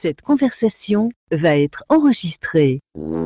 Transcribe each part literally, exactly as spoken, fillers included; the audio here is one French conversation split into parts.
Cette conversation va être enregistrée.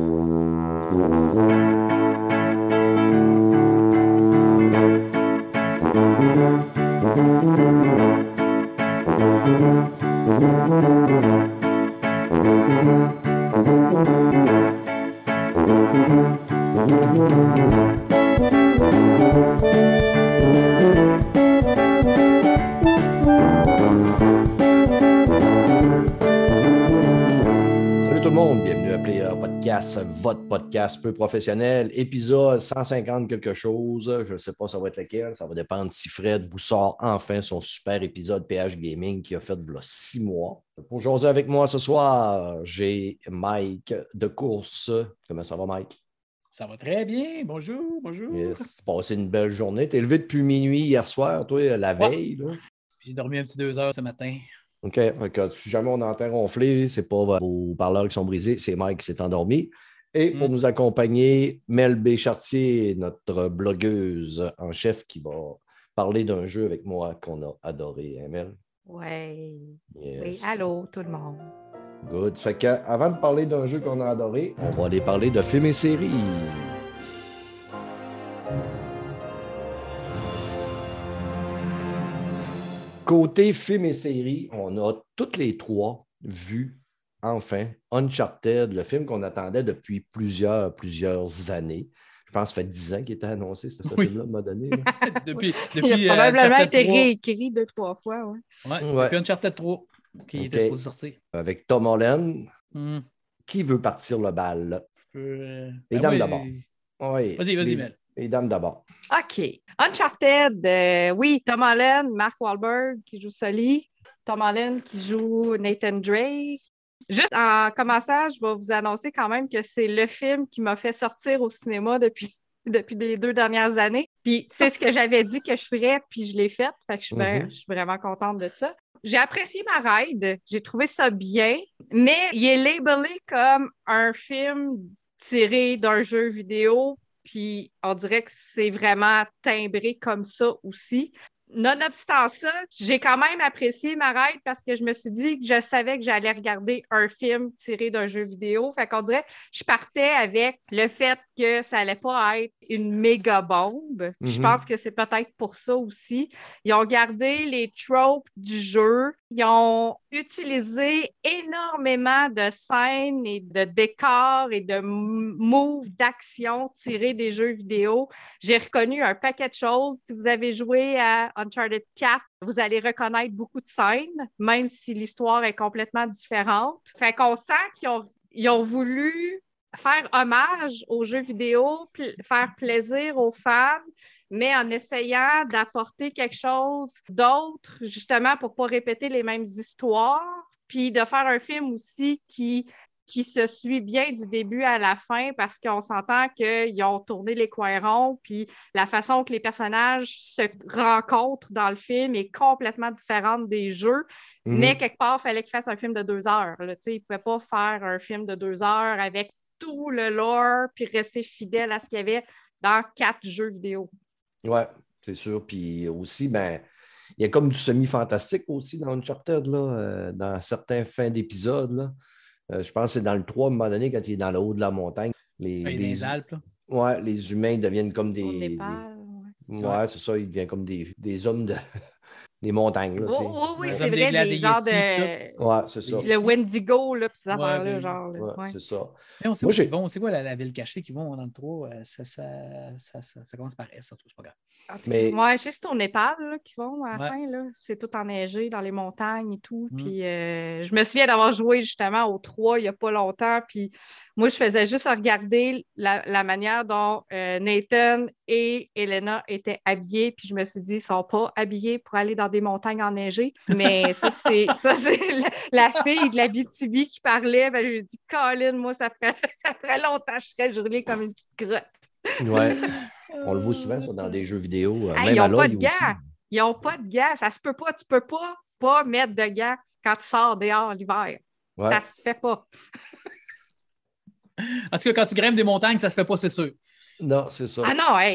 Salut tout le monde, bienvenue à Player Podcast, votre podcast peu professionnel, épisode cent cinquante quelque chose, je ne sais pas ça va être lequel, ça va dépendre si Fred vous sort enfin son super épisode P H Gaming qui a fait v'là six mois. Pour jaser avec moi ce soir, j'ai Mike de course. Comment ça va, Mike? Ça va très bien, bonjour, bonjour. Yes. Tu as passé une belle journée, tu es levé depuis minuit hier soir, toi, la veille. Là. J'ai dormi un petit deux heures ce matin. OK. Donc, si jamais on entend ronfler, c'est pas vos parleurs qui sont brisés, c'est Mike qui s'est endormi. Et pour mm. nous accompagner, Mel B. Chartier, notre blogueuse en chef qui va parler d'un jeu avec moi qu'on a adoré. Hein, Mel? Oui. Yes. Oui. Allô, tout le monde. Good. Fait qu'avant de parler d'un jeu qu'on a adoré, on va aller parler de films et séries. Côté films et séries, on a toutes les trois vu, enfin, Uncharted, le film qu'on attendait depuis plusieurs, plusieurs années. Je pense que ça fait dix ans qu'il était annoncé, ce oui. film-là, à un moment donné. depuis, depuis, Il a probablement euh, été réécrit deux, trois fois. Oui, ouais, ouais. Depuis Uncharted trois, qui okay. était supposé sortir. Avec Tom Holland. Mm. Qui veut partir le bal? Euh... Les ben dames oui. d'abord. Oui. Vas-y, vas-y, les... Mel. Les dames d'abord. OK. Uncharted, euh, oui, Tom Holland, Mark Wahlberg qui joue Sully, Tom Holland qui joue Nathan Drake. Juste en commençant, je vais vous annoncer quand même que c'est le film qui m'a fait sortir au cinéma depuis, depuis les deux dernières années. Puis c'est ce que j'avais dit que je ferais, puis je l'ai fait. Fait que je suis, mm-hmm. bien, je suis vraiment contente de ça. J'ai apprécié ma ride, j'ai trouvé ça bien, mais il est labelé comme un film tiré d'un jeu vidéo. Puis on dirait que c'est vraiment timbré comme ça aussi. Nonobstant ça, j'ai quand même apprécié ma ride parce que je me suis dit que je savais que j'allais regarder un film tiré d'un jeu vidéo. Fait qu'on dirait que je partais avec le fait que ça allait pas être une méga bombe. Mm-hmm. Je pense que c'est peut-être pour ça aussi. Ils ont gardé les tropes du jeu. Ils ont utilisé énormément de scènes et de décors et de moves d'action tirés des jeux vidéo. J'ai reconnu un paquet de choses. Si vous avez joué à Uncharted quatre, vous allez reconnaître beaucoup de scènes, même si l'histoire est complètement différente. Fait qu'on sent qu'ils ont, ils ont voulu faire hommage aux jeux vidéo, pl- faire plaisir aux fans, mais en essayant d'apporter quelque chose d'autre, justement, pour ne pas répéter les mêmes histoires, puis de faire un film aussi qui, qui se suit bien du début à la fin, parce qu'on s'entend qu'ils ont tourné les coins ronds, puis la façon que les personnages se rencontrent dans le film est complètement différente des jeux, mm-hmm. mais quelque part, il fallait qu'ils fassent un film de deux heures. Là, ils ne pouvaient pas faire un film de deux heures avec tout le lore, puis rester fidèle à ce qu'il y avait dans quatre jeux vidéo. Oui, c'est sûr. Puis aussi, ben, il y a comme du semi-fantastique aussi dans Uncharted, là, euh, dans certains fins d'épisodes. Là. Euh, je pense que c'est dans le trois, à un moment donné, quand il est dans le haut de la montagne. Les, les, les Alpes. Là. Ouais, les humains deviennent comme des. Au Népal, des... Ouais, ouais c'est ça, ils deviennent comme des, des hommes de. Des montagnes. Là, oh, oh, oui, c'est vrai, des, des genres de. Ouais, c'est ça. Le Wendigo, là, puis ces ouais, affaires-là, oui. genre. Ouais, ouais. C'est ça. Mais on sait Moi, où ils vont. C'est quoi la, la ville cachée qu'ils vont dans le trois? Ça, ça, ça, ça, ça commence par S, c'est pas grave. Mais... Moi, je sais c'est au Népal qu'ils vont à la ouais. fin. Là. C'est tout enneigé dans les montagnes et tout. Mm. Puis euh, je me souviens d'avoir joué justement au trois il n'y a pas longtemps. Puis moi, je faisais juste regarder la, la manière dont euh, Nathan et Elena étaient habillés. Puis je me suis dit, ils ne sont pas habillés pour aller dans des montagnes enneigées. Mais ça, c'est, ça, c'est la, la fille de la B T B qui parlait. Ben, je lui ai dit, Colin, moi, ça ferait, ça ferait longtemps que je serais gelée comme une petite grotte. Ouais. On le voit souvent ça, dans des jeux vidéo. Hey, même ils à n'ont pas de aussi. gants. Ils n'ont pas de gants. Ça se peut pas. Tu peux pas, pas mettre de gants quand tu sors dehors l'hiver. Ouais. Ça se fait pas. En tout cas, quand tu grimpes des montagnes, ça se fait pas, c'est sûr. Non, c'est ça. Ah non, hey,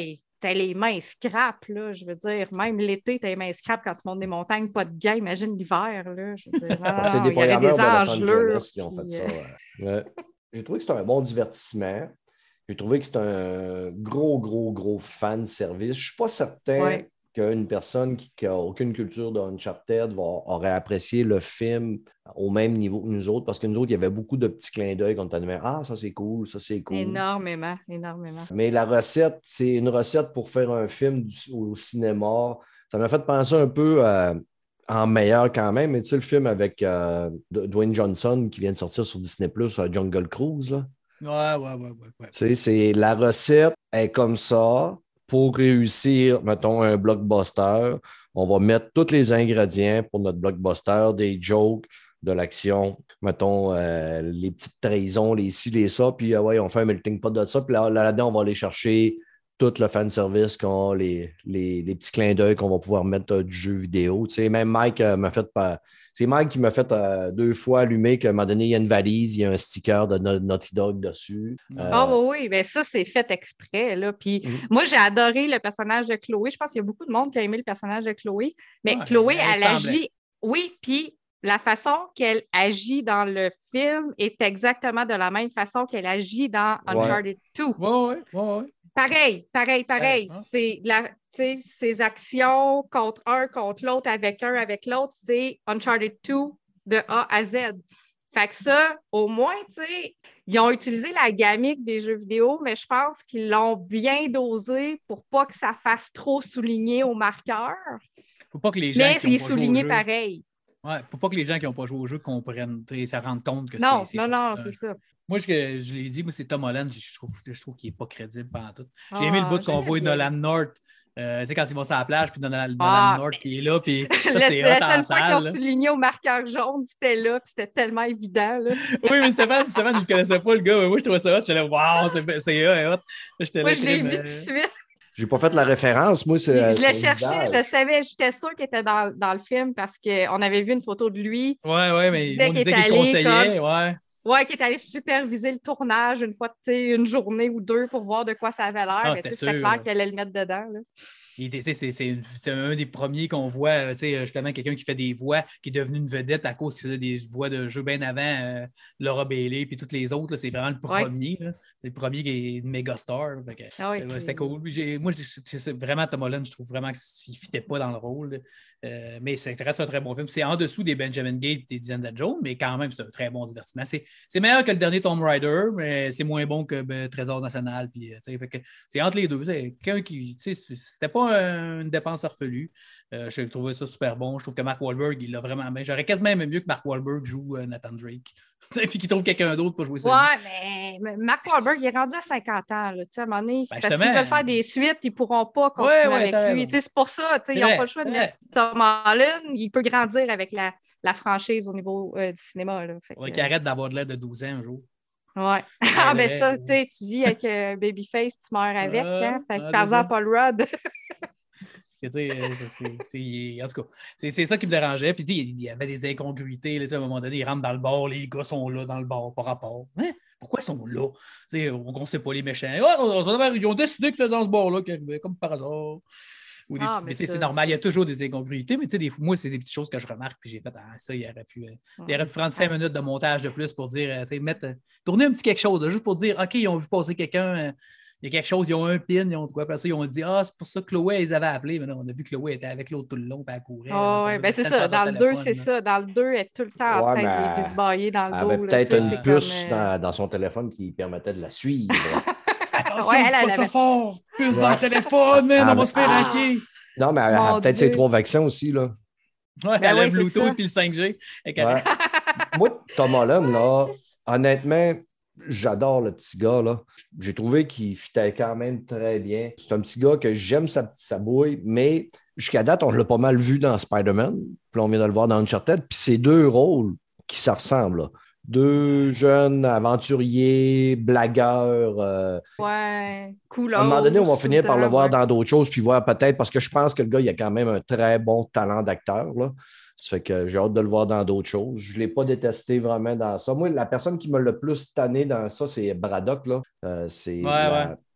t'as les mains scrap, là. Je veux dire, même l'été, t'as les mains scrap quand tu montes des montagnes, pas de gars, imagine l'hiver, là. Je veux dire, non, C'est non, des il y aurait des programmeurs de Los engelures. Angeles qui ont fait puis, ça. euh, Ouais. Ouais. J'ai trouvé que c'était un bon divertissement. J'ai trouvé que c'était un gros, gros, gros fan service. Je ne suis pas certain Ouais. qu'une personne qui n'a aucune culture de Uncharted va, aurait apprécié le film au même niveau que nous autres, parce que nous autres, il y avait beaucoup de petits clins d'œil qu'on disait « Ah, ça c'est cool, ça c'est cool. » Énormément, énormément. Mais la recette, c'est une recette pour faire un film du- au cinéma. Ça m'a fait penser un peu à- en meilleur quand même, mais tu sais, le film avec euh, D- Dwayne Johnson qui vient de sortir sur Disney plus, sur Jungle Cruise, là. Ouais, ouais, ouais, ouais. ouais. Tu sais, c'est la recette est comme ça. Pour réussir, mettons, un blockbuster, on va mettre tous les ingrédients pour notre blockbuster, des jokes, de l'action, mettons, euh, les petites trahisons, les ci, les ça, puis euh, ouais, on fait un melting pot de ça, puis là, là-dedans, on va aller chercher tout le fanservice, qu'on, les, les, les petits clins d'œil qu'on va pouvoir mettre euh, du jeu vidéo. Tu sais, même Mike euh, m'a fait pas. C'est Mike qui m'a fait euh, deux fois allumer qu'à un moment donné, il y a une valise, il y a un sticker de No- Naughty Dog dessus. Euh, Ah oui, oui, bien ça, c'est fait exprès, là. Puis Mhm. moi, j'ai adoré le personnage de Chloé. Je pense qu'il y a beaucoup de monde qui a aimé le personnage de Chloé. Mais Ouais, Chloé, elle elle ressemblait. agit... Oui, puis la façon qu'elle agit dans le film est exactement de la même façon qu'elle agit dans Ouais. Uncharted deux. Ouais, ouais, ouais, ouais. Pareil, pareil, pareil. Ouais, hein? C'est la, tu sais, ses actions contre un, contre l'autre, avec un, avec l'autre, c'est Uncharted deux de A à Z. Fait que ça, au moins, tu sais, ils ont utilisé la gamique des jeux vidéo, mais je pense qu'ils l'ont bien dosé pour pas que ça fasse trop souligner au marqueur. Faut pas que les gens Mais qui ont c'est pas joué au souligné jeu... pareil. Ouais, faut pas que les gens qui n'ont pas joué au jeu comprennent, tu sais, se rendent compte que Non, c'est... c'est non, non, pas- c'est ça. Moi, je, je l'ai dit, moi, c'est Tom Holland. Je trouve, je trouve qu'il n'est pas crédible pendant tout. J'ai Ah, aimé le bout qu'on j'aimais voit bien. Nolan North. Euh, tu sais, quand ils vont sur la plage, puis Nolan, Nolan Ah, North qui est là, puis ça, Le- c'est la hot en seule fois qu'ils ont salle. là. souligné au marqueur jaune, c'était là, puis c'était tellement évident. Là. Oui, mais Stéphane, Stéphane, il ne connaissait pas le gars. Mais moi, je trouvais ça hot. J'étais là, waouh, c'est, c'est hot. J'étais Moi, là, je l'ai crime, vu euh, tout de suite. J'ai pas fait la référence, moi, c'est. Je le cherchais, je savais, j'étais sûre qu'il était dans, dans le film parce qu'on avait vu une photo de lui. Ouais, ouais, mais Il disait on qu'il disait est qu'il allé conseillait, ouais. Ouais, qui est allé superviser le tournage une fois, tu sais, une journée ou deux pour voir de quoi ça avait l'air. Ah, mais c'était tu sais, c'était sûr. clair qu'elle allait le mettre dedans. Là. Il était- c'est, c'est, c'est, une- c'est un des premiers qu'on voit, euh, tu sais, justement, quelqu'un qui fait des voix, qui est devenu une vedette à cause qu'il faisait des voix de jeu bien avant euh, Laura Bailey puis toutes les autres. Là, c'est vraiment le premier. là. C'est le premier qui est une méga star. Fait que, Ah oui, euh, c'est- c'était cool. J'ai- moi, je- c'est, c'est vraiment Tom Holland, je trouve vraiment qu'il ne fitait pas dans le rôle. Euh, mais ça reste un très bon film. C'est en dessous des Benjamin Gate et des Indiana Jones, mais quand même, c'est un très bon divertissement. C'est, c'est meilleur que le dernier Tomb Raider, mais c'est moins bon que ben, Trésor National. Puis, euh, tu sais, fait que c'est entre les deux. C'est quelqu'un qui, tu sais, c'est- c'était pas un- une dépense farfelue. Euh, je trouvais ça super bon. Je trouve que Mark Wahlberg, il l'a vraiment bien. J'aurais quasiment aimé mieux que Mark Wahlberg joue euh, Nathan Drake. Tu sais, puis qu'il trouve quelqu'un d'autre pour jouer ça. Ouais, mais, mais Mark Wahlberg, il est rendu à cinquante ans. Là, tu sais, à un moment donné, c'est Ben, parce qu'ils justement. veulent faire des suites, ils ne pourront pas continuer Ouais, ouais, avec t'as lui. raison. Tu sais, c'est pour ça, tu sais, C'est ils n'ont vrai, pas le choix de c'est mettre Tom Holland. Il peut grandir avec la, la franchise au niveau euh, du cinéma. Là. Fait Faudrait que, qu'il arrête d'avoir de l'air de douze ans un jour. ouais. Ah, ben vrai, ça, ouais. tu sais, tu vis avec euh, Babyface, tu meurs avec. Ah, hein? Fait que ah, par c'est ça. exemple, Paul Rudd. Parce que, tu sais, euh, c'est- c'est- c'est- en tout cas, c'est c'est ça qui me dérangeait. Puis, tu sais, il y avait des incongruités. Là, tu sais, à un moment donné, ils rentrent dans le bar, les gars sont là dans le bar par rapport. Hein? Pourquoi ils sont là? Tu sais, on ne sait pas les méchants. Ah, on- on- ils ont décidé que c'était dans ce bar-là, qu'ils arrivaient, comme par hasard. Ou des Ah, petits- mais mais tu sais, ça- c'est normal, il y a toujours des incongruités, mais tu sais, des fois, moi, c'est des petites choses que je remarque, puis j'ai fait, ah, ça, il aurait pu, euh, il aurait pu prendre cinq minutes de montage de plus pour dire, euh, tu sais, mettre, euh, tourner un petit quelque chose, là, juste pour dire, OK, ils ont vu passer quelqu'un, euh, il y a quelque chose, ils ont un pin, ils ont quoi, après ça, ils ont dit, ah, c'est pour ça que Chloé, ils avaient appelé, mais non, on a vu que Chloé était avec l'autre tout le long, puis elle courait. Ah, ouais, ben c'est ça. Dans le deux, c'est ça. Dans le deux, elle est tout le temps en Ouais, train de mais les bisbailler dans le Elle dos. avait là, peut-être tu sais, une c'est puce comme, euh, dans, dans son téléphone qui permettait de la suivre. Attention, Ouais, dis elle, pas elle ça avait- fort, puce dans Ouais. le téléphone, man, on va Ah, se faire ah. hacker. Non, mais elle Mon a peut-être Dieu. ses trois vaccins aussi, là. Ouais, Ben elle a oui, le c'est Bluetooth ça. puis le cinq G. Elle est Ouais. Moi, Tom Holland, là, honnêtement, j'adore le petit gars, là. J'ai trouvé qu'il fitait quand même très bien. C'est un petit gars que j'aime sa, sa bouille, mais jusqu'à date, on l'a pas mal vu dans Spider-Man. Puis là, on vient de le voir dans Uncharted. Puis c'est deux rôles qui se ressemblent, là. Deux jeunes aventuriers, blagueurs. euh, Ouais, cool. À un moment donné, on va finir par le voir dans d'autres choses, puis voir peut-être, parce que je pense que le gars, il a quand même un très bon talent d'acteur, là. Ça fait que j'ai hâte de le voir dans d'autres choses. Je ne l'ai pas détesté vraiment dans ça. Moi, la personne qui m'a le plus tanné dans ça, c'est Braddock, là. Euh, c'est Ouais, la, ouais.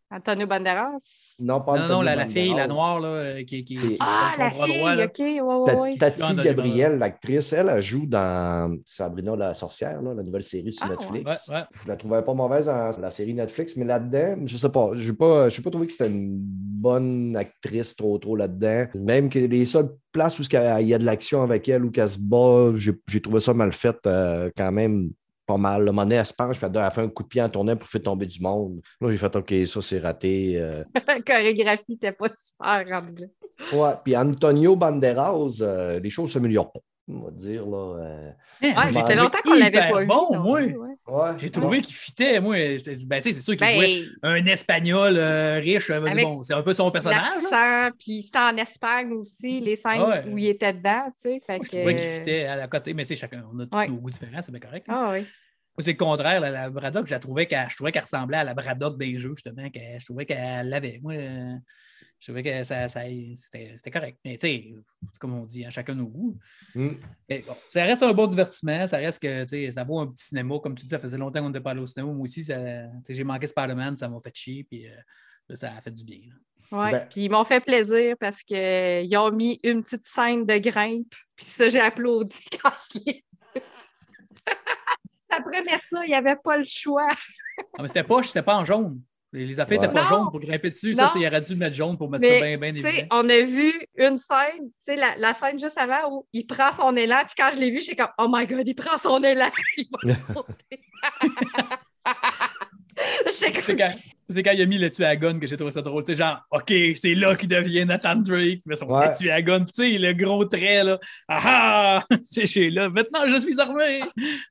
Antonio Banderas. Non, pas Non, non, Antonio la, la fille, la Banderas. noire, là, euh, qui, qui, C'est- qui Ah, donne la son bras fille, droit, là. OK, ouais, ouais, Ta- ouais. Tati Antonio Gabriel, Banderas. l'actrice, elle, elle joue dans Sabrina la sorcière, là, la nouvelle série sur Ah, Netflix. ouais, ouais. Je la trouvais pas mauvaise dans la série Netflix, mais là-dedans, je sais pas, je n'ai pas, j'ai pas trouvé que c'était une bonne actrice trop trop là-dedans. Même que les seules places où il y a de l'action avec elle ou qu'elle se bat, j'ai, j'ai trouvé ça mal fait euh, quand même. Pas mal. Le moment donné, elle se penche, elle a fait un coup de pied en tournant pour faire tomber du monde. Là, j'ai fait OK, ça, c'est raté. Euh... La chorégraphie n'était pas super rendue là. Ouais, puis Antonio Banderas, euh, les choses ne s'améliorent pas, on va dire. Là, euh... Man, Ouais, j'ai ça fait trouvé longtemps qu'on l'avait hyper pas vu. bon, non moi. plus, ouais. Ouais, J'ai trouvé ouais. qu'il fitait, moi. j'étais- Ben, tu sais, c'est sûr qu'il jouait Ben, un Espagnol euh, riche. euh, Avec bon, c'est un peu son personnage. là. l'accent, puis c'était en Espagne aussi, les scènes Ah ouais. où il était dedans, tu sais. Fait Moi, je que... trouvais qu'il fitait à la côté, mais c'est chacun, on a tous Ouais. nos goûts différents, c'est bien correct. là. Ah oui. Moi, c'est le contraire, là, la Braddock, je la trouvais qu'elle, je trouvais qu'elle ressemblait à la Braddock des jeux, justement, qu'elle- je trouvais qu'elle l'avait. Moi, euh, je trouvais que ça, ça- c'était, c'était correct. Mais tu sais, comme on dit, hein, chacun nos goûts. Mm. Mais bon, ça reste un bon divertissement, ça reste que, tu sais, ça vaut un petit cinéma. Comme tu dis, ça faisait longtemps qu'on n'était pas allé au cinéma. Moi aussi, ça, tu sais, j'ai manqué Spider-Man, ça m'a fait chier, puis euh, là, ça a fait du bien. là. Ouais. Ben- Puis ils m'ont fait plaisir parce qu'ils ont mis une petite scène de grimpe. Puis ça, j'ai applaudi quand je l'ai vu. Après ça, il n'y avait pas le choix. Ah, mais c'était pas, c'était pas en jaune. Les, les affaires n'étaient Ouais. pas Non. jaunes pour grimper dessus. Non. Ça, c'est- il aurait dû mettre jaune pour mettre Mais, ça bien, bien tu sais, évident. on a vu une scène, tu sais, la, la scène juste avant où il prend son élan. Puis quand je l'ai vu, j'ai comme, oh my God, il prend son élan. Il va sauter. J'étais C'est comme, quand, c'est quand il a mis le tuer à gun que j'ai trouvé ça drôle. Tu sais, genre, OK, c'est là qu'il devient Nathan Drake. Mais son Ouais. tuer à gun. Tu sais, le gros trait, là. Ah ah! C'est chez là. Maintenant, je suis armé.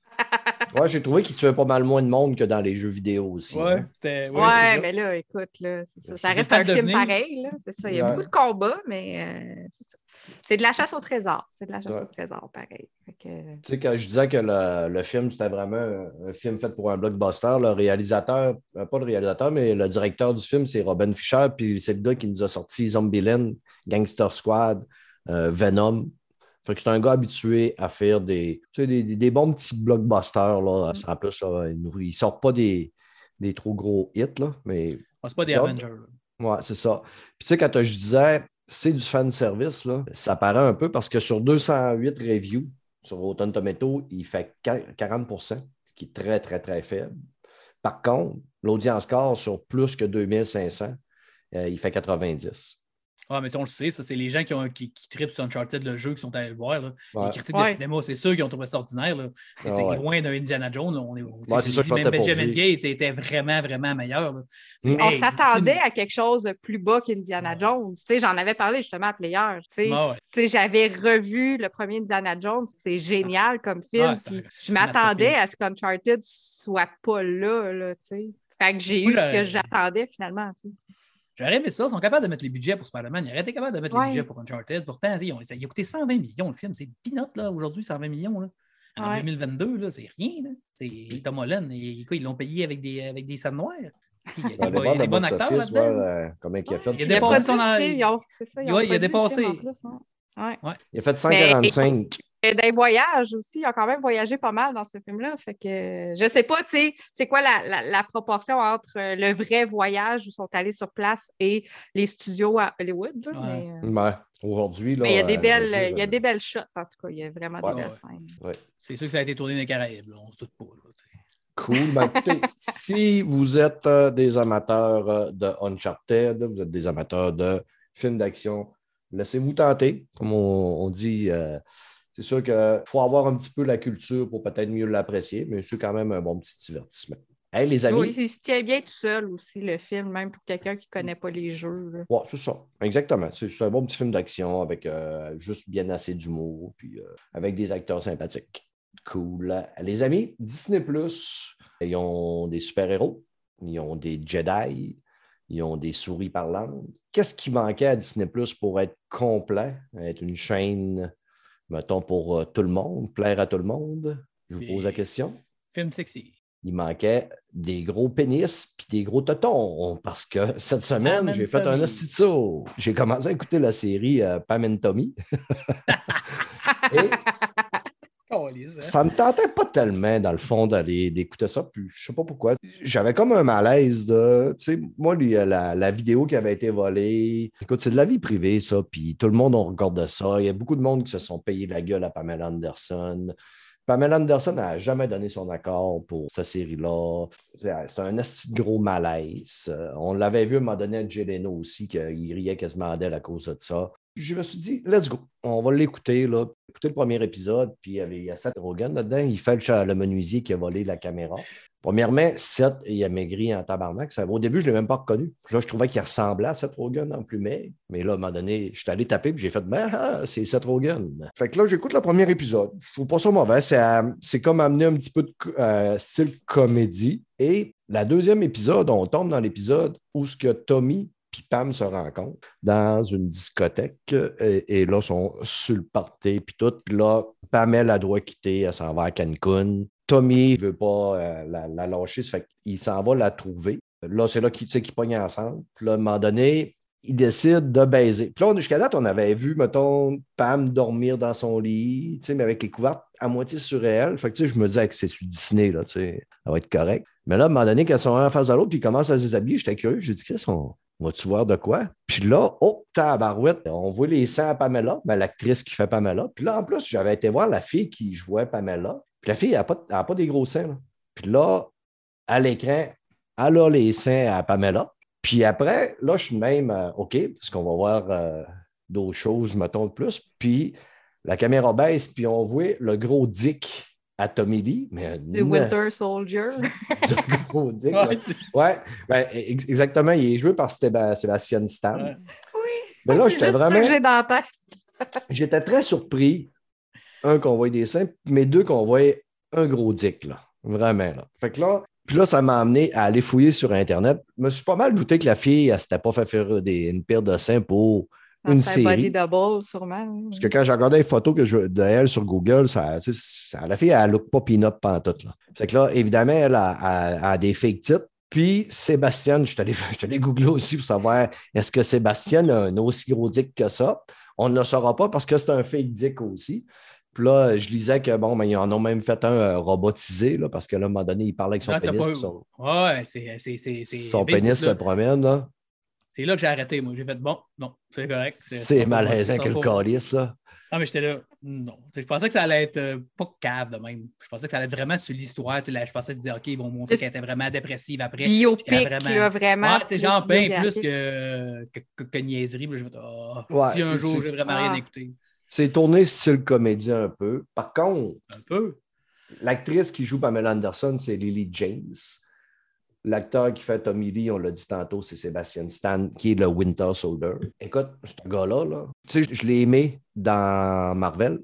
Ouais, j'ai trouvé qu'il tuait pas mal moins de monde que dans les jeux vidéo aussi. Ouais, hein. c'était. Ouais, c'est ça. mais là, écoute, là, c'est ça. Ça C'est reste pas un film devenir. pareil, là, c'est ça. Il y a Ouais. beaucoup de combats, mais euh, c'est ça. C'est de la chasse au trésor. C'est de la chasse Ouais. au trésor, pareil. Fait que... Tu sais, quand je disais que le, le film, c'était vraiment un, un film fait pour un blockbuster, le réalisateur, euh, pas le réalisateur, mais le directeur du film, c'est Robin Fischer, puis c'est le gars qui nous a sorti Zombieland, Gangster Squad, euh, Venom. Fait que c'est un gars habitué à faire des, tu sais, des, des- des bons petits blockbusters, là, sans plus. Là, il ne sort pas des, des trop gros hits, là, mais Ah, c'est pas des Regarde. Avengers. là. ouais, c'est ça. Puis tu sais, quand je disais c'est du fan service, là, ça paraît un peu parce que sur deux cent huit reviews sur Rotten Tomato, il fait quarante pour cent, ce qui est très, très, très faible. Par contre, l'audience score sur plus que deux mille cinq cents, euh, il fait quatre-vingt-dix. Ah, mais on le sait, ça, c'est les gens qui, ont, qui, qui trippent sur Uncharted, le jeu, qui sont allés le voir. Là. Ouais. Les critiques Ouais. de cinéma, c'est ceux qui ont trouvé ça ordinaire. Là. C'est, Ah c'est ouais. loin d'un Indiana Jones. Là. On est, Ouais, c'est ça que je même partais pour Benjamin dire. Gate était vraiment, vraiment meilleur. Là. Mm. On Hey, s'attendait tu- à quelque chose de plus bas qu'Indiana Ouais. Jones. Tu sais, j'en avais parlé justement à Player. Tu sais. Ah ouais. Tu sais, j'avais revu le premier Indiana Jones. C'est génial comme film. Ouais, c'est un- puis c'est je un m'attendais masterpiece. à ce qu'Uncharted soit pas là, là, tu sais. Fait que j'ai Moi, eu ce j'aurais- que j'attendais finalement, tu sais. J'aurais aimé ça. Ils sont capables de mettre les budgets pour Spider-Man. Ils auraient été capables de mettre Ouais. les budgets pour Uncharted. Pourtant, ils ont, il a coûté cent vingt millions le film. C'est peanut, là, aujourd'hui, cent vingt millions. Là. En Ouais. deux mille vingt-deux, là, c'est rien. Là. C'est Tom Holland. Et, quoi, ils l'ont payé avec des, avec des scènes noires. Puis Il y a On des, va il y voir a des le bons acteurs box-office, là-dedans. voir euh, combien il a Ouais, fait. il y a Il des a dépassé produit son le en- film, ils ont- c'est ça, ils ont Ouais, il a produit le dépassé. film en plus, ouais. Ouais. Il a fait cent Mais- quarante-cinq. Et des voyages aussi, ils ont quand même voyagé pas mal dans ce film-là. Fait que je sais pas, tu sais, c'est quoi la, la- la proportion entre euh, le vrai voyage où ils sont allés sur place et les studios à Hollywood. Là, Ouais. mais, euh, Ouais. Aujourd'hui, là. mais il y a des euh, belles, je veux dire, il y a des belles shots, en tout cas. Il y a vraiment Ouais. des belles Ouais. scènes. ouais. C'est sûr que ça a été tourné dans les Caraïbes. Là. On se doute pas. Là, tu sais. Cool. Ben, écoutez, si vous êtes euh, des amateurs euh, de Uncharted, vous êtes des amateurs de films d'action, laissez-vous tenter. Comme on, on dit, euh, c'est sûr qu'il faut avoir un petit peu la culture pour peut-être mieux l'apprécier, mais c'est quand même un bon petit divertissement. Hey, les amis. Oui, il se tient bien tout seul aussi, le film, même pour quelqu'un qui ne connaît pas les jeux. là. Ouais, c'est ça. Exactement. C'est c'est un bon petit film d'action avec euh, juste bien assez d'humour, puis euh, avec des acteurs sympathiques. Cool. Les amis, Disney plus, ils ont des super-héros, ils ont des Jedi, ils ont des souris parlantes. Qu'est-ce qui manquait à Disney plus pour être complet, être une chaîne, mettons, pour euh, tout le monde, plaire à tout le monde? Je vous pose la question. Film sexy. Il manquait des gros pénis puis des gros totons parce que cette semaine, Pam and j'ai fait un Tommy. hostie de saut. J'ai commencé à écouter la série euh, Pam and Tommy. Et Oh, Calisse, hein? Ça me tentait pas tellement, dans le fond, d'aller d'écouter ça. Puis je sais pas pourquoi. J'avais comme un malaise de. Tu sais, moi, lui, la, la vidéo qui avait été volée. Écoute, c'est de la vie privée, ça. Puis tout le monde, on regarde ça. Il y a beaucoup de monde qui se sont payés la gueule à Pamela Anderson. Pamela Anderson n'a jamais donné son accord pour cette série-là. C'est un esti de gros malaise. On l'avait vu à un moment donné à Jay Leno aussi, qu'il riait quasiment d'elle à cause de ça. Je me suis dit, let's go, on va l'écouter, là. Écouter le premier épisode, puis il y avait il y a Seth Rogen là-dedans, il fait le, le menuisier qui a volé la caméra. Premièrement, Seth, il a maigri en tabarnak. Ça, au début, je ne l'ai même pas reconnu. Là, je trouvais qu'il ressemblait à Seth Rogen en plus maigre. Mais là, à un moment donné, je suis allé taper, puis j'ai fait, ben, ah, c'est Seth Rogen. Fait que là, j'écoute le premier épisode. Je trouve pas ça mauvais. C'est, euh, c'est comme amener un petit peu de euh, style comédie. Et la deuxième épisode, on tombe dans l'épisode où ce que Tommy puis Pam se rencontrent dans une discothèque et, et là, ils sont sur le party puis tout. Puis là, Pamela elle doit quitter, elle s'en va à Cancun. Tommy ne veut pas euh, la, la lâcher, ça fait qu'il s'en va la trouver. Là, c'est là qu'ils, tu sais, qu'ils pognent ensemble. Puis là, à un moment donné, ils décident de baiser. Puis là, jusqu'à date, on avait vu, mettons, Pam dormir dans son lit, tu sais, mais avec les couvertes à moitié sur elle. Fait que, tu sais, je me disais que c'est sur Disney, là, tu sais, ça va être correct. Mais là, à un moment donné, quand ils sont un en face de l'autre, puis ils commencent à se déshabiller, j'étais curieux. J'ai dit, Chris, on va-tu voir de quoi? Puis là, oh, tabarouette, on voit les seins à Pamela, ben, l'actrice qui fait Pamela. Puis là, en plus, j'avais été voir la fille qui jouait Pamela. Puis la fille, elle n'a pas, pas des gros seins, là. Puis là, à l'écran, elle a les seins à Pamela. Puis après, là, je suis même, euh, OK, parce qu'on va voir euh, d'autres choses, mettons, de plus. Puis la caméra baisse, puis on voit le gros dick à Tommy Lee. Mais du Winter Soldier. Le gros dick, ouais, ouais, ben, exactement. Il est joué par Sébastien Stan. Ouais. Oui, mais là, c'est j'étais juste vraiment... ça que j'ai dans la tête. J'étais très surpris, un, qu'on voit des seins, mais deux, qu'on voit un gros dick, là. Vraiment, là. Fait que là, puis là, ça m'a amené à aller fouiller sur Internet. Je me suis pas mal douté que la fille, elle ne s'était pas fait faire des, une paire de seins pour Ah, une c'est série. un body double, sûrement. Parce que quand j'ai regardé les photos que je, de elle sur Google, ça, ça, la fille, elle ne look pas pin-up pantoute, là. Fait que là, évidemment, elle a, a, a des fake tits. Puis Sébastien, je suis allé, allé googler aussi pour savoir est-ce que Sébastien a un aussi gros dick que ça. On ne le saura pas parce que c'est un fake dick aussi. Puis là, je lisais que, bon, ben, ils en ont même fait un euh, robotisé, là, parce que là, à un moment donné, il parlait avec son Ah, pénis. pas... Son, ouais, c'est, c'est, c'est, c'est... son pénis se promène, là. C'est là que j'ai arrêté, moi. J'ai fait, bon, non, c'est correct. C'est, c'est malaisant que le calice, là. Ah, mais j'étais là, non. Je pensais que ça allait être euh, pas cave de même. Je pensais que ça allait être vraiment sur l'histoire. Là, je pensais dire, OK, ils vont montrer qu'elle était vraiment dépressive après. Biopic, vraiment... là, vraiment. Ouais, c'est genre bien plus que, que, que, que niaiserie. Je vais dire, oh, ouais, si un jour, j'ai vraiment ça. rien écouté. C'est tourné style comédie un peu. Par contre, un peu. L'actrice qui joue Pamela Anderson, c'est Lily James. L'acteur qui fait Tommy Lee, on l'a dit tantôt, c'est Sébastien Stan, qui est le Winter Soldier. Écoute, ce gars-là, là, tu sais, je l'ai aimé dans Marvel,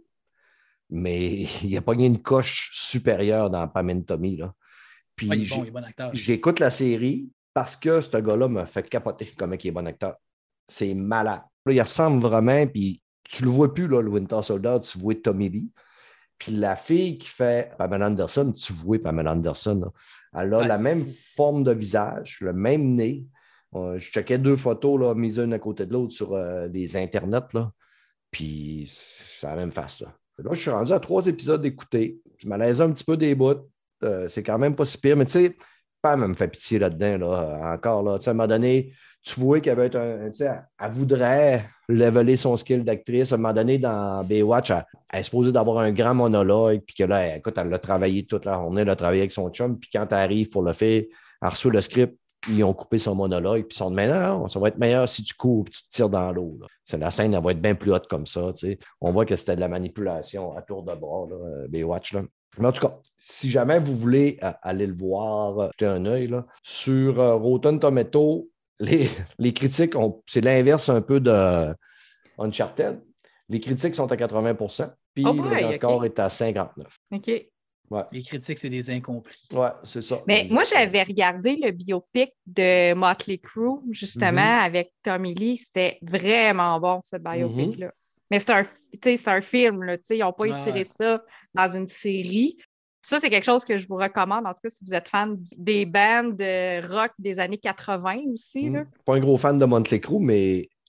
mais il a pogné une coche supérieure dans Pam and Tommy, là. Puis ouais, il est bon, il est bon acteur. J'écoute la série parce que ce gars-là m'a fait capoter comme il est bon acteur. C'est malade. Là, il ressemble vraiment, puis tu le vois plus, là, le Winter Soldier, tu vois Tommy Lee. Puis la fille qui fait Pamela Anderson, tu vois Pamela Anderson, là. Elle a ah, la même fou. forme de visage, le même nez. Euh, je checkais deux photos là, mises une à côté de l'autre sur euh, les internets, là. Puis c'est la même face. Là. Là, je suis rendu à trois épisodes d'écouter. Je malaise un petit peu des bouts. Euh, c'est quand même pas si pire, mais tu sais, Pam me fait pitié là-dedans, là, encore. Là. À un moment donné, tu vois qu'elle va être un. Tu sais, elle voudrait leveler son skill d'actrice. À un moment donné, dans Baywatch, elle, elle est supposée d'avoir un grand monologue, puis que là, elle, écoute, elle l'a travaillé toute la journée, elle a travaillé avec son chum, puis quand elle arrive pour le faire, elle reçoit le script, ils ont coupé son monologue, puis ils sont dit, mais non, ça va être meilleur si tu cours, puis tu te tires dans l'eau. Là. C'est, la scène, elle va être bien plus haute comme ça. Tu sais. On voit que c'était de la manipulation à tour de bras, là, Baywatch. Là. Mais en tout cas, si jamais vous voulez euh, aller le voir, euh, jeter un œil là, sur euh, Rotten Tomato, les, les critiques, ont, c'est l'inverse un peu de Uncharted. Les critiques sont à quatre-vingts pour cent, puis oh le okay. score est à cinquante-neuf. OK. Ouais. Les critiques, c'est des incompris. Oui, c'est ça. Mais moi, j'avais regardé le biopic de Motley Crue, justement, mm-hmm. avec Tommy Lee. C'était vraiment bon, ce biopic-là. Mm-hmm. Mais c'est un, c'est un film, là, ils n'ont pas ah, étiré ouais. ça dans une série. Ça, c'est quelque chose que je vous recommande, en tout cas, si vous êtes fan des bands de rock des années quatre-vingts aussi. Là. Mmh. Pas un gros fan de Motley Crue, mais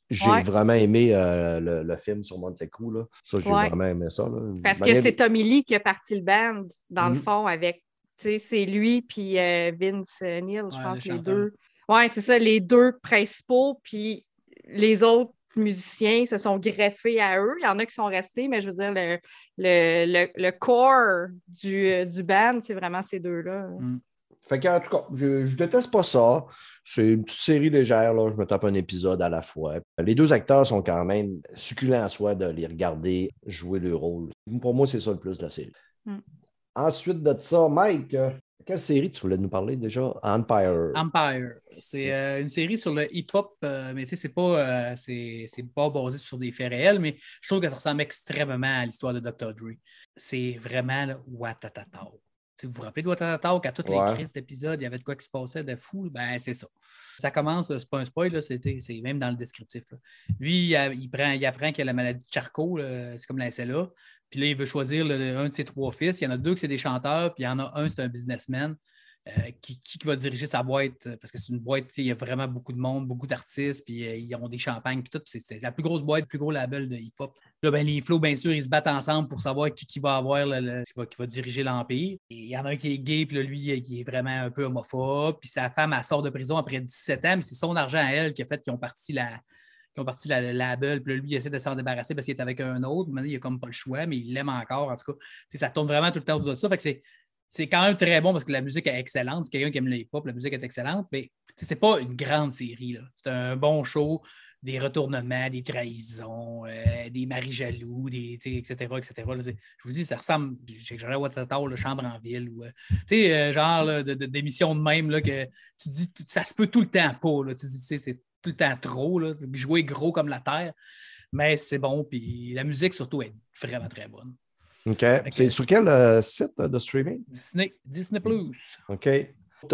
J'ai Ouais. vraiment aimé euh, le, le film sur Motley Crue. Là. Ça, j'ai Ouais. vraiment aimé ça. Là. Parce Ben, que c'est Tommy Lee qui a parti le band, dans le Mhm. fond, avec, tu sais, c'est lui puis euh, Vince Neil, je Ouais, pense, le les chanteur. deux. Ouais, c'est ça, les deux principaux, puis les autres musiciens se sont greffés à eux. Il y en a qui sont restés, mais je veux dire, le, le, le, le core du, du band, c'est vraiment ces deux-là. Mm. Fait que, en tout cas, je, je déteste pas ça. C'est une petite série légère, là. Je me tape un épisode à la fois. Les deux acteurs sont quand même succulents en soi de les regarder jouer leur rôle. Pour moi, c'est ça le plus de la série. Mm. Ensuite de ça, Mike, euh, quelle série tu voulais nous parler déjà? Empire. Empire. C'est euh, une série sur le hip-hop, euh, mais tu sais, c'est pas, euh, c'est, c'est pas basé sur des faits réels, mais je trouve que ça ressemble extrêmement à l'histoire de docteur Dre. C'est vraiment le Watatata. Si vous vous rappelez de Watatata, qu'à toutes Ouais. les crises d'épisodes, il y avait de quoi qui se passait de fou, ben c'est ça. Ça commence, c'est pas un spoil, là, c'était, c'est même dans le descriptif. Là. Lui, il, a- il prend, il apprend qu'il a la maladie de Charcot, là, c'est comme la S L A. Puis là, il veut choisir le- un de ses trois fils. Il y en a deux qui c'est des chanteurs, puis il y en a un, c'est un businessman. Euh, qui, qui va diriger sa boîte, parce que c'est une boîte, il y a vraiment beaucoup de monde, beaucoup d'artistes, puis euh, ils ont des champagnes, puis tout, puis c'est, c'est la plus grosse boîte, le plus gros label de hip-hop. Là, ben, les flots, bien sûr, ils se battent ensemble pour savoir qui, qui va avoir, le, le- qui, va, qui va diriger l'Empire. Et il y en a un qui est gay, puis là, lui, qui est vraiment un peu homophobe, puis sa femme, elle sort de prison après dix-sept ans, mais c'est son argent à elle qui a fait qu'ils ont parti la qui ont parti la, la label, puis là, lui, il essaie de s'en débarrasser parce qu'il est avec un autre. Maintenant, il n'a comme pas le choix, mais il l'aime encore. En tout cas, ça tourne vraiment tout le temps autour de ça. Fait que c'est, c'est quand même très bon parce que la musique est excellente. C'est quelqu'un qui aime le hip-hop, la musique est excellente, mais c'est pas une grande série. Là. C'est un bon show, des retournements, des trahisons, euh, des maris jaloux, des, et cetera, et cetera. Là, je vous dis, ça ressemble, j'ai genre Watatata, le Chambre en ville, ou, euh, tu sais, euh, genre là, de, de, d'émissions de même, là, que tu dis, ça se peut tout le temps pas. Là, tu dis, c'est tout le temps trop, là, jouer gros comme la terre, mais c'est bon, puis la musique surtout est vraiment très bonne. OK. que- C'est sur quel euh, site euh, de streaming? Disney, Disney Plus. OK. Euh,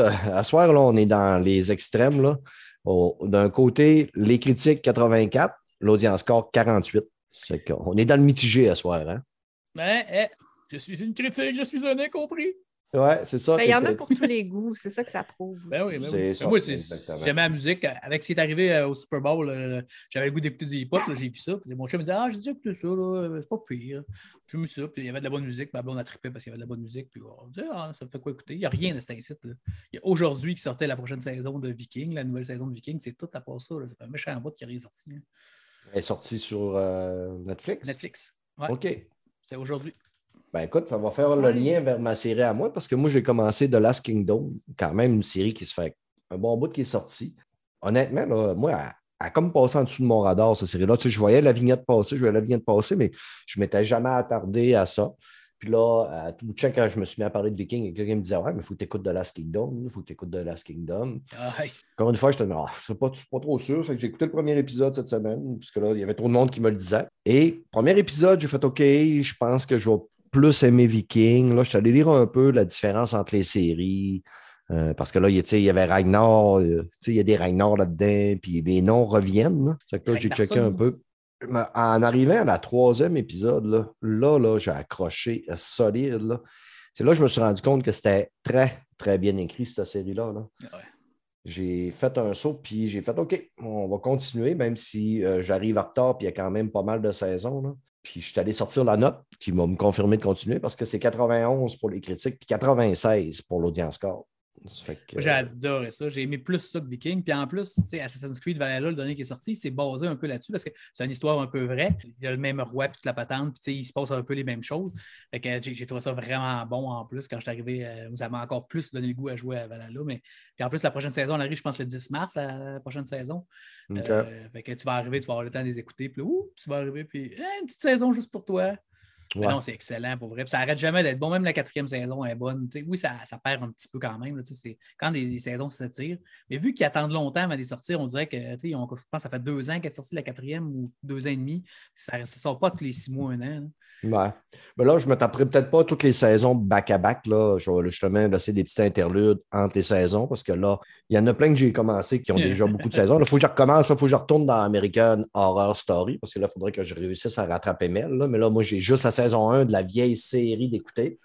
À soir, là, on est dans les extrêmes. Là. Au- d'un côté, les critiques quatre-vingt-quatre, l'audience score quarante-huit. C'est qu'on est dans le mitigé à soir. Hein? Eh, eh, je suis une critique, je suis un incompris. Ouais, c'est ça. Ben, il y en a t'es- pour tous les goûts, c'est ça que ça prouve. Ben oui, ben C'est oui. ça, Moi, c'est, exactement. j'aimais la musique. Avec ce qui est arrivé euh, au Super Bowl, euh, j'avais le goût d'écouter du hip-hop, là, j'ai vu ça. Puis mon chum me disait, ah, j'ai déjà écouté ça, là, c'est pas pire. J'ai mis ça, puis il y avait de la bonne musique. Ma blonde a trippé parce qu'il y avait de la bonne musique. Puis on dit, ah, ça me fait quoi écouter? Il n'y a rien de cet incite. Là. Il y a aujourd'hui qui sortait la prochaine saison de Viking, la nouvelle saison de Viking, c'est tout à part ça. Là. Ça fait un méchant bout qui a rien sorti. Hein. Elle est sortie sur euh, Netflix? Netflix. Ouais, OK. c'était aujourd'hui. Ben écoute, ça va faire le Ouais. lien vers ma série à moi parce que moi, j'ai commencé The Last Kingdom, quand même une série qui se fait un bon bout qui est sortie. Honnêtement, là, moi, elle, elle a comme passé en dessous de mon radar, cette série-là. Tu sais, je voyais la vignette passer, je voyais la vignette passer, mais je ne m'étais jamais attardé à ça. Puis là, à tout bout de champ, quand je me suis mis à parler de Viking, il y a quelqu'un qui me disait ouais, mais il faut que tu écoutes The Last Kingdom, il faut que tu écoutes The Last Kingdom. Ah, hey. Encore une fois, je te dis, ah, je ne suis pas, pas trop sûr. Fait que j'ai écouté le premier épisode cette semaine, puisque là, il y avait trop de monde qui me le disait. Et premier épisode, j'ai fait OK, je pense que je vais plus aimer Viking. Là, je suis allé lire un peu la différence entre les séries. Euh, parce que là, il y a- il y avait Ragnar, euh, il y a des Ragnar là-dedans, puis les noms reviennent. Là. C'est que là, j'ai Ragnarsson. checké un peu. Mais en arrivant à la troisième épisode, là, là, là j'ai accroché euh, solide. Là. C'est là que je me suis rendu compte que c'était très, très bien écrit, cette série-là. Là. Ouais. J'ai fait un saut, puis j'ai fait OK, on va continuer, même si euh, j'arrive en retard, puis il y a quand même pas mal de saisons. Là. Puis je suis allé sortir la note qui m'a me confirmé de continuer parce que c'est quatre-vingt-onze pour les critiques, puis quatre-vingt-seize pour l'audience score. Ça fait que, Moi, j'ai adoré ça. J'ai aimé plus ça que Viking. Puis en plus, tu sais, Assassin's Creed Valhalla, le dernier qui est sorti, c'est basé un peu là-dessus parce que c'est une histoire un peu vraie. Il y a le même roi puis toute la patente. Puis tu sais, il se passe un peu les mêmes choses. Fait que j'ai, j'ai trouvé ça vraiment bon en plus. Quand je suis arrivé, euh, ça m'a encore plus donné le goût à jouer à Valhalla. Mais puis en plus, la prochaine saison, elle arrive, je pense, le dix mars, la, la prochaine saison. OK. Euh, fait que tu vas arriver, tu vas avoir le temps de les écouter. Puis là, ouh, tu vas arriver, puis eh, une petite saison juste pour toi. Mais Ouais. non, c'est excellent pour vrai. Puis ça n'arrête jamais d'être bon. Même la quatrième saison est bonne. Tu sais, oui, ça, ça perd un petit peu quand même. Là, tu sais, c'est quand les, les saisons s'étirent. Mais vu qu'ils attendent longtemps avant de les sortir, on dirait que, tu sais, on- je pense que ça fait deux ans qu'elle est sortie la quatrième ou deux ans et demi. Ça ne sort pas tous les six mois, un an. Là. Ouais. Mais là, je ne me taperai peut-être pas toutes les saisons back-à-back. Là. Je vais justement laisser des petits interludes entre les saisons parce que là, il y en a plein que j'ai commencé qui ont déjà beaucoup de saisons. Il faut que je recommence, il faut que je retourne dans American Horror Story parce que là, il faudrait que je réussisse à rattraper Mel. Là. Mais là, moi, j'ai juste la saison un de la vieille série d'écouter.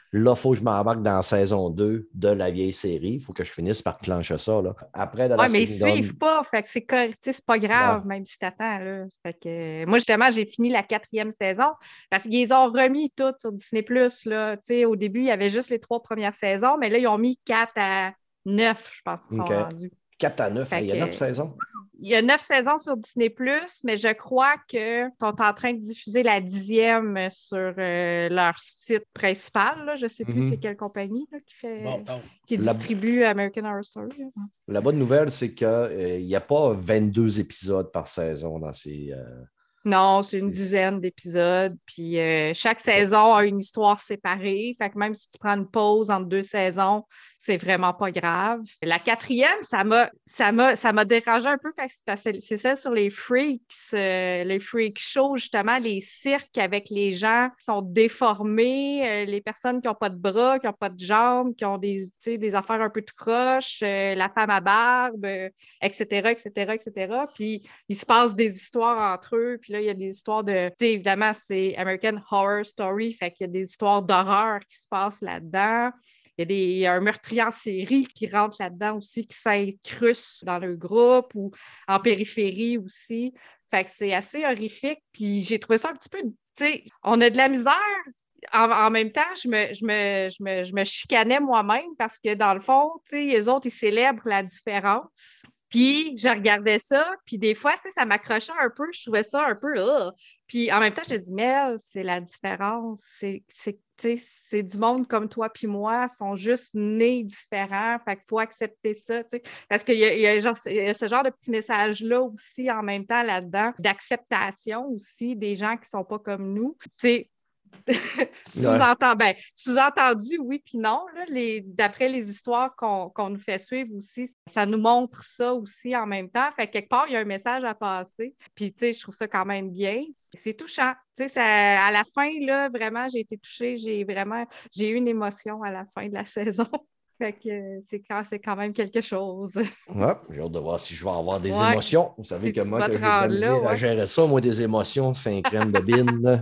Là, il faut que je m'embarque dans la saison deux de la vieille série. Il faut que je finisse par clencher ça. Là. Après, de la Oui, mais ils Kingdom... ne suivent pas. Fait que c'est, cor- c'est pas grave, Ouais. même si tu attends. Là. Fait que, euh, moi, justement, j'ai fini la quatrième saison parce qu'ils les ont remis toutes sur Disney plus. Là. Au début, il y avait juste les trois premières saisons, mais là, ils ont mis quatre à neuf, je pense qu'ils sont OK. rendus. quatre à neuf. Fait Il y a que- neuf saisons. Il y a neuf saisons sur Disney plus, mais je crois qu'ils sont en train de diffuser la dixième sur euh, leur site principal. Là. Je ne sais plus Mhm. c'est quelle compagnie là, qui, fait, Bon, bon. qui La- distribue American Horror Story. là. La bonne nouvelle, c'est qu'il n'y a pas vingt-deux épisodes par saison dans ces... euh, Non, c'est une dizaine d'épisodes. Puis euh, chaque saison a une histoire séparée. Fait que même si tu prends une pause entre deux saisons, c'est vraiment pas grave. La quatrième, ça m'a, ça m'a, ça m'a dérangé un peu parce que c'est celle sur les freaks, euh, les freak shows, justement, les cirques avec les gens qui sont déformés, euh, les personnes qui n'ont pas de bras, qui n'ont pas de jambes, qui ont des, tu sais, des affaires un peu tout croche, euh, la femme à barbe, euh, et cetera, et cetera, et cetera. Puis il se passe des histoires entre eux. Puis là, il y a des histoires de... Tu sais, évidemment, c'est American Horror Story, fait qu'il y a des histoires d'horreur qui se passent là-dedans. Il y a, des, il y a un meurtrier en série qui rentre là-dedans aussi, qui s'incruste dans le groupe ou en périphérie aussi. Fait que c'est assez horrifique. Puis j'ai trouvé ça un petit peu... Tu sais, on a de la misère. En, en même temps, je me, je, me, je, me, je me chicanais moi-même parce que dans le fond, tu sais, les autres, ils célèbrent la différence. Puis, je regardais ça, puis des fois, tu sais, ça m'accrochait un peu, je trouvais ça un peu... Ugh. Puis, en même temps, je me dis, Mel, c'est la différence, c'est, c'est, tu sais, c'est du monde comme toi puis moi, sont juste nés différents, fait qu'il faut accepter ça, tu sais, parce qu'il y a, il y a, genre, il y a ce genre de petit message-là aussi, en même temps, là-dedans, d'acceptation aussi des gens qui sont pas comme nous, tu sais. Sous-entendu, ben, sous-entendu, oui, puis non. Là, les, d'après les histoires qu'on, qu'on nous fait suivre aussi, ça nous montre ça aussi en même temps. Fait que quelque part, il y a un message à passer. Puis, tu sais, je trouve ça quand même bien. C'est touchant. Tu sais, ça, à la fin, là, vraiment, j'ai été touchée. J'ai vraiment, j'ai eu une émotion à la fin de la saison. Fait que c'est quand, c'est quand même quelque chose. Ouais, j'ai hâte de voir si je vais avoir des Ouais. émotions. Vous savez C'est que moi, votre que j'ai de la rendre là, misère à ouais. gérer ça, moi, des émotions, cinq crèmes de bine.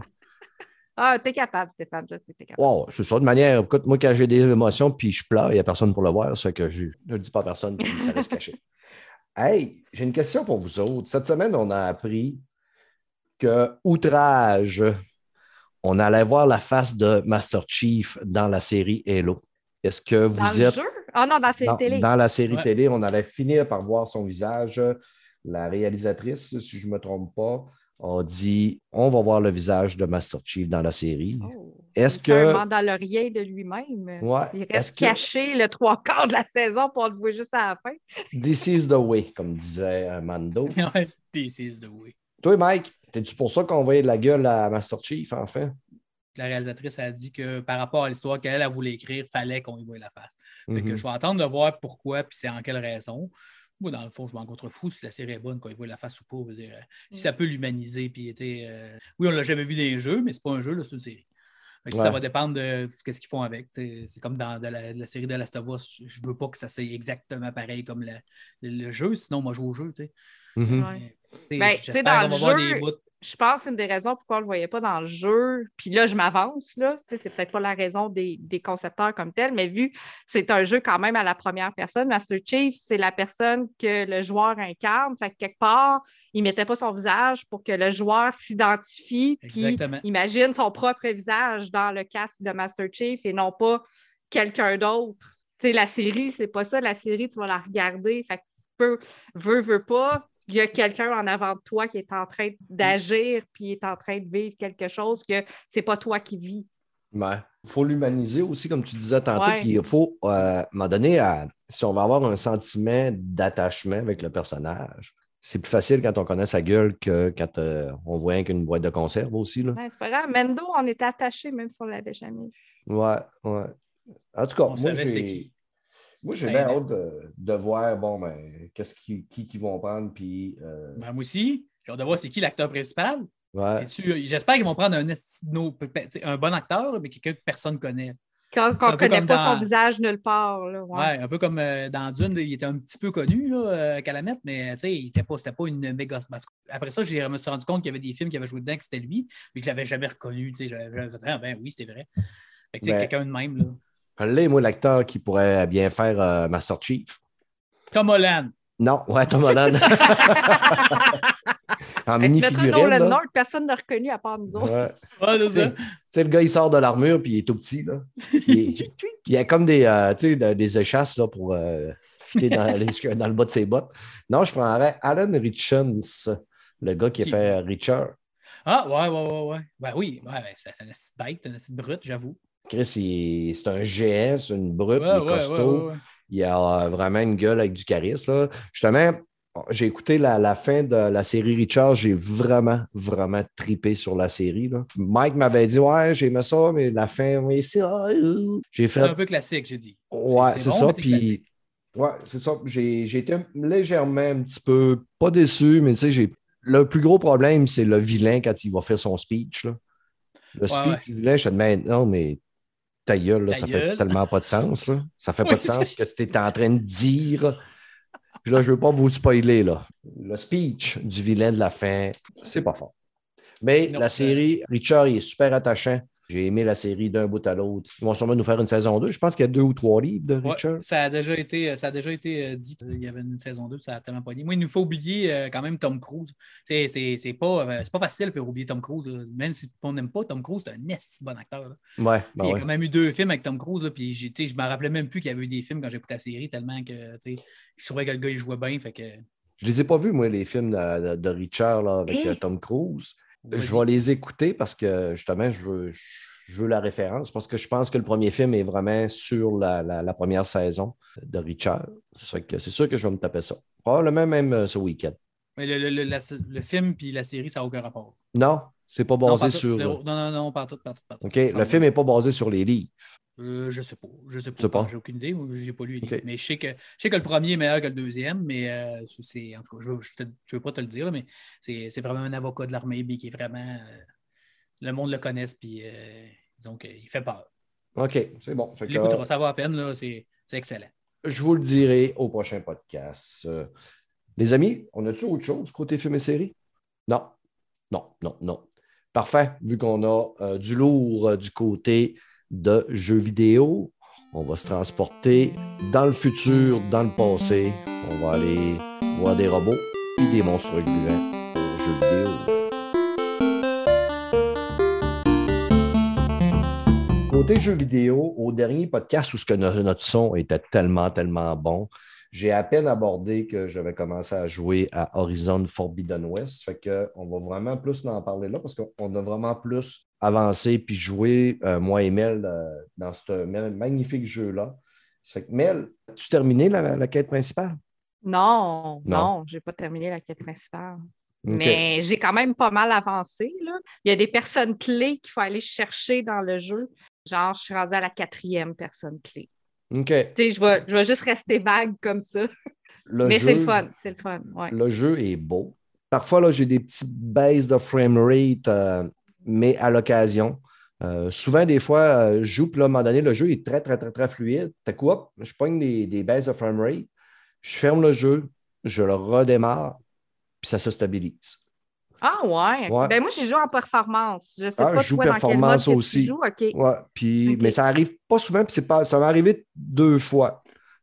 Ah, t'es capable, Stéphane, je sais que t'es capable. Wow, c'est ça. De manière, écoute, moi, quand j'ai des émotions puis je pleure, il n'y a personne pour le voir, ça que je ne le dis pas à personne puis ça reste caché. Hey, j'ai une question pour vous autres. Cette semaine, on a appris que, outrage, on allait voir la face de Master Chief dans la série Halo. Est-ce que vous Dans le êtes... jeu? Ah non, dans la série dans, télé. dans la série Ouais. télé, on allait finir par voir son visage. La réalisatrice, si je ne me trompe pas, a dit on va voir le visage de Master Chief dans la série. Oh. Est-ce Il fait un que. mandalorien de lui-même. Ouais, Il est-ce reste que caché le trois quarts de la saison pour le voir juste à la fin. this is the way, comme disait euh, Mando. Ouais, this is the way. Toi, Mike, es-tu pour ça qu'on voyait de la gueule à Master Chief, enfin? La réalisatrice a dit que par rapport à l'histoire qu'elle a voulu écrire, il fallait qu'on y voie la face. Fait que Mhm. je vais attendre de voir pourquoi puis c'est en quelle raison. Moi, dans le fond, je m'en contrefous si la série est bonne, qu'on y voit la face ou pas. Je veux dire, euh, si ça peut l'humaniser. Puis, euh, oui, on ne l'a jamais vu dans les jeux, mais c'est pas un jeu, là, c'est une série. Fait que Ouais. Ça va dépendre de ce qu'ils font avec. T'sais. C'est comme dans de la, de la série de Last of Us. Je ne veux pas que ça soit exactement pareil comme le, le, le jeu, sinon, moi, je joue au jeu. T'sais. Mhm. Ouais. T'sais, Ben, tu sais, j'espère dans qu'on va le voir jeu, des bouts. Je pense que c'est une des raisons pourquoi on ne le voyait pas dans le jeu. Puis là, je m'avance, là. C'est, c'est peut-être pas la raison des, des concepteurs comme tel, mais vu que c'est un jeu quand même à la première personne, Master Chief, c'est la personne que le joueur incarne. Fait que quelque part, il ne mettait pas son visage pour que le joueur s'identifie puis Exactement. imagine son propre visage dans le casque de Master Chief et non pas quelqu'un d'autre. Tu sais, la série, c'est pas ça. La série, tu vas la regarder. Fait que peu, veux, veux pas. Il y a quelqu'un en avant de toi qui est en train d'agir puis est en train de vivre quelque chose que c'est pas toi qui vis. Ouais. Il faut l'humaniser aussi, comme tu disais tantôt. Ouais. Puis il faut, euh, à un moment donné, à- si on va avoir un sentiment d'attachement avec le personnage, c'est plus facile quand on connaît sa gueule que quand euh, on voit qu'une boîte de conserve aussi. Là. Ouais, c'est pas grave. Mendo, on était attachés même si on ne l'avait jamais vu. Ouais, ouais. En tout cas, On moi, savait c'était j'ai, qui. moi, j'ai Ben, bien ben. hâte de, de voir, bon, ben, qu'est-ce qui, qui, qui vont prendre, puis... euh, Ben, moi aussi, j'ai hâte de voir c'est qui l'acteur principal. ouais. C'est-tu- J'espère qu'ils vont prendre un, esti- no- un bon acteur, mais quelqu'un que personne ne connaît. Quand C'est on un ne peu connaît comme pas dans- son visage nulle part. Là, ouais. Ouais, un peu comme euh, dans Dune, là, il était un petit peu connu, là, euh, Calamette, mais tu sais, il était pas, c'était pas une méga. Après ça, je me suis rendu compte qu'il y avait des films qui avaient joué dedans que c'était lui, mais je ne l'avais jamais reconnu. Tu sais, j'avais, j'avais fait, ah, ben oui, c'était vrai. Fait que, tu sais, Ben, quelqu'un de même, là. Là, moi, l'acteur qui pourrait bien faire euh, Master Chief. Tom Holland. Non, ouais, Tom Holland. En Fait que tu mettras mini-figurine. Nolan là. North, personne n'a reconnu à part nous autres. Ouais. Ouais, c'est Tu sais, ça. tu sais, le gars, il sort de l'armure puis il est tout petit. Là. Il, est- il y a comme des, euh, tu sais, de- des échasses là, pour euh, fitter dans, les- dans le bas de ses bottes. Non, je prendrais Alan Richards, le gars qui a Qui? fait Richard. Ah, ouais, ouais, ouais, ouais. Ben oui, ouais, ben, c'est c'est une petite bête, une petite brute, j'avoue. Chris, il- c'est un géant, c'est une brute, Ouais, il est ouais, costaud. ouais, ouais, ouais. Il a euh, vraiment une gueule avec du charisme. Là. Justement, j'ai écouté la, la fin de la série Richard. J'ai vraiment, vraiment tripé sur la série. Là. Mike m'avait dit ouais, j'aimais ça, mais la fin, mais c'est. ah, euh. J'ai C'est fait. un peu classique, j'ai dit. Ouais, c'est c'est bon, ça. mais c'est Puis, classique. ouais, c'est ça. J'ai, j'ai été légèrement un petit peu, pas déçu, mais tu sais, j'ai. Le plus gros problème, c'est le vilain quand il va faire son speech. Là. Le Ouais, speech ouais. du vilain, je te demande, non, mais ta gueule, là, Ta ça gueule. fait tellement pas de sens. Là. Ça fait Oui, pas de c'est sens ce ça. que tu es en train de dire. Puis là, je veux pas vous spoiler, là. Le speech du vilain de la fin, c'est pas fort. Mais Non, la c'est- série, Richard, il est super attachant. J'ai aimé la série d'un bout à l'autre. Ils vont sûrement nous faire une saison deux. Je pense qu'il y a deux ou trois livres de Ouais, Richard. ça a déjà été, ça a déjà été euh, dit qu'il y avait une saison deux, ça a tellement pogné. Moi, il nous faut oublier euh, quand même Tom Cruise. C'est, c'est, c'est, pas, euh, c'est pas facile de faire oublier Tom Cruise. Là. Même si on n'aime pas Tom Cruise, c'est un esti de bon acteur. Là. Ouais, ben il y a ouais. quand même eu deux films avec Tom Cruise, là, puis j'ai, tu sais, je ne me rappelais même plus qu'il y avait eu des films quand j'écoutais la série, tellement que tu sais, je trouvais que le gars il jouait bien. Fait que... Je les ai pas vus, moi, les films de, de- de Richard là, avec Eh! euh, Tom Cruise. Vas-y. Je vais les écouter parce que justement, je veux, je veux la référence parce que je pense que le premier film est vraiment sur la, la- la première saison de Richard. C'est que c'est sûr que je vais me taper ça. Probablement même euh, ce week-end. Mais le, le, le, la- le film puis la série, ça n'a aucun rapport. Non, c'est pas Non, basé partout, sur. zéro. Non, non, non, partout, partout, partout. OK, le film n'est pas basé sur les livres. Euh, je sais pas. Je sais Tu sais pas. pas? J'ai aucune idée. Je n'ai pas lu les Ok. livres. Mais je sais, que, je sais que le premier est meilleur que le deuxième. Mais euh, c'est, en tout cas, je ne veux pas te le dire, là, mais c'est, c'est vraiment un avocat de l'armée mais qui est vraiment. Euh, le monde le connaisse. Puis euh, disons qu'il fait peur. OK, c'est bon. Fait Tu que, l'écouteras, ça va à peine. Là, c'est, c'est excellent. je vous le dirai au prochain podcast. Euh, les amis, on a-tu autre chose côté film et série? Non, non, non, non. Parfait. Vu qu'on a euh, du lourd euh, du côté de jeux vidéo, on va se transporter dans le futur, dans le passé. On va aller voir des robots et des monstres gluants aux jeux vidéo. Côté jeux vidéo, au dernier podcast où ce que no- notre son était tellement, tellement bon, j'ai à peine abordé que j'avais commencé à jouer à Horizon Forbidden West. Fait qu'on va vraiment plus en parler là parce qu'on a vraiment plus avancé puis joué, euh, moi et Mel, euh, dans ce ma- magnifique jeu-là. Ça fait que Mel, as-tu terminé la, la quête principale? Non, Non. non, j'ai pas terminé la quête principale. OK. Mais j'ai quand même pas mal avancé, là. Il y a des personnes clés qu'il faut aller chercher dans le jeu. Genre, je suis rendue à la quatrième personne clé. OK. Tu sais, je vais, je vais juste rester vague comme ça. Le Mais jeu- c'est le fun, c'est le fun, ouais. Le jeu est beau. Parfois, là, j'ai des petites baisses de framerate, euh, mais à l'occasion. Euh, souvent, des fois, euh, je joue, puis là, à un moment donné, le jeu est très, très, très, très fluide. T'as quoi? Je pogne des, des baisses de framerate, je ferme le jeu, je le redémarre, puis ça se stabilise. Ah ouais? Ouais. Ben moi, j'ai joué en performance. Je sais Ah, pas je joue toi dans quel mode performance que tu aussi. joues. OK. Ouais, puis, Ok. mais ça arrive pas souvent, puis c'est pas, ça m'est arrivé deux fois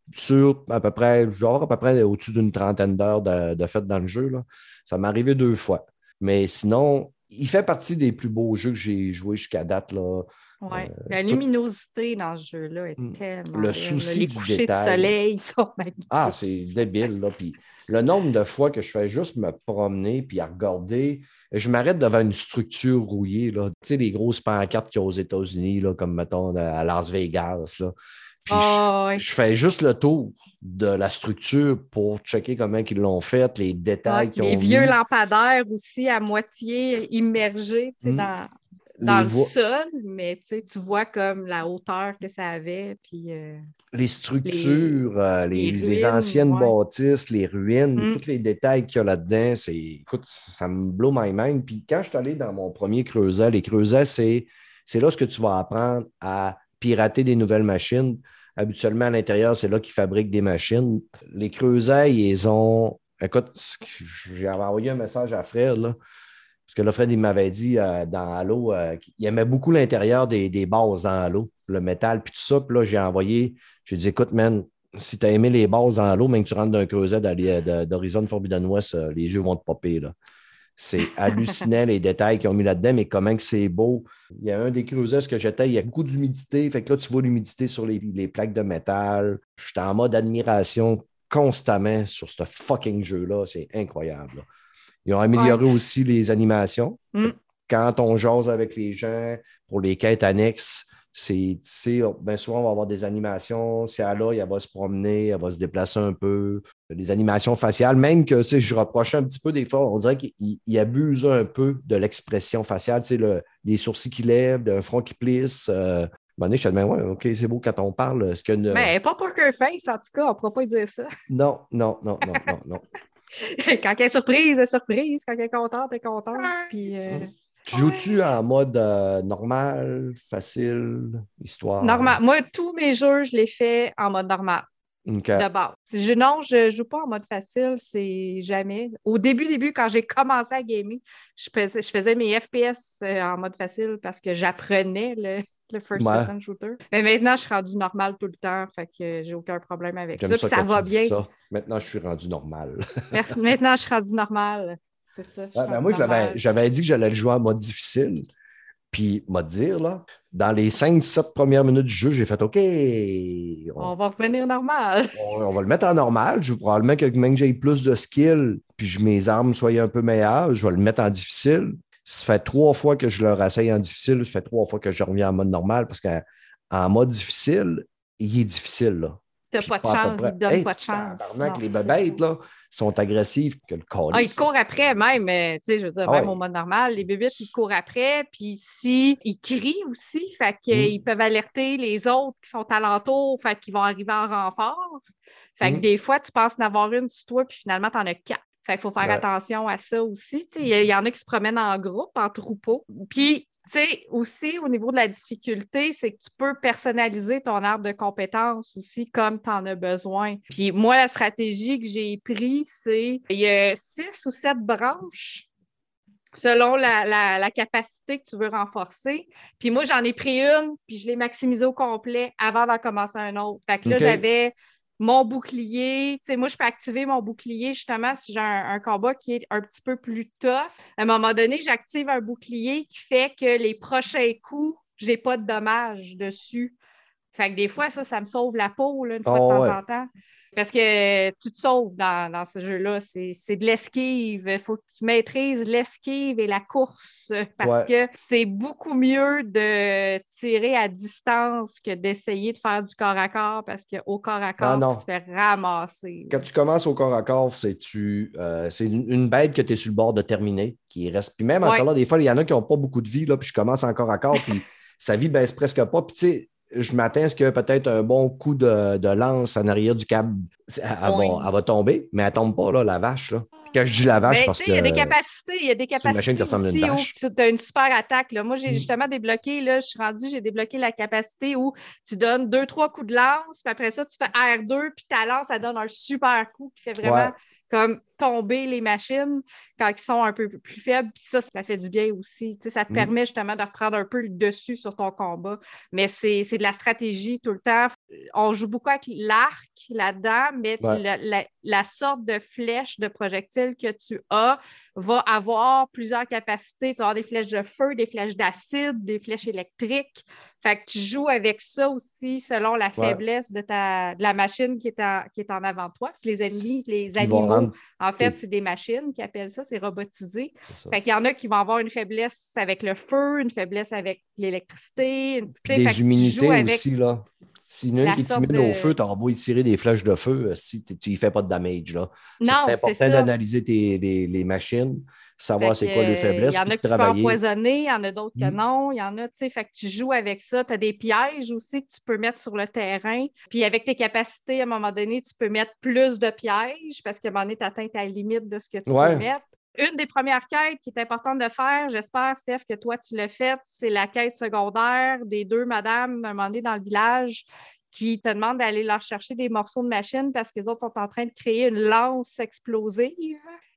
sur à peu près, genre à peu près au-dessus d'une trentaine d'heures de, de fait dans le jeu. Là. Ça m'est arrivé deux fois. Mais sinon, il fait partie des plus beaux jeux que j'ai joués jusqu'à date. Là. Ouais. Euh, La tout- luminosité dans ce jeu-là est Mm. tellement Le belle. souci Les du couchers détail. de soleil sont magnifiques. Ah, c'est débile, là. Puis le nombre de fois que je fais juste me promener puis à regarder, je m'arrête devant une structure rouillée, là. Tu sais, les grosses pancartes qu'il y a aux États-Unis, là, comme mettons à Las Vegas, là. Puis Ah, je, ouais. je fais juste le tour de la structure pour checker comment ils l'ont fait, les détails Ouais, qu'ils ont les vieux mis. lampadaires aussi à moitié immergés tu sais, Mm. dans, Les dans le voies- sol, mais tu sais, tu vois comme la hauteur que ça avait. Puis, euh, les structures, euh, les, les les ruines, anciennes ouais. bâtisses, les ruines, Mm. tous les détails qu'il y a là-dedans, c'est, écoute, ça me blow my mind. Puis quand je suis allé dans mon premier creuset, les creusets, c'est, c'est là ce que tu vas apprendre à pirater des nouvelles machines. Habituellement, à l'intérieur, c'est là qu'ils fabriquent des machines. Les creusets, ils ont... Écoute, j'avais envoyé un message à Fred, là. Parce que là, Fred, il m'avait dit euh, dans Halo, euh, qu'il aimait beaucoup l'intérieur des, des bases dans Halo, le métal, puis tout ça. Puis là, j'ai envoyé, j'ai dit, écoute, man, si tu as aimé les bases dans Halo, même que tu rentres d'un creuset d'Horizon Forbidden West, euh, les yeux vont te popper, là. C'est hallucinant les détails qu'ils ont mis là-dedans, mais comment que c'est beau. Il y a un des creusets que j'étais, il y a beaucoup d'humidité. Fait que là, tu vois l'humidité sur les, les plaques de métal. J'étais en mode admiration constamment sur ce fucking jeu-là. C'est incroyable, là. Ils ont amélioré ouais. aussi les animations. Mm. Quand on jase avec les gens pour les quêtes annexes, c'est, bien souvent, on va avoir des animations. Si elle là, elle va se promener, elle va se déplacer un peu. Des animations faciales, même que je reprochais un petit peu des fois, on dirait qu'il abuse un peu de l'expression faciale, le, des sourcils qui lèvent, d'un front qui plisse. Euh, à un moment donné, je te dis, ouais, OK, c'est beau quand on parle. Est-ce qu'il y a une... Mais pas poker face, en tout cas, on ne pourra pas dire ça. Non, non, non, non, non, non. Quand elle est surprise, elle est surprise. Quand elle est contente, elle est contente. Puis, euh... Tu joues-tu en mode euh, normal, facile, histoire? Normal. Moi, tous mes jeux, je les fais en mode normal. Okay. De base. Je, non, je ne joue pas en mode facile, c'est jamais. Au début, début, quand j'ai commencé à gamer, je faisais, je faisais mes F P S en mode facile parce que j'apprenais le, le first-person ouais. shooter. Mais maintenant, je suis rendu normal tout le temps, fait que j'ai aucun problème avec ça. ça, ça va bien. Ça. Maintenant, je suis rendu normal. Maintenant, je suis rendu normal. C'est ça. Ouais, ben moi, j'avais dit que j'allais le jouer en mode difficile. Puis, m'a dire, là, dans les cinq sept premières minutes du jeu, j'ai fait OK. On, on va revenir normal. On, on va le mettre en normal. Je vais probablement que même que j'aie plus de skill, puis que mes armes soient un peu meilleures, je vais le mettre en difficile. Ça fait trois fois que je le rassaye en difficile, ça fait trois fois que je reviens en mode normal, parce qu'en mode difficile, il est difficile, là. T'as pas de chance, il te donne hey, pas de chance. Non, que les bébêtes, là, sont agressives que le calice. Ah, ils te courent après, même, tu sais, je veux dire, ah, même ouais. au mode normal, les bébêtes, ils courent après, puis si, ils crient aussi, fait qu'ils mm. peuvent alerter les autres qui sont alentours, fait qu'ils vont arriver en renfort. Fait que mm. des fois, tu penses en avoir une sur toi, puis finalement, t'en as quatre. Fait qu'il faut faire ouais. attention à ça aussi. Il y, y en a qui se promènent en groupe, en troupeau. Puis, tu sais, aussi, au niveau de la difficulté, c'est que tu peux personnaliser ton arbre de compétences aussi comme tu en as besoin. Puis moi, la stratégie que j'ai prise, c'est il y a six ou sept branches selon la, la, la capacité que tu veux renforcer. Puis moi, j'en ai pris une, puis je l'ai maximisée au complet avant d'en commencer un autre. Fait que là, okay. j'avais mon bouclier. Tu sais, moi, je peux activer mon bouclier justement si j'ai un, un combat qui est un petit peu plus tough. À un moment donné, j'active un bouclier qui fait que les prochains coups, je n'ai pas de dommages dessus. Fait que des fois, ça, ça me sauve la peau là, une fois oh, de temps ouais. en temps. Parce que tu te sauves dans, dans ce jeu-là. C'est, c'est de l'esquive. Il faut que tu maîtrises l'esquive et la course parce ouais. que c'est beaucoup mieux de tirer à distance que d'essayer de faire du corps à corps parce qu'au corps à corps, ah, tu te fais ramasser. Quand tu commences au corps à corps, c'est, tu, euh, c'est une, une bête que tu es sur le bord de terminer qui reste. Puis même ouais. encore là, des fois, il y en a qui n'ont pas beaucoup de vie, là, puis je commence en corps à corps, puis sa vie ne baisse presque pas. Puis tu sais, je m'attends à ce que peut-être un bon coup de, de lance en arrière du câble, elle, oui. va, elle va tomber, mais elle ne tombe pas, là, la vache. Là. Quand je dis la vache, mais parce que... Il y a des capacités, il y a des capacités. C'est une machine qui ressemble à une vache. Tu as une super attaque. Là. Moi, j'ai mm. justement débloqué, là, je suis rendue, j'ai débloqué la capacité où tu donnes deux, trois coups de lance, puis après ça, tu fais R deux, puis ta lance, ça donne un super coup qui fait vraiment... Ouais. Comme tomber les machines quand ils sont un peu plus faibles. Puis ça, ça fait du bien aussi. Tu sais, ça te mmh. permet justement de reprendre un peu le dessus sur ton combat. Mais c'est, c'est de la stratégie tout le temps. On joue beaucoup avec l'arc là-dedans, mais ouais. la, la, la sorte de flèche de projectile que tu as va avoir plusieurs capacités. Tu vas avoir des flèches de feu, des flèches d'acide, des flèches électriques. Fait que tu joues avec ça aussi selon la faiblesse ouais. de, ta, de la machine qui est, en, qui est en avant de toi. Parce que les ennemis, les qui animaux, rendre... en fait, c'est des machines qui appellent ça, c'est robotisé. C'est fait qu'il y en a qui vont avoir une faiblesse avec le feu, une faiblesse avec l'électricité. Une... Puis des humanités aussi, là. Si une qui est timide de... au feu, tu auras beau y tirer des flèches de feu, si tu n'y fais pas de damage. Là. Non, c'est, c'est important d'analyser tes, les, les machines, savoir c'est quoi les faiblesses. Il y en a qui tu peux empoisonner, il y en a d'autres que non. Il y en a, tu sais, fait que tu joues avec ça. Tu as des pièges aussi que tu peux mettre sur le terrain. Puis avec tes capacités, à un moment donné, tu peux mettre plus de pièges parce qu'à un moment donné, tu atteins ta limite de ce que tu ouais. peux mettre. Une des premières quêtes qui est importante de faire, j'espère, Steph, que toi, tu l'as faite, c'est la quête secondaire des deux madames, à un moment donné, dans le village, qui te demandent d'aller leur chercher des morceaux de machine parce que les autres sont en train de créer une lance explosive.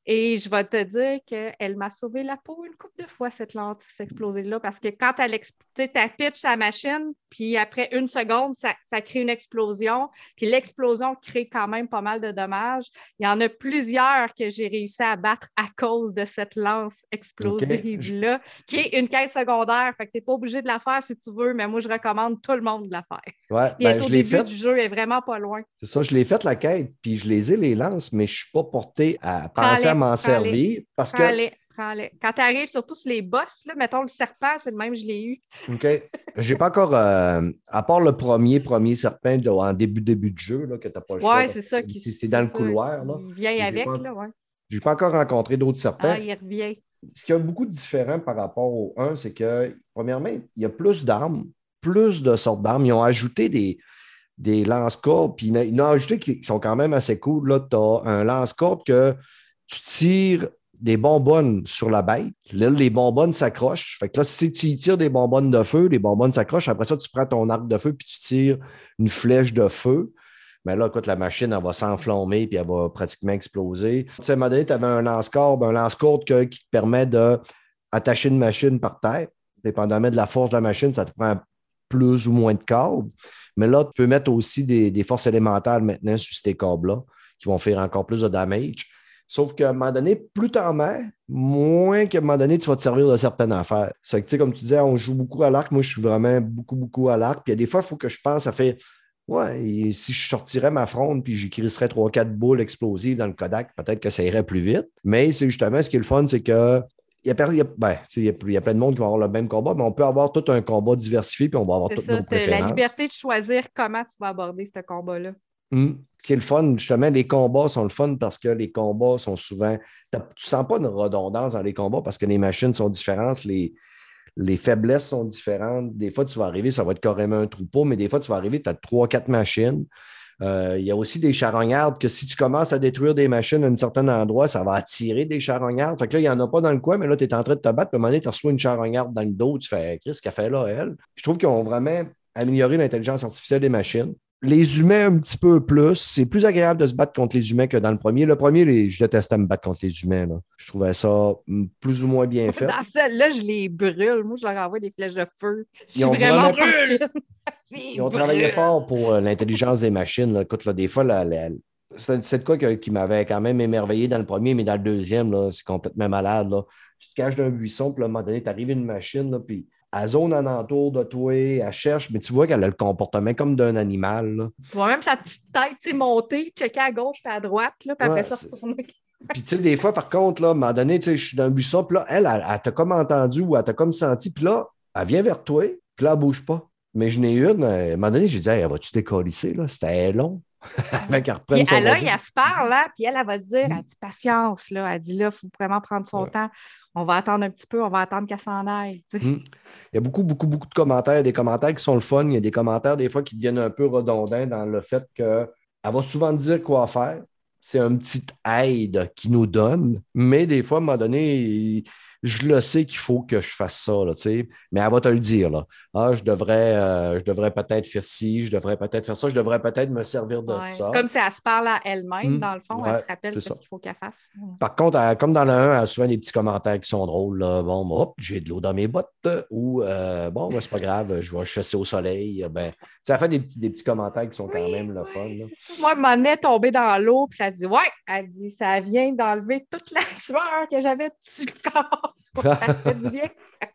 Et je vais te dire qu'elle m'a sauvé la peau une couple de fois, cette lentille explosée-là, parce que quand elle explose, tu pitches sa machine, puis après une seconde, ça, ça crée une explosion, puis l'explosion crée quand même pas mal de dommages. Il y en a plusieurs que j'ai réussi à battre à cause de cette lance explosive-là, okay. Qui est une caisse secondaire, fait que tu n'es pas obligé de la faire si tu veux, mais moi, je recommande tout le monde de la faire. Ouais, puis ben, au je l'ai début fait. du jeu, elle est vraiment pas loin. C'est ça, je l'ai fait la quête, puis je les ai les lances, mais je ne suis pas porté à penser Prends-les, à m'en prends-les, servir. Parce que... prends-les, prends-les. Quand tu arrives, surtout sur les boss, là, mettons le serpent, c'est le même, je l'ai eu. OK. Je n'ai pas encore, euh, à part le premier, premier serpent là, en début, début de jeu, là, que tu n'as pas le choix. Oui, c'est ça. Qui, c'est, c'est dans c'est le ça, couloir. Là. Il vient avec, pas, là, ouais. Je n'ai pas encore rencontré d'autres serpents. Ah, il revient. Ce qui a beaucoup de différent par rapport au un, c'est que, premièrement, il y a plus d'armes, plus de sortes d'armes. Ils ont ajouté des, des lance-cordes, puis ils en ont ajouté qui sont quand même assez cool. Là, tu as un lance-corde que tu tires des bonbonnes sur la bête. Là, les bonbonnes s'accrochent. Fait que là, si tu y tires des bonbonnes de feu, les bonbonnes s'accrochent. Après ça, tu prends ton arc de feu puis tu tires une flèche de feu. Mais là, écoute, la machine, elle va s'enflammer puis elle va pratiquement exploser. Tu sais, à un moment donné, tu avais un lance-corde, un lance-corde que, qui te permet d'attacher une machine par terre. Dépendamment de la force de la machine, ça te prend plus ou moins de câbles. Mais là, tu peux mettre aussi des, des forces élémentaires maintenant sur ces câbles-là qui vont faire encore plus de damage. Sauf qu'à un moment donné, plus t'en mets, moins qu'à un moment donné, tu vas te servir de certaines affaires. C'est que, tu sais, comme tu disais, on joue beaucoup à l'arc. Moi, je suis vraiment beaucoup, beaucoup à l'arc. Puis il y a des fois, il faut que je pense, ça fait, ouais, et si je sortirais ma fronde puis j'écrirais trois quatre boules explosives dans le Kodak, peut-être que ça irait plus vite. Mais c'est justement, ce qui est le fun, c'est que il y, a, il, y a, ben, il, y a, il y a plein de monde qui vont avoir le même combat, mais on peut avoir tout un combat diversifié puis on va avoir toutes nos préférences. La liberté de choisir comment tu vas aborder ce combat-là. Mmh. Ce qui est le fun, justement, les combats sont le fun parce que les combats sont souvent... Tu ne sens pas une redondance dans les combats parce que les machines sont différentes, les, les faiblesses sont différentes. Des fois, tu vas arriver, ça va être carrément un troupeau, mais des fois, tu vas arriver, tu as trois quatre machines. Euh, il y a aussi des charognards que si tu commences à détruire des machines à un certain endroit, ça va attirer des charognards. Fait que là, il n'y en a pas dans le coin, mais là, tu es en train de te battre. Puis à un moment donné, tu reçois une charognarde dans le dos. Tu fais, qu'est-ce qu'elle fait là, elle? Je trouve qu'ils ont vraiment amélioré l'intelligence artificielle des machines. Les humains, un petit peu plus. C'est plus agréable de se battre contre les humains que dans le premier. Le premier, les, je détestais me battre contre les humains. Là. Je trouvais ça plus ou moins bien fait. Dans celle-là, je les brûle. Moi, je leur envoie des flèches de feu. Je suis Ils ont vraiment brûlé. Ils ont travaillé fort pour euh, l'intelligence des machines. Là. Écoute, là, des fois, la, la, c'est, c'est de quoi que, qui m'avait quand même émerveillé dans le premier, mais dans le deuxième, là, c'est complètement malade. Là. Tu te caches d'un buisson, puis à un moment donné, tu arrives une machine, là, puis elle zone en entour de toi, elle cherche, mais tu vois qu'elle a le comportement comme d'un animal. Là. Tu vois même sa petite tête monter, checker à gauche et à droite, là, puis après ouais, ça, retourner. Puis, tu sais, des fois, par contre, là, à un moment donné, tu sais, je suis dans un buisson, puis là, elle, elle, elle t'a comme entendu ou elle t'a comme senti, puis là, elle vient vers toi, puis là, elle ne bouge pas. Mais je n'ai une, à un moment donné, j'ai dit, hey, elle va-tu décalisser, là? C'était long. Avant qu'elle reprenne puis son elle, elle se parle, là, puis elle, elle va te dire, elle dit patience, là. Elle dit, là, il faut vraiment prendre son ouais. temps. On va attendre un petit peu, on va attendre qu'elle s'en aille. Tu sais. Mmh. Il y a beaucoup, beaucoup, beaucoup de commentaires. Il y a des commentaires qui sont le fun. Il y a des commentaires, des fois, qui deviennent un peu redondants dans le fait qu'elle va souvent dire quoi faire. C'est un petit aide qu'il nous donne. Mais des fois, à un moment donné, je le sais qu'il faut que je fasse ça, là, tu sais. Mais elle va te le dire, là. Ah, je devrais, euh, je devrais peut-être faire ci, je devrais peut-être faire ça, je devrais peut-être me servir de ouais. ça. Comme si elle se parle à elle-même, mmh. dans le fond, ouais, elle se rappelle ce qu'il faut qu'elle fasse. Par contre, elle, comme dans le un, elle a souvent des petits commentaires qui sont drôles. Là. Bon, hop, j'ai de l'eau dans mes bottes. Ou, euh, bon, ben, c'est pas grave, je vais chasser au soleil. Ben, ça fait des petits, des petits commentaires qui sont quand oui, même le oui. fun. Là. Moi, elle m'en est tombée dans l'eau, puis elle dit, ouais, elle dit, ça vient d'enlever toute la sueur que j'avais dessus le corps. Ça fait du bien.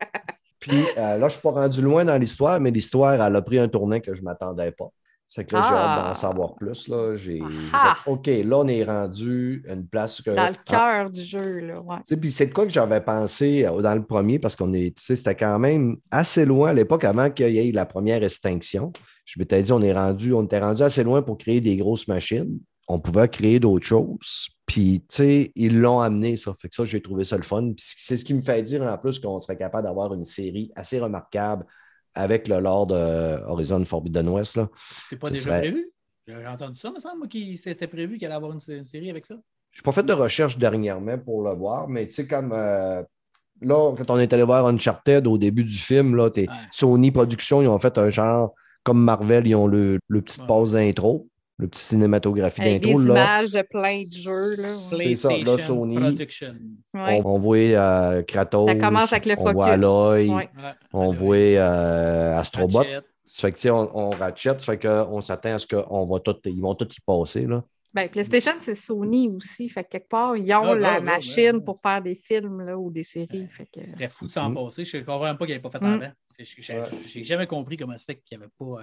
Puis euh, là, je ne suis pas rendu loin dans l'histoire, mais l'histoire, elle a pris un tournant que je ne m'attendais pas. C'est que là, ah. j'ai hâte d'en savoir plus. Là. J'ai, ah. j'ai OK, là, on est rendu à une place que... Dans le cœur ah. du jeu, là, ouais. Puis c'est de quoi que j'avais pensé dans le premier, parce qu'on est, tu sais, c'était quand même assez loin à l'époque, avant qu'il y ait la première extinction. Je m'étais dit, on est rendu, on était rendu assez loin pour créer des grosses machines. On pouvait créer d'autres choses. Puis, tu sais, ils l'ont amené, ça. Fait que ça, j'ai trouvé ça le fun. Puis c'est ce qui me fait dire, en plus, qu'on serait capable d'avoir une série assez remarquable avec le lore de Horizon Forbidden West. Là. C'est pas ce déjà serait... prévu? J'ai entendu ça, me semble, moi, que c'était prévu qu'il allait avoir une, une série avec ça. Je n'ai pas fait de recherche dernièrement pour le voir, mais tu sais, comme... Euh... Là, quand on est allé voir Uncharted au début du film, là, ouais. Sony Productions, ils ont fait un genre... Comme Marvel, ils ont le, le petit ouais. pause d'intro. le petit cinématographie Avec des d'intro. Là, images de plein de jeux. Là, ouais. c'est ça, là, PlayStation Sony, Production. Ouais. on, on voit euh, Kratos, Ça commence avec le on focus. voit Aloy, Ouais. Ouais, on Aloy, voit euh, Astrobot. Ratchet. Ça fait que, tu sais, on, on ratchet, ça fait qu'on s'attend à ce qu'on va tout, ils vont tout y passer, là. Ben, PlayStation, c'est Sony aussi. Fait que quelque part, ils ont Ah, la bah, bah, machine bah, bah. pour faire des films là, ou des séries. Fait que... Ce serait fou de s'en Mm. passer. Je ne comprends même pas qu'il n'avait pas fait Mm. avant. Je n'ai jamais compris comment ça se fait qu'il n'y avait pas.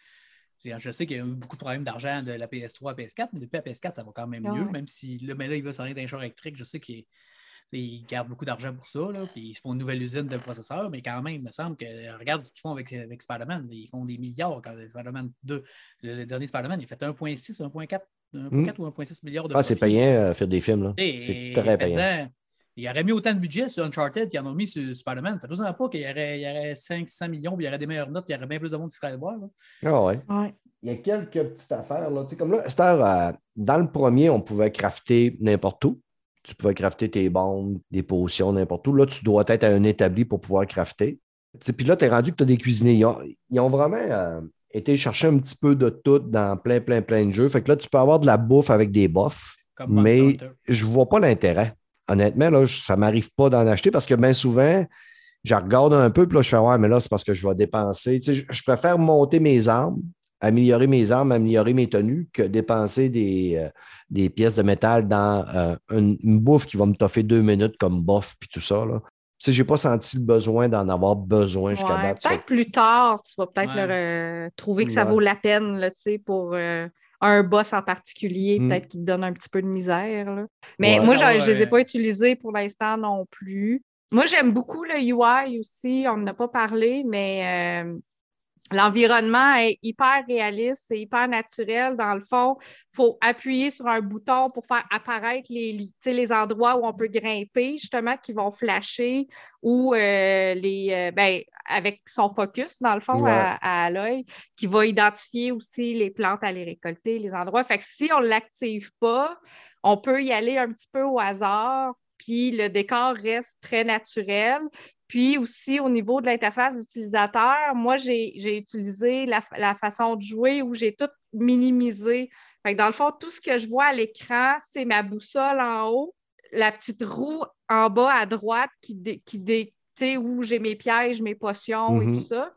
euh, Je sais qu'il y a eu beaucoup de problèmes d'argent de la P S trois à P S quatre, mais depuis la P S quatre, ça va quand même Ah mieux. ouais. Même si là, mais là, il va s'en aller dans les chars électriques. Je sais qu'il ils gardent beaucoup d'argent pour ça. Là, puis ils se font une nouvelle usine de processeurs, mais quand même, il me semble que regarde ce qu'ils font avec, avec Spider-Man. Ils font des milliards quand Spider-Man deux. Le, le dernier Spider-Man, il a fait un virgule six, un virgule quatre, un virgule quatre Mm. ou un virgule six milliards de Ah, c'est profit. payant à faire des films, là. Et, C'est très payant. faites-en- il aurait mis autant de budget sur Uncharted qu'ils en ont mis sur Spider-Man. Faites-vous en pas qu'il y aurait, il y aurait cinq cents millions, puis il y aurait des meilleures notes, puis il y aurait bien plus de monde qui serait allé voir. Là. Ah ouais. Ouais. Il y a quelques petites affaires, là. Tu sais, comme là, cette heure, euh, dans le premier, on pouvait crafter n'importe où. Tu pouvais crafter tes bombes, des potions, n'importe où. Là, tu dois être à un établi pour pouvoir crafter. Tu sais, puis là, tu es rendu que tu as des cuisiniers. Ils ont, ils ont vraiment euh, été chercher un petit peu de tout dans plein, plein, plein de jeux. Fait que là, tu peux avoir de la bouffe avec des buffs, Comme Monster mais Hunter. je vois pas l'intérêt. Honnêtement, là, je- ça ne m'arrive pas d'en acheter parce que bien souvent, je regarde un peu, puis là, je fais ouais, mais là, c'est parce que je vais dépenser. Tu sais, je, je préfère monter mes armes, améliorer mes armes, améliorer mes tenues, que dépenser des, euh, des pièces de métal dans euh, une, une bouffe qui va me toffer deux minutes comme bof, puis tout ça. Là. Tu sais, j'ai pas senti le besoin d'en avoir besoin jusqu'à Ouais, date. Ça fait peut-être plus tard, tu vas peut-être Ouais. leur, euh, trouver que ça Ouais. vaut la peine là, tu sais, pour euh, un boss en particulier, Mm. peut-être qui te donne un petit peu de misère. Là. Mais Ouais. moi, Ah je ne les ai ouais. pas utilisés pour l'instant non plus. Moi, j'aime beaucoup le U I aussi, on n'en a pas parlé, mais euh, l'environnement est hyper réaliste, c'est hyper naturel. Dans le fond, il faut appuyer sur un bouton pour faire apparaître les, tu sais, les endroits où on peut grimper, justement, qui vont flasher ou euh, les, euh, ben, avec son focus, dans le fond, Ouais. à, à l'œil, qui va identifier aussi les plantes à les récolter, les endroits. Fait que si on ne l'active pas, on peut y aller un petit peu au hasard, puis le décor reste très naturel. Puis aussi, au niveau de l'interface d'utilisateur, moi, j'ai, j'ai utilisé la, la façon de jouer où j'ai tout minimisé. Fait que dans le fond, tout ce que je vois à l'écran, c'est ma boussole en haut, la petite roue en bas à droite qui, dé, qui dé, tu sais, où j'ai mes pièges, mes potions et Mhm. tout ça.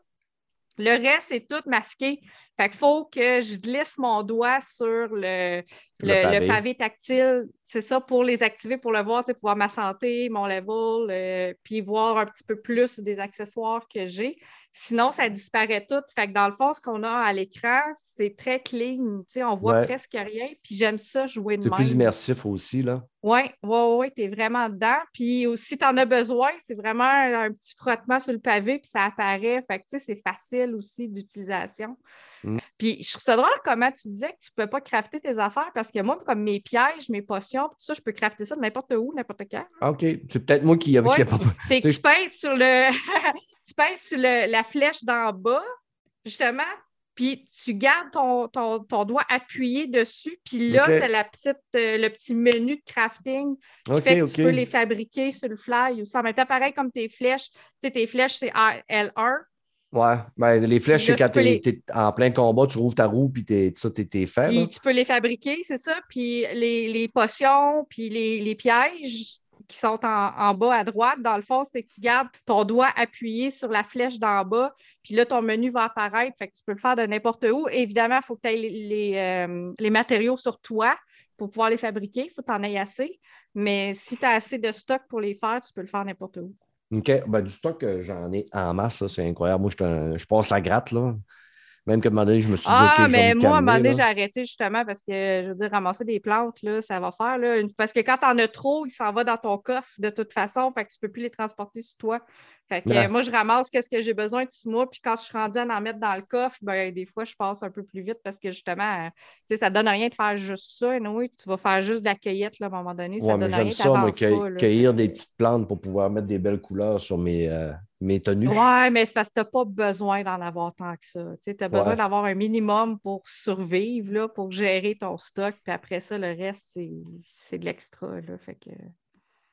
Le reste, c'est tout masqué. Fait qu'il faut que je glisse mon doigt sur le, Le le, pavé. le pavé tactile. C'est ça, pour les activer, pour le voir, tu sais, pour voir ma santé, mon level, euh, puis voir un petit peu plus des accessoires que j'ai. Sinon, ça disparaît tout. Fait que dans le fond, ce qu'on a à l'écran, c'est très clean. Tu sais, on voit Ouais. presque rien. Puis j'aime ça jouer de C'est même. plus immersif aussi, là. Oui, oui, oui, tu es vraiment dedans. Puis aussi, tu en as besoin, c'est vraiment un, un petit frottement sur le pavé, puis ça apparaît. Fait que, tu sais, c'est facile aussi d'utilisation. Mm. Puis je trouve ça drôle comment tu disais que tu ne pouvais pas crafter tes affaires, parce que moi, comme mes pièges, mes potions, tout ça, je peux crafter ça de n'importe où, n'importe quand. Ah, OK. C'est peut-être moi qui Ouais. n'ai pas. C'est que Tu sais, tu pèses sur le tu pèses sur le- la flèche d'en bas, justement, puis tu gardes ton, ton, ton doigt appuyé dessus, puis là, OK. tu as la petite, euh, le petit menu de crafting qui OK, fait que OK. tu peux les fabriquer sur le fly aussi. En même temps, pareil comme tes flèches. Tu sais, tes flèches, c'est L un. Ouais. Ben, les flèches, Puis là, c'est quand tu peux tu es, les- en plein combat, tu rouvres ta roue, puis t'es, ça, t'es, t'es fait. là. Puis tu peux les fabriquer, c'est ça. Puis les, les potions, puis les, les pièges qui sont en, en bas à droite, dans le fond, c'est que tu gardes ton doigt appuyé sur la flèche d'en bas, puis là, ton menu va apparaître. Fait que tu peux le faire de n'importe où. Et évidemment, il faut que tu aies les, les, euh, les matériaux sur toi pour pouvoir les fabriquer. Il faut que tu en aies assez. Mais si tu as assez de stock pour les faire, tu peux le faire n'importe où. OK. Ben, du stock, euh, j'en ai en masse, là, c'est incroyable. Moi, je, suis un- je passe la gratte, là. Même qu'à un moment donné, je me suis dit, Ah, OK, je vais mais me moi, à un moment calmer, donné, là. j'ai arrêté justement parce que, je veux dire, ramasser des plantes, là, ça va faire. Là, une- Parce que quand t'en as trop, il s'en va dans ton coffre de toute façon. Fait que tu peux plus les transporter sur toi. Fait que Ouais. euh, moi, je ramasse qu'est-ce que j'ai besoin de moi. Puis quand je suis rendue à en mettre dans le coffre, ben, des fois, je passe un peu plus vite parce que justement, euh, tu sais, ça donne rien de faire juste ça. Oui, tu vas faire juste de la cueillette là, à un moment donné. Ça Ouais, mais donne j'aime rien, ça, moi, t'avances cueille- pas. Là. cueillir des petites plantes pour pouvoir mettre des belles couleurs sur mes, euh, mes tenues. Ouais, mais c'est parce que tu n'as pas besoin d'en avoir tant que ça. Tu as besoin Ouais. d'avoir un minimum pour survivre, là, pour gérer ton stock. Puis après ça, le reste, c'est, c'est de l'extra. Là, fait que...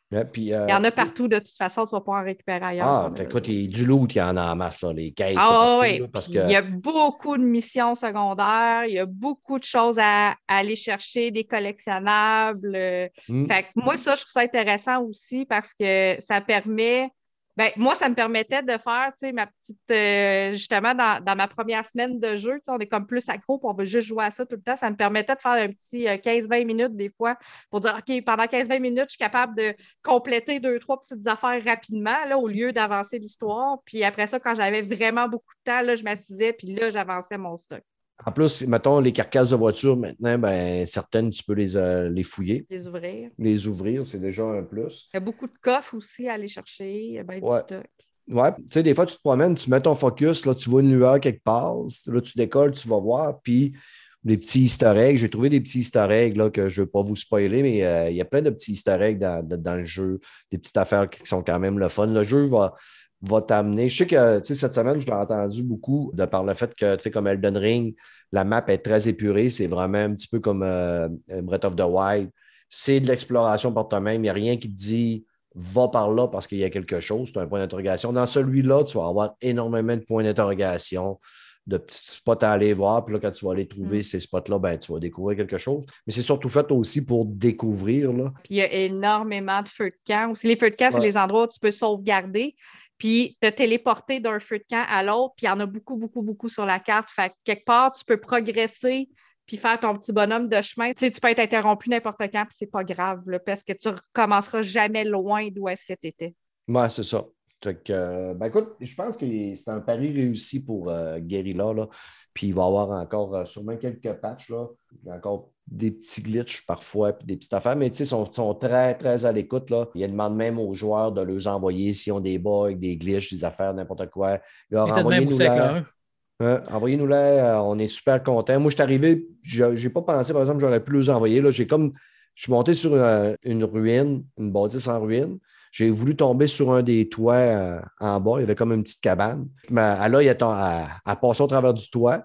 Ouais, puis, euh, Il y en a partout, de toute façon, tu ne vas pas en récupérer ailleurs. Ah, Ça, écoute, il y a du loot, il y en a en masse, là, les caisses. Ah partout, oui, là, parce puis que... il y a beaucoup de missions secondaires, il y a beaucoup de choses à, à aller chercher, des collectionnables. euh. Hmm. Fait que moi, ça, je trouve ça intéressant aussi parce que ça permet. Ben, moi, ça me permettait de faire, tu sais, ma petite, euh, justement, dans, dans ma première semaine de jeu, tu sais, on est comme plus accro, puis on veut juste jouer à ça tout le temps. Ça me permettait de faire un petit euh, quinze vingt minutes des fois pour dire, OK, pendant quinze vingt minutes, je suis capable de compléter deux, trois petites affaires rapidement, là, au lieu d'avancer l'histoire. Puis après ça, quand j'avais vraiment beaucoup de temps, là, je m'assisais, puis là, j'avançais mon stock. En plus, mettons, les carcasses de voitures, maintenant, ben, certaines, tu peux les, euh, les fouiller, Les ouvrir. les ouvrir, c'est déjà un plus. Il y a beaucoup de coffres aussi à aller chercher, il y a bien Ouais. du stock. Ouais, tu sais, des fois, tu te promènes, tu mets ton focus, là, tu vois une lueur quelque part, là, tu décolles, tu vas voir, puis des petits easter eggs. J'ai trouvé des petits easter eggs là, que je ne veux pas vous spoiler, mais euh, il y a plein de petits easter eggs dans, dans le jeu, des petites affaires qui sont quand même le fun. Le jeu va, va t'amener. Je sais que cette semaine, je l'ai entendu beaucoup de par le fait que, comme Elden Ring, la map est très épurée. C'est vraiment un petit peu comme euh, Breath of the Wild. C'est de l'exploration par toi-même. Il n'y a rien qui te dit va par là parce qu'il y a quelque chose. C'est un point d'interrogation. Dans celui-là, tu vas avoir énormément de points d'interrogation, de petits spots à aller voir. Puis là, quand tu vas aller trouver mm. ces spots-là, ben, tu vas découvrir quelque chose. Mais c'est surtout fait aussi pour découvrir. Là. Puis il y a énormément de feux de camp. Aussi, les feux de camp, ouais. c'est les endroits où tu peux sauvegarder. Puis te téléporter d'un feu de camp à l'autre. Puis il y en a beaucoup, beaucoup, beaucoup sur la carte. Fait que quelque part, tu peux progresser puis faire ton petit bonhomme de chemin. Tu sais, tu peux être interrompu n'importe quand, puis c'est pas grave, là, parce que tu recommenceras jamais loin d'où est-ce que tu étais. Oui, c'est ça. Donc, euh, ben écoute, je pense que c'est un pari réussi pour euh, Guerrilla, là. Puis il va y avoir encore euh, sûrement quelques patchs, là. Il y a encore des petits glitches parfois, puis des petites affaires, mais tu sais, ils sont, sont très, très à l'écoute, là. Ils demandent même aux joueurs de les envoyer s'ils ont des bugs, des glitches, des affaires, n'importe quoi. Envoyez-nous là. Euh, Envoyez-nous là, euh, on est super contents. Moi, je suis arrivé, je n'ai pas pensé, par exemple, j'aurais pu les envoyer. Là. J'ai comme, je suis monté sur une, une ruine, une bâtisse en ruine. J'ai voulu tomber sur un des toits euh, en bas. Il y avait comme une petite cabane. Mais elle, là, elle, elle, elle passait au travers du toit,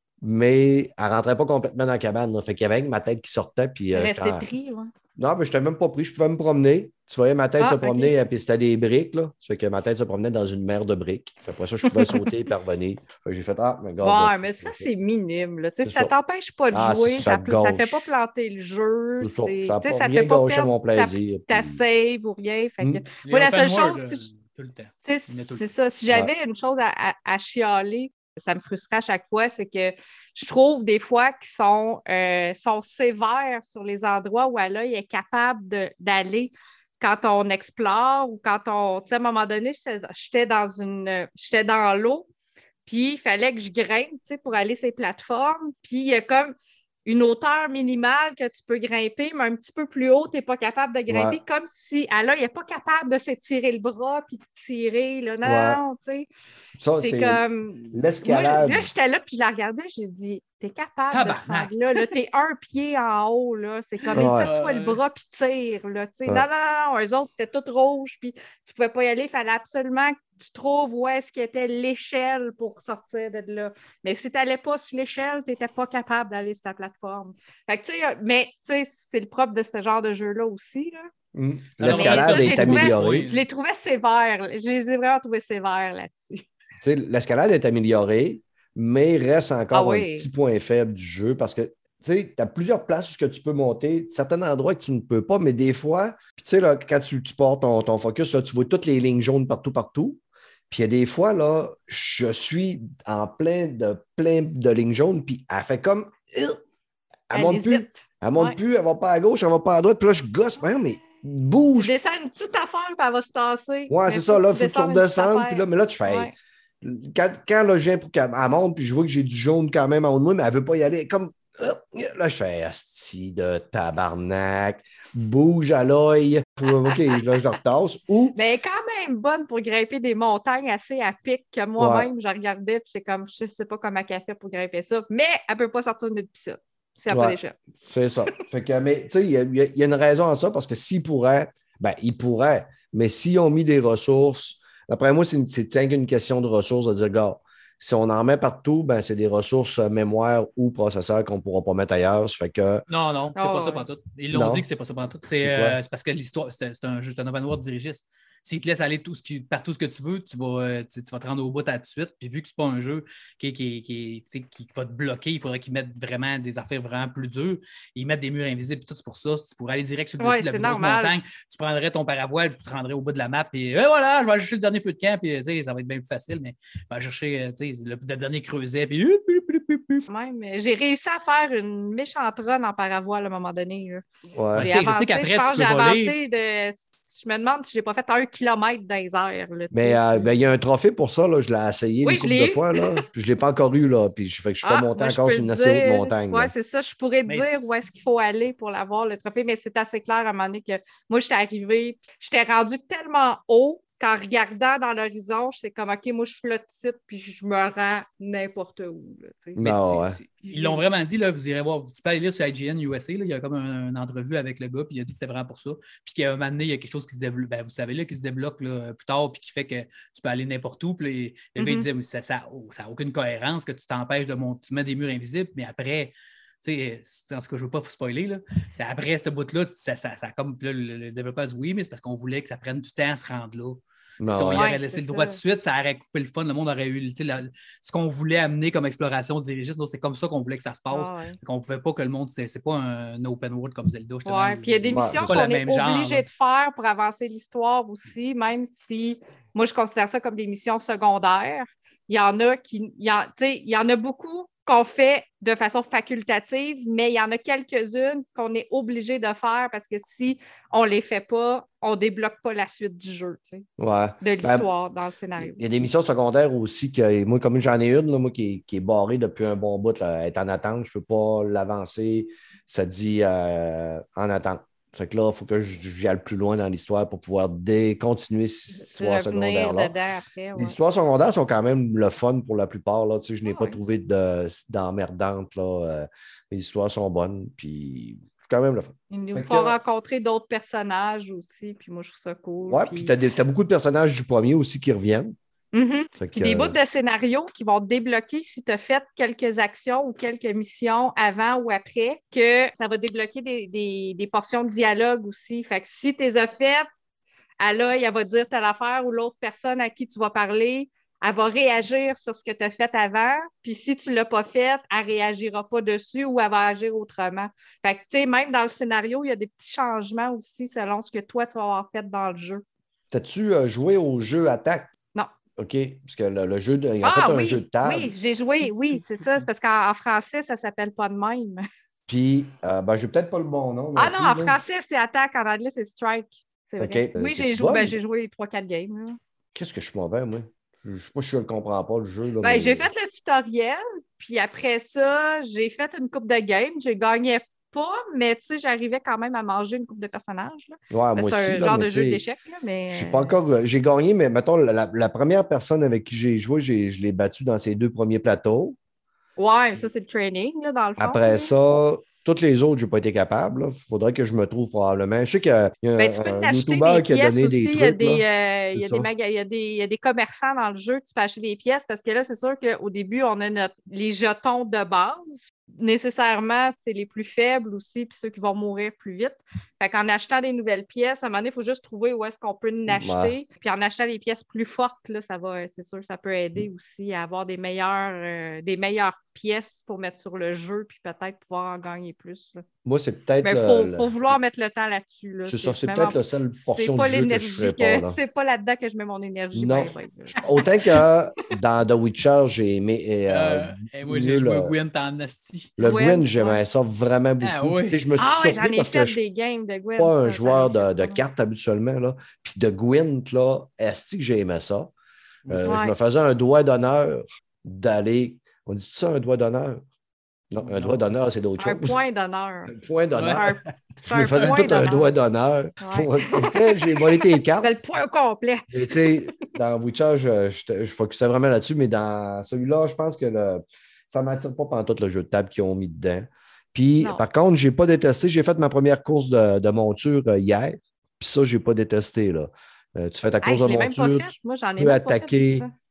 mais elle ne rentrait pas complètement dans la cabane. Là. Fait qu'il y avait ma tête qui sortait. Puis, elle euh, restait pris, ouais. Non, mais je n'étais même pas pris. Je pouvais me promener. Tu voyais ma tête ah, se promener, okay. Puis c'était des briques. Là. Ça fait que ma tête se promenait dans une mer de briques. Après ça, je pouvais sauter et revenir. Fait que j'ai fait Ah, mais gars. Ouais, mais ça, c'est minime. Là. Ça ne t'empêche pas de ah, jouer. Ça ne fait pas planter le jeu. Ça ne ça fait pas perdre mon plaisir. Ta, ta save ou rien. Fait que, mm. moi, la seule chose. Word, si tout le temps. C'est ça. Si j'avais ouais. une chose à, à, à chialer, ça me frustrait à chaque fois, c'est que je trouve des fois qu'ils sont, euh, sont sévères sur les endroits où elle est capable de, d'aller quand on explore ou quand on... Tu sais, à un moment donné, j'étais dans une... J'étais dans l'eau, puis il fallait que je grimpe, tu sais, pour aller sur les plateformes, puis il y a comme une hauteur minimale que tu peux grimper, mais un petit peu plus haut, tu n'es pas capable de grimper, ouais. comme si elle n'est pas capable de s'étirer le bras puis de tirer. Là. Non, ouais. non, tu sais. Ça, c'est, c'est comme. L'escalade. Moi, là, j'étais là, puis je la regardais, j'ai dit, t'es capable Tabarnak. de faire là, là. T'es un pied en haut, là. C'est comme, ouais. étire-toi le bras, puis tire, là. Ouais. Non, non, non, eux autres, c'était tout rouge, puis tu pouvais pas y aller. Il fallait absolument que tu trouves où est-ce qu'était l'échelle pour sortir de là. Mais si tu n'allais pas sur l'échelle, tu n'étais pas capable d'aller sur ta plateforme. Fait que, tu sais, mais tu sais, c'est le propre de ce genre de jeu-là aussi, là. Mmh. L'escalade est améliorée. Je les trouvais sévères. Je les ai vraiment trouvés sévères là-dessus. T'sais, l'escalade est améliorée, mais reste encore ah oui. un petit point faible du jeu parce que tu as plusieurs places où tu peux monter, certains endroits que tu ne peux pas, mais des fois, puis tu sais, là, quand tu, tu portes ton, ton focus, là, tu vois toutes les lignes jaunes partout, partout. Puis il y a des fois, là, je suis en plein de, plein de lignes jaunes, puis elle fait comme. Elle ne monte plus. Elle ne monte ouais. plus, elle ne va pas à gauche, elle ne va pas à droite. Puis là, je gosse, mais bouge. Tu descends une petite affaire, puis elle va se tasser. Ouais, c'est ça, là, il faut que tu redescendes. Puis là, mais là, tu fais. Ouais. Quand, quand là, je viens pour qu'elle monte, puis je vois que j'ai du jaune quand même en haut de moi, mais elle ne veut pas y aller. Comme. Là, je fais asti de tabarnak, bouge à l'œil. OK, là, je le retasse. Ou... Mais elle est quand même bonne pour grimper des montagnes assez à pic que moi-même, ouais. je regardais, puis c'est comme, je ne sais pas comment elle fait pour grimper ça, mais elle ne peut pas sortir d'une piscine. C'est après ouais, déjà. C'est ça. Fait que, mais tu sais, il y, y, y a une raison à ça, parce que s'ils pourraient, ben, ils pourraient, mais s'ils ont mis des ressources, d'après moi, c'est une, c'est une question de ressources, de dire, gars, Si on en met partout, ben, c'est des ressources euh, mémoire ou processeur qu'on ne pourra pas mettre ailleurs. Ça fait que... Non, non, c'est oh, pas ouais. ça pantoute. Ils l'ont Non. dit que c'est pas ça pantoute. C'est, C'est euh, c'est parce que l'histoire, c'est, c'est un jeu, c'est un open world dirigiste. S'il te laisse aller tout ce qui, partout ce que tu veux, tu vas, euh, tu, tu vas te rendre au bout tout de suite. Puis vu que c'est pas un jeu qui, qui, qui, qui, qui va te bloquer, il faudrait qu'ils mettent vraiment des affaires vraiment plus dures. Ils mettent des murs invisibles et tout, c'est pour ça. C'est pour aller direct sur le Ouais, dessus de la c'est plus grosse normal. montagne. Tu prendrais ton paravoile, puis tu te rendrais au bout de la map, puis euh, voilà, je vais aller chercher le dernier feu de camp, puis tu sais, ça va être bien plus facile, mais je vais chercher euh, tu sais, le, le dernier creuset, puis hup, hup, hup, hup, hup. Même, euh, j'ai réussi à faire une méchante run en paravoile à un moment donné. Là. Ouais. Tu J'ai sais, je avancé, sais qu'après, je pense tu que j'ai peux voler. avancé de... Je me demande si j'ai pas fait un kilomètre dans les airs. Là, tu Mais sais. euh, ben, il y a un trophée pour ça. Là. Je l'ai essayé Oui, une je couple l'ai de eu. fois. Là. Puis je ne l'ai pas encore eu. Là. Puis je ne suis pas Ah, monté moi, je encore peux sur une te assez haute dire- montagne. Ouais, là. c'est ça. Je pourrais te Mais dire c'est- où est-ce qu'il faut aller pour l'avoir, le trophée, mais c'est assez clair à un moment donné que moi, j'étais arrivée, puis j'étais rendue tellement haut qu'en regardant dans l'horizon, c'est comme, OK, moi, je flotte ici, puis je me rends n'importe où. Là, tu sais. Mais Non, c'est- ouais. c'est- ils l'ont vraiment dit, là, vous irez voir, tu peux aller lire sur I G N U S A, là, il y a comme un- une entrevue avec le gars, puis il a dit que c'était vraiment pour ça. Puis qu'à un moment donné, il y a quelque chose qui se développe, ben, vous savez, là, qui se débloque là, plus tard, puis qui fait que tu peux aller n'importe où. Puis le gars, il Mhm. disait, mais ça n'a ça, ça a aucune cohérence que tu t'empêches de monter, tu mets des murs invisibles, mais après. Tu sais, c'est- en tout cas, je ne veux pas vous spoiler. Là. C'est après ce bout-là, ça, ça, ça comme là, le, le développeur dit oui, mais c'est parce qu'on voulait que ça prenne du temps à se rendre là. Non, Si on ouais. y Ouais, avait laissé c'est le droit ça. de suite, ça aurait coupé le fun. Le monde aurait eu tu sais, la- ce qu'on voulait amener comme exploration dirigiste. Donc, c'est comme ça qu'on voulait que ça se passe. Ah, ouais. On ne pouvait pas que le monde, c'est, c'est pas un open world comme Zelda. je te Ouais, demande. puis il y a des Ouais, missions c'est qu'on pas le est même genre, obligé là. de faire pour avancer l'histoire aussi, même si moi, je considère ça comme des missions secondaires. Il y en a qui. Il y, en, tu sais, il y en a beaucoup qu'on fait de façon facultative, mais il y en a quelques-unes qu'on est obligé de faire parce que si on ne les fait pas, on ne débloque pas la suite du jeu, tu sais, Ouais. de l'histoire dans le scénario. Il y a des missions secondaires aussi que moi, comme j'en ai une, là, moi, qui est, qui est barrée depuis un bon bout, là, elle est en attente, je ne peux pas l'avancer. Ça dit euh, en attente. C'est que là, il faut que je- j'y aille plus loin dans l'histoire pour pouvoir dé- continuer cette histoire Revenir secondaire-là. dedans après. Ouais. Les histoires secondaires sont quand même le fun pour la plupart. Là. Tu sais, je n'ai Ah pas ouais. trouvé de- d'emmerdante. Là. Euh, les histoires sont bonnes, puis c'est quand même le fun. Il nous Fait faut que- rencontrer d'autres personnages aussi, puis moi, je trouve ça cool. Ouais, puis- puis tu as, beaucoup de personnages du premier aussi qui reviennent. Mhm. Fait Puis que, des euh, bouts de scénario qui vont te débloquer si tu as fait quelques actions ou quelques missions avant ou après, que ça va débloquer des, des- des portions de dialogue aussi. Fait que si tu les as faites, à l'œil, elle va te dire telle affaire ou l'autre personne à qui tu vas parler, elle va réagir sur ce que tu as fait avant. Puis si tu ne l'as pas fait, elle ne réagira pas dessus ou elle va agir autrement. Fait que, tu sais, même dans le scénario, il y a des petits changements aussi selon ce que toi, tu vas avoir fait dans le jeu. T'as-tu euh, joué au jeu Attaque? Non. OK, parce que le, le jeu, de, il a Ah fait un oui, jeu de table. oui, j'ai joué, oui, c'est ça. C'est parce qu'en en français, ça s'appelle pas de même. Puis, euh, ben, j'ai peut-être pas le bon nom. Ah plus, non, en là. français, c'est attaque, en anglais, c'est strike. C'est OK. vrai. Euh, Oui, j'ai t'es-tu joué, ben, bonne? j'ai joué trois quatre games. là. Qu'est-ce que je suis mauvais, moi? Je ne sais pas si je ne le comprends pas, le jeu. Là, Ben, mais- j'ai fait le tutoriel, puis après ça, j'ai fait une coupe de games. Je gagnais pas, mais tu sais, j'arrivais quand même à manger une coupe de personnages. Là. Ouais, Ben, moi c'est aussi. un là, genre mais de tu jeu sais, d'échecs, là, mais. J'ai pas encore. euh, J'ai gagné, mais mettons, la, la première personne avec qui j'ai joué, j'ai- je l'ai battu dans ses deux premiers plateaux. Ouais, ça, c'est le training, là, dans le fond. Après là. ça, toutes les autres, je n'ai pas été capable. Il faudrait que je me trouve probablement. Je sais qu'il y a, il y a Ben, tu peux un t'acheter YouTuber des qui a pièces donné aussi. des Il y a trucs. des, là. euh, il y a C'est des ça. maga- il y a des- il y a des commerçants dans le jeu. Tu peux acheter des pièces parce que là, c'est sûr qu'au début, on a notre, les jetons de base. Nécessairement, c'est les plus faibles aussi, puis ceux qui vont mourir plus vite. Fait qu'en achetant des nouvelles pièces, à un moment donné, il faut juste trouver où est-ce qu'on peut en acheter. Ouais. Puis en achetant des pièces plus fortes, là, ça va, c'est sûr, ça peut aider aussi à avoir des meilleures, euh, des meilleures pièces pour mettre sur le jeu, puis peut-être pouvoir en gagner plus. là. Moi, c'est peut-être. Mais il le- faut, le- faut vouloir mettre le temps là-dessus. Là. C'est ça, c'est vraiment- peut-être la seule c'est portion pas du jeu que je ne l'énergie ferais que- pas. Là. C'est pas là-dedans que je mets mon énergie. Non. ben, ben, là. Autant que dans The Witcher, j'ai aimé. et, euh, Euh, et moi, mieux j'ai joué le- à Gwent en asti. Le Gwen, Gwyn, j'aimais ouais. ça vraiment beaucoup. Ah oui. Tu sais, je me suis Ah ouais, surpris j'en ai parce que fait je des games de Gwen. suis pas un ça, joueur j'en ai de, fait de pas cartes habituellement. Là. Puis de Gwent, là, est-ce que j'ai aimé ça? Euh, Ouais. Je me faisais un doigt d'honneur d'aller. On dit ça, un doigt d'honneur? Non, un Non. doigt d'honneur, c'est d'autres Un choses. point d'honneur. Un point d'honneur. Un- c'est Je me faisais point tout un d'honneur. doigt d'honneur. Ouais. Pour- Après, j'ai volé tes cartes. Le point au complet. Et tu sais, dans Witcher, je, je, je focusais vraiment là-dessus, mais dans celui-là, je pense que le, ça ne m'attire pas pendant tout le jeu de table qu'ils ont mis dedans. Puis, Non. par contre, je n'ai pas détesté. J'ai fait ma première course de, de monture euh, hier. Puis ça, je n'ai pas détesté. Là. Euh, tu fais ta Hey, course je de l'ai même pas monture, fait. Moi, j'en ai tu peux même pas fait attaquer ça.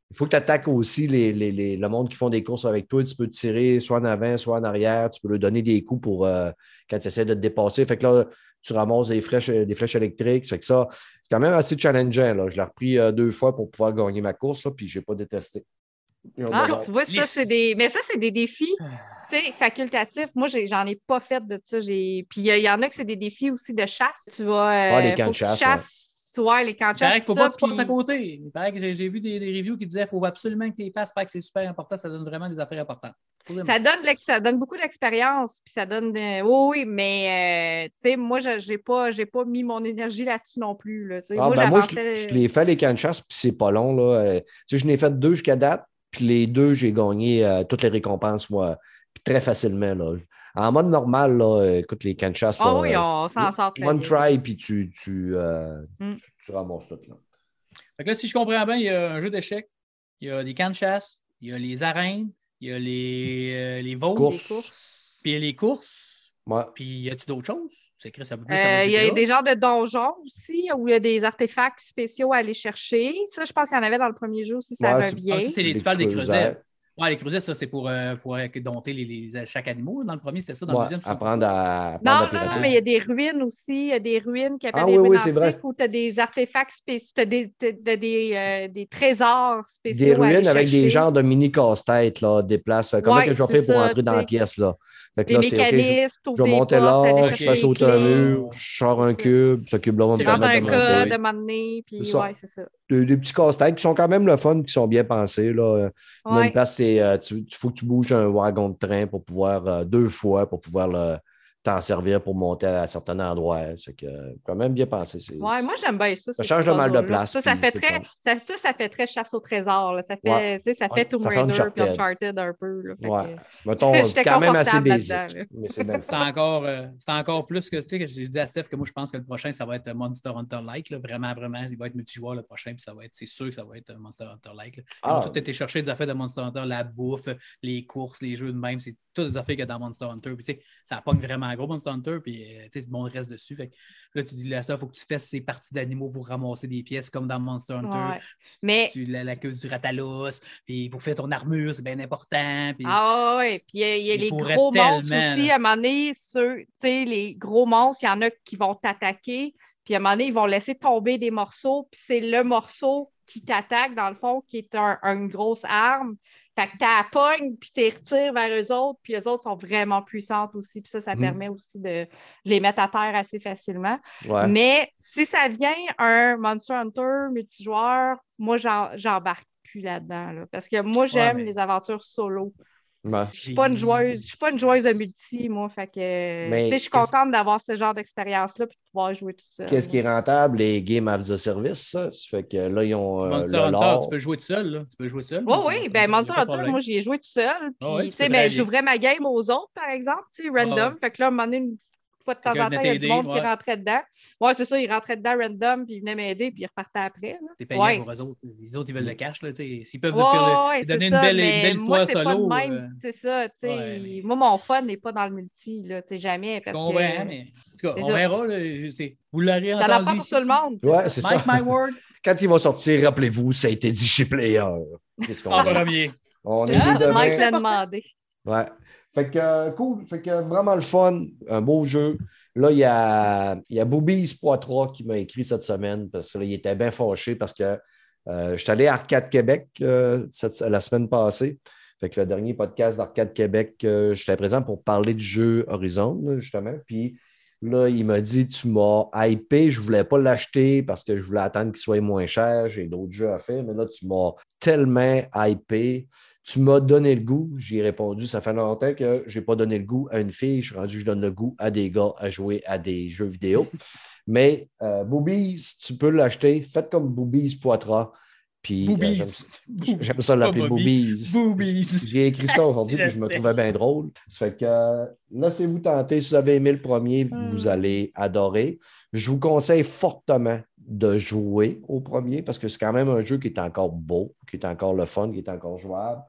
Il faut que tu attaques aussi les, les, les, le monde qui font des courses avec toi. Tu peux tirer soit en avant, soit en arrière. Tu peux leur donner des coups pour euh, quand tu essaies de te dépasser. Fait que là, tu ramasses des flèches, des flèches électriques. Fait que ça, c'est quand même assez challengeant. Là. Je l'ai repris euh, deux fois pour pouvoir gagner ma course, là, puis je n'ai pas détesté. Ah, tu vois, ça, c'est des. Mais ça, c'est des défis facultatifs. Moi, j'ai, j'en ai pas fait de ça. J'ai... Puis il y, y en a que c'est des défis aussi de chasse. Tu vas. Euh, ah, les camps de chasse. Chasse... Ouais, les camps de chasse. Il paraît qu'il ne faut ça, pas que tu passes puis... à côté. Il paraît que j'ai, j'ai vu des, des reviews qui disaient qu'il faut absolument que tu les fasses, parce que c'est super important, ça donne vraiment des affaires importantes. Ça donne, ça donne beaucoup d'expérience, puis ça donne. Euh, oui, oui, mais euh, tu sais, moi, je n'ai pas, j'ai pas mis mon énergie là-dessus non plus. Là, ah, moi, ben moi, j'avançais... je, je l'ai fait les camps de chasse, puis c'est pas long. Là. Euh, je n'ai fait deux jusqu'à date, puis les deux, j'ai gagné euh, toutes les récompenses, moi, très facilement. Là. En mode normal, là, écoute, les camps de chasse. Ah là, oui, on s'en sort très one bien. try, puis tu, tu, euh, mm. tu, tu ramasses tout. Là. Fait que là, si je comprends bien, il y a un jeu d'échecs, il y a des camps de chasse, il y a les arènes, il y a les, euh, les vols, courses. Les courses. Puis il y a les courses. Ouais. Puis y a-tu d'autres choses? C'est écrit, ça peut plus. Euh, il y a des genres de donjons aussi, où il y a des artefacts spéciaux à aller chercher. Ça, je pense qu'il y en avait dans le premier jeu aussi, ça ouais, revient. Ah, ça, c'est les, les tu parles des creusets. creusets. Ouais, les creusets, ça, c'est pour, euh, pour dompter les, les, chaque animal. Dans le premier, c'était ça. Dans ouais, le deuxième, c'est apprendre à, apprendre Non, à non, pirater. non, mais il y a des ruines aussi. Il y a des ruines qui appellent Ah des oui, ruines oui, c'est vrai. antiques où tu as des artefacts spéciaux, tu as des, t'as des, euh, des trésors spéciaux. Des à aller ruines avec chercher. des genres de mini casse-tête, là, des places. Comment Ouais, que je vais c'est faire pour ça, entrer dans la pièce, là? Fait que des là, c'est, OK, mécanismes, je, je vais monter là, je fais sauter un mur, je sors un cube, ce cube-là va me C'est Prendre permettre un de monter. code, de m'amener, puis C'est ça. ouais, c'est ça. Des, des petits casse-têtes qui sont quand même le fun, qui sont bien pensés. Là. Là, Ouais. une place, c'est euh, tu, tu faut que tu bouges un wagon de train pour pouvoir, euh, deux fois, pour pouvoir le, t'en servir pour monter à certains endroits. C'est que, quand même bien pensé. C'est, Ouais, moi, j'aime bien ça. Ça change de mal de place. Ça, ça, puis fait c'est très, fun. ça, ça, ça fait très chasse au trésor. Là. Ça fait, Ouais. tu sais, ça Ouais, fait Tomb ça fait Raider Uncharted. puis Uncharted un peu. Là. Fait Ouais. que- Mettons, J'étais quand même assez confortable basique. là-dedans, là. Mais c'est bien C'est encore, euh, c'est encore plus que, tu sais, que j'ai dit à Steph que moi, je pense que le prochain, ça va être Monster Hunter-like. Là. Vraiment, vraiment, il va être multijoueur le prochain, puis ça va être, c'est sûr que ça va être Monster Hunter-like. Là. Ils Ah. ont tout été chercher des affaires de Monster Hunter, la bouffe, les courses, les jeux de même, c'est toutes des affaires qu'il y a dans Monster Hunter. Puis, tu sais, ça pogne vraiment gros Monster Hunter, puis, euh, tu sais, le monde reste dessus. Fait que là, tu dis, là, ça, il faut que tu fasses ces parties d'animaux pour ramasser des pièces comme dans Monster Hunter. Ouais. Mais Tu, la, la queue du ratalos, puis pour faire ton armure, c'est bien important. Puis... Ah ouais, puis il y a, il y a Il les pourrait gros monstres tellement, aussi. là. À un moment donné, ceux, tu sais, les gros monstres, il y en a qui vont t'attaquer, puis à un moment donné, ils vont laisser tomber des morceaux, puis c'est le morceau qui t'attaque, dans le fond, qui est un, une grosse arme. Fait que tu la pognes, puis tu les retires vers eux autres, puis eux autres sont vraiment puissantes aussi, puis ça, ça Mm. permet aussi de les mettre à terre assez facilement. Ouais. Mais si ça vient un Monster Hunter multijoueur, moi, j'en- j'embarque plus là-dedans, là, parce que moi, j'aime mais- les aventures solo. Ouais. Je suis pas une joueuse, je suis pas une joueuse de multi, moi. Fait que, Mais tu sais, je suis qu'est-ce- contente d'avoir ce genre d'expérience-là puis de pouvoir jouer tout seul. Qu'est-ce qui est rentable? Les Game as a Service, ça. Ça fait que là, ils ont euh, Monster le Hunter, lore. tu peux jouer tout seul. Là. Tu peux jouer seul. Oui, Ça, oui. ça, Ben, y a Monster pas de Hunter, problème. moi, j'y ai joué tout seul. Puis, Ah ouais, tu tu sais, peux ben, travailler. j'ouvrais ma game aux autres, par exemple, tu sais, random. Ah ouais. Fait que là, à un moment donné, une fois de temps Quelqu'un en temps, venait il y a du t'aider, monde qui ouais. rentrait dedans. Ouais, c'est ça, ils rentraient dedans random, puis ils venaient m'aider, puis ils repartaient après. là. C'est payant Ouais. pour eux autres. Les autres, ils veulent le cash. Là, tu sais. S'ils peuvent Ouais, te faire- ouais, te c'est donner une ça, belle, une mais belle moi, histoire c'est pas de solo. même, euh, c'est ça, tu sais. ouais, mais- Moi, mon fun n'est pas dans le multi, là, tu sais, jamais, Je parce comprends, que mais en tout cas, c'est on ça. verra. Là, je sais. Vous l'aurez ça entendu. n'a pas pour ici, tout le ici. monde. c'est Ouais, ça. c'est ça. Mike my word. Quand il va sortir, rappelez-vous, ça a été dit chez Player. Qu'est-ce qu'on En dit? premier. On est Ah, des demain. Mike l'a demandé. Ouais. Fait que euh, cool. Fait que vraiment le fun. Un beau jeu. Là, il y a, il y a Boobies trois qui m'a écrit cette semaine parce qu'il était bien fâché parce que euh, je suis allé à Arcade Québec euh, cette, la semaine passée. Fait que le dernier podcast d'Arcade Québec, euh, j'étais présent pour parler du jeu Horizon, là, justement. Puis là, il m'a dit tu m'as hypé, je ne voulais pas l'acheter parce que je voulais attendre qu'il soit moins cher. J'ai d'autres jeux à faire, mais là, tu m'as tellement hypé. Tu m'as donné le goût. J'ai répondu, ça fait longtemps que je n'ai pas donné le goût à une fille. Je suis rendu, je donne le goût à des gars à jouer à des jeux vidéo. Mais euh, Boobies, tu peux l'acheter. Faites comme Boobies Poitras. Puis, euh, Boobies. j'aime, j'aime ça l'appeler Pas Boobies. Boobies. J'ai écrit ça aujourd'hui Si et je me j'espère. trouvais bien drôle. Ça fait que euh, laissez-vous tenter. Si vous avez aimé le premier, Hmm. vous allez adorer. Je vous conseille fortement de jouer au premier parce que c'est quand même un jeu qui est encore beau, qui est encore le fun, qui est encore jouable.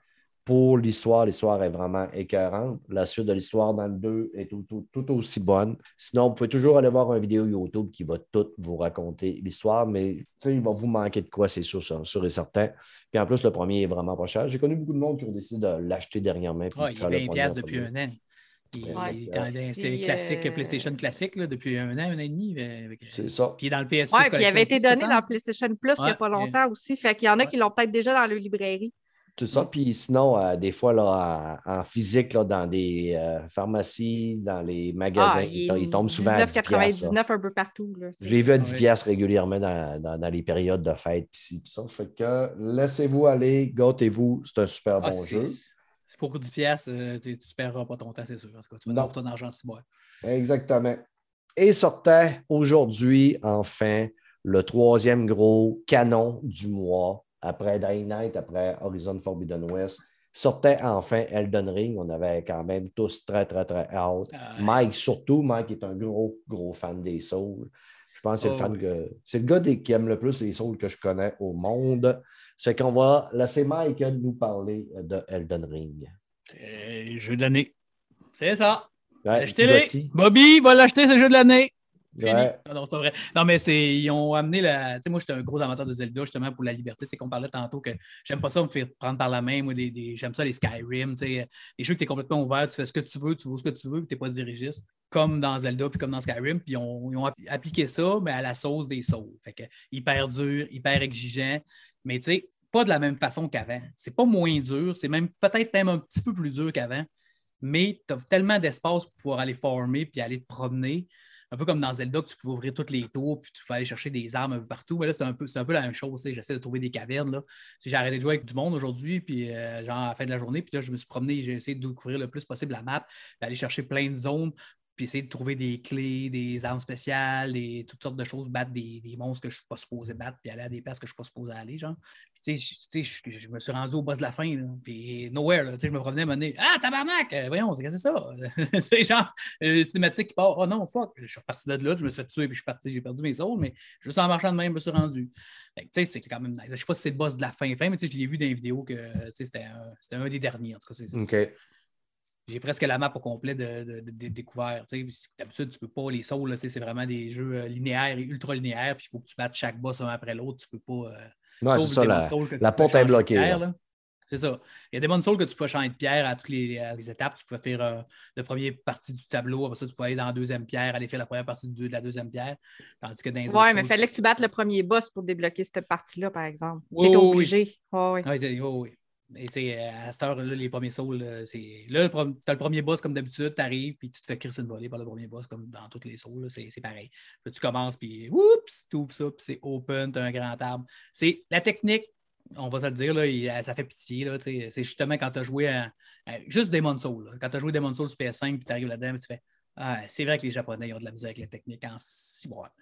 pour l'histoire, l'histoire est vraiment écœurante. La suite de l'histoire dans le deux est tout, tout, tout aussi bonne. Sinon, vous pouvez toujours aller voir une vidéo YouTube qui va tout vous raconter l'histoire, mais il va vous manquer de quoi, c'est sûr, sûr, sûr et certain. Puis en plus, le premier est vraiment pas cher. J'ai connu beaucoup de monde qui ont décidé de l'acheter dernièrement. Ouais, il y a vingt dollars depuis un an. Il, Ouais, il est dans c'est classique, euh... PlayStation classique là, depuis un an, un an et demi. Avec, c'est ça. Puis il est dans le P S Plus. Oui, puis il avait été donné ça, dans PlayStation Plus ouais, il n'y a pas longtemps euh... aussi. Fait qu'il y en a ouais. qui l'ont peut-être déjà dans leur librairie. C'est ça. Puis sinon, euh, des fois, là, en, en physique, là, dans des euh, pharmacies, dans les magasins, ah, il, il tombe souvent à dix dollars. dix-neuf quatre-vingt-dix-neuf un peu partout. Là, je l'ai vu à dix dollars oui. régulièrement dans, dans, dans les périodes de fête. Puis, puis ça fait que laissez-vous aller, gâtez-vous. C'est un super ah, bon c'est... jeu. C'est pour dix dollars, euh, tu ne perdras pas ton temps, c'est sûr. Parce que tu vas avoir ton argent si bon. Exactement. Et sortait aujourd'hui, enfin, le troisième gros canon du mois. Après Dying Night, après Horizon Forbidden West, sortait enfin Elden Ring. On avait quand même tous très, très, très hâte. Ah, Mike, surtout, Mike est un gros, gros fan des Souls. Je pense que c'est, oh, le, fan oui. que, c'est le gars des, qui aime le plus les Souls que je connais au monde. C'est qu'on va laisser Mike nous parler de Elden Ring. C'est jeu de l'année. C'est ça. Ouais, achetez-les. Bobby va l'acheter, ce jeu de l'année. Fini. Ouais. Non, c'est pas vrai. Non, mais c'est, ils ont amené la. Tu sais, moi, j'étais un gros amateur de Zelda, justement, pour la liberté. Tu sais, qu'on parlait tantôt que j'aime pas ça me faire prendre par la main. Moi, des, des... j'aime ça, les Skyrim. Tu sais, les jeux que tu es complètement ouvert, tu fais ce que tu veux, tu vois ce que tu veux, puis tu n'es pas dirigiste, comme dans Zelda, puis comme dans Skyrim. Puis on, ils ont appliqué ça, mais à la sauce des Souls. Fait que hyper dur, hyper exigeant. Mais tu sais, pas de la même façon qu'avant. C'est pas moins dur, c'est même peut-être même un petit peu plus dur qu'avant. Mais tu as tellement d'espace pour pouvoir aller farmer puis aller te promener. Un peu comme dans Zelda, que tu pouvais ouvrir toutes les tours puis tu pouvais aller chercher des armes un peu partout. Mais là, c'est un peu, c'est un peu la même chose. J'essaie de trouver des cavernes. Là. J'ai arrêté de jouer avec du monde aujourd'hui, puis euh, genre à la fin de la journée. Puis là, je me suis promené, j'ai essayé de découvrir le plus possible la map, d'aller chercher plein de zones, puis essayer de trouver des clés, des armes spéciales, des, toutes sortes de choses, battre des, des monstres que je ne suis pas supposé battre, puis aller à des places que je ne suis pas supposé aller, genre. Puis, tu sais, je, je me suis rendu au boss de la fin, là, puis nowhere, là, tu sais, je me promenais à un moment donné, ah, tabarnak, euh, voyons, c'est, c'est ça? C'est genre, euh, cinématique qui part, oh non, fuck, je suis reparti de là, je me suis fait tuer, puis je suis parti, j'ai perdu mes souls, mais juste en marchant de même, je me suis rendu. Tu sais, c'est quand même nice. Je ne sais pas si c'est le boss de la fin, fin, mais tu sais, je l'ai vu dans les vidéos que c'était un, c'était un des derniers, en tout cas, c'est ça. OK. J'ai presque la map au complet de, de, de, de découvert. D'habitude, tu ne peux pas. Les Souls, là, c'est vraiment des jeux linéaires et ultra linéaires, puis il faut que tu battes chaque boss un après l'autre. Tu ne peux pas. Euh, non, c'est ça, la, la porte est bloquée. Pierre, là. C'est ça. Il y a des bonnes Souls que tu peux changer de pierre à toutes les, à les étapes. Tu pouvais faire euh, la première partie du tableau, après ça, tu pouvais aller dans la deuxième pierre, aller faire la première partie du, de la deuxième pierre. Tandis que dans les ouais, mais il fallait que tu battes le premier boss pour débloquer cette partie-là, par exemple. Tu étais obligé. Oui, oui. oui, oui. Et tu sais, à cette heure-là, les premiers Souls, c'est. Là, tu as le premier boss comme d'habitude, tu arrives, puis tu te fais crisser une volée par le premier boss, comme dans toutes les Souls, c'est, c'est pareil. Là, tu commences, puis oups, tu ouvres ça, puis c'est open, tu as un grand arbre. C'est la technique, on va se le dire, là, il, ça fait pitié. Là, c'est justement quand tu as joué à, à, juste Demon's Souls. Là. Quand tu as joué Demon's Souls sur P S cinq, puis tu arrives là-dedans, puis tu fais. Ah, c'est vrai que les Japonais ils ont de la misère avec la technique en six mois.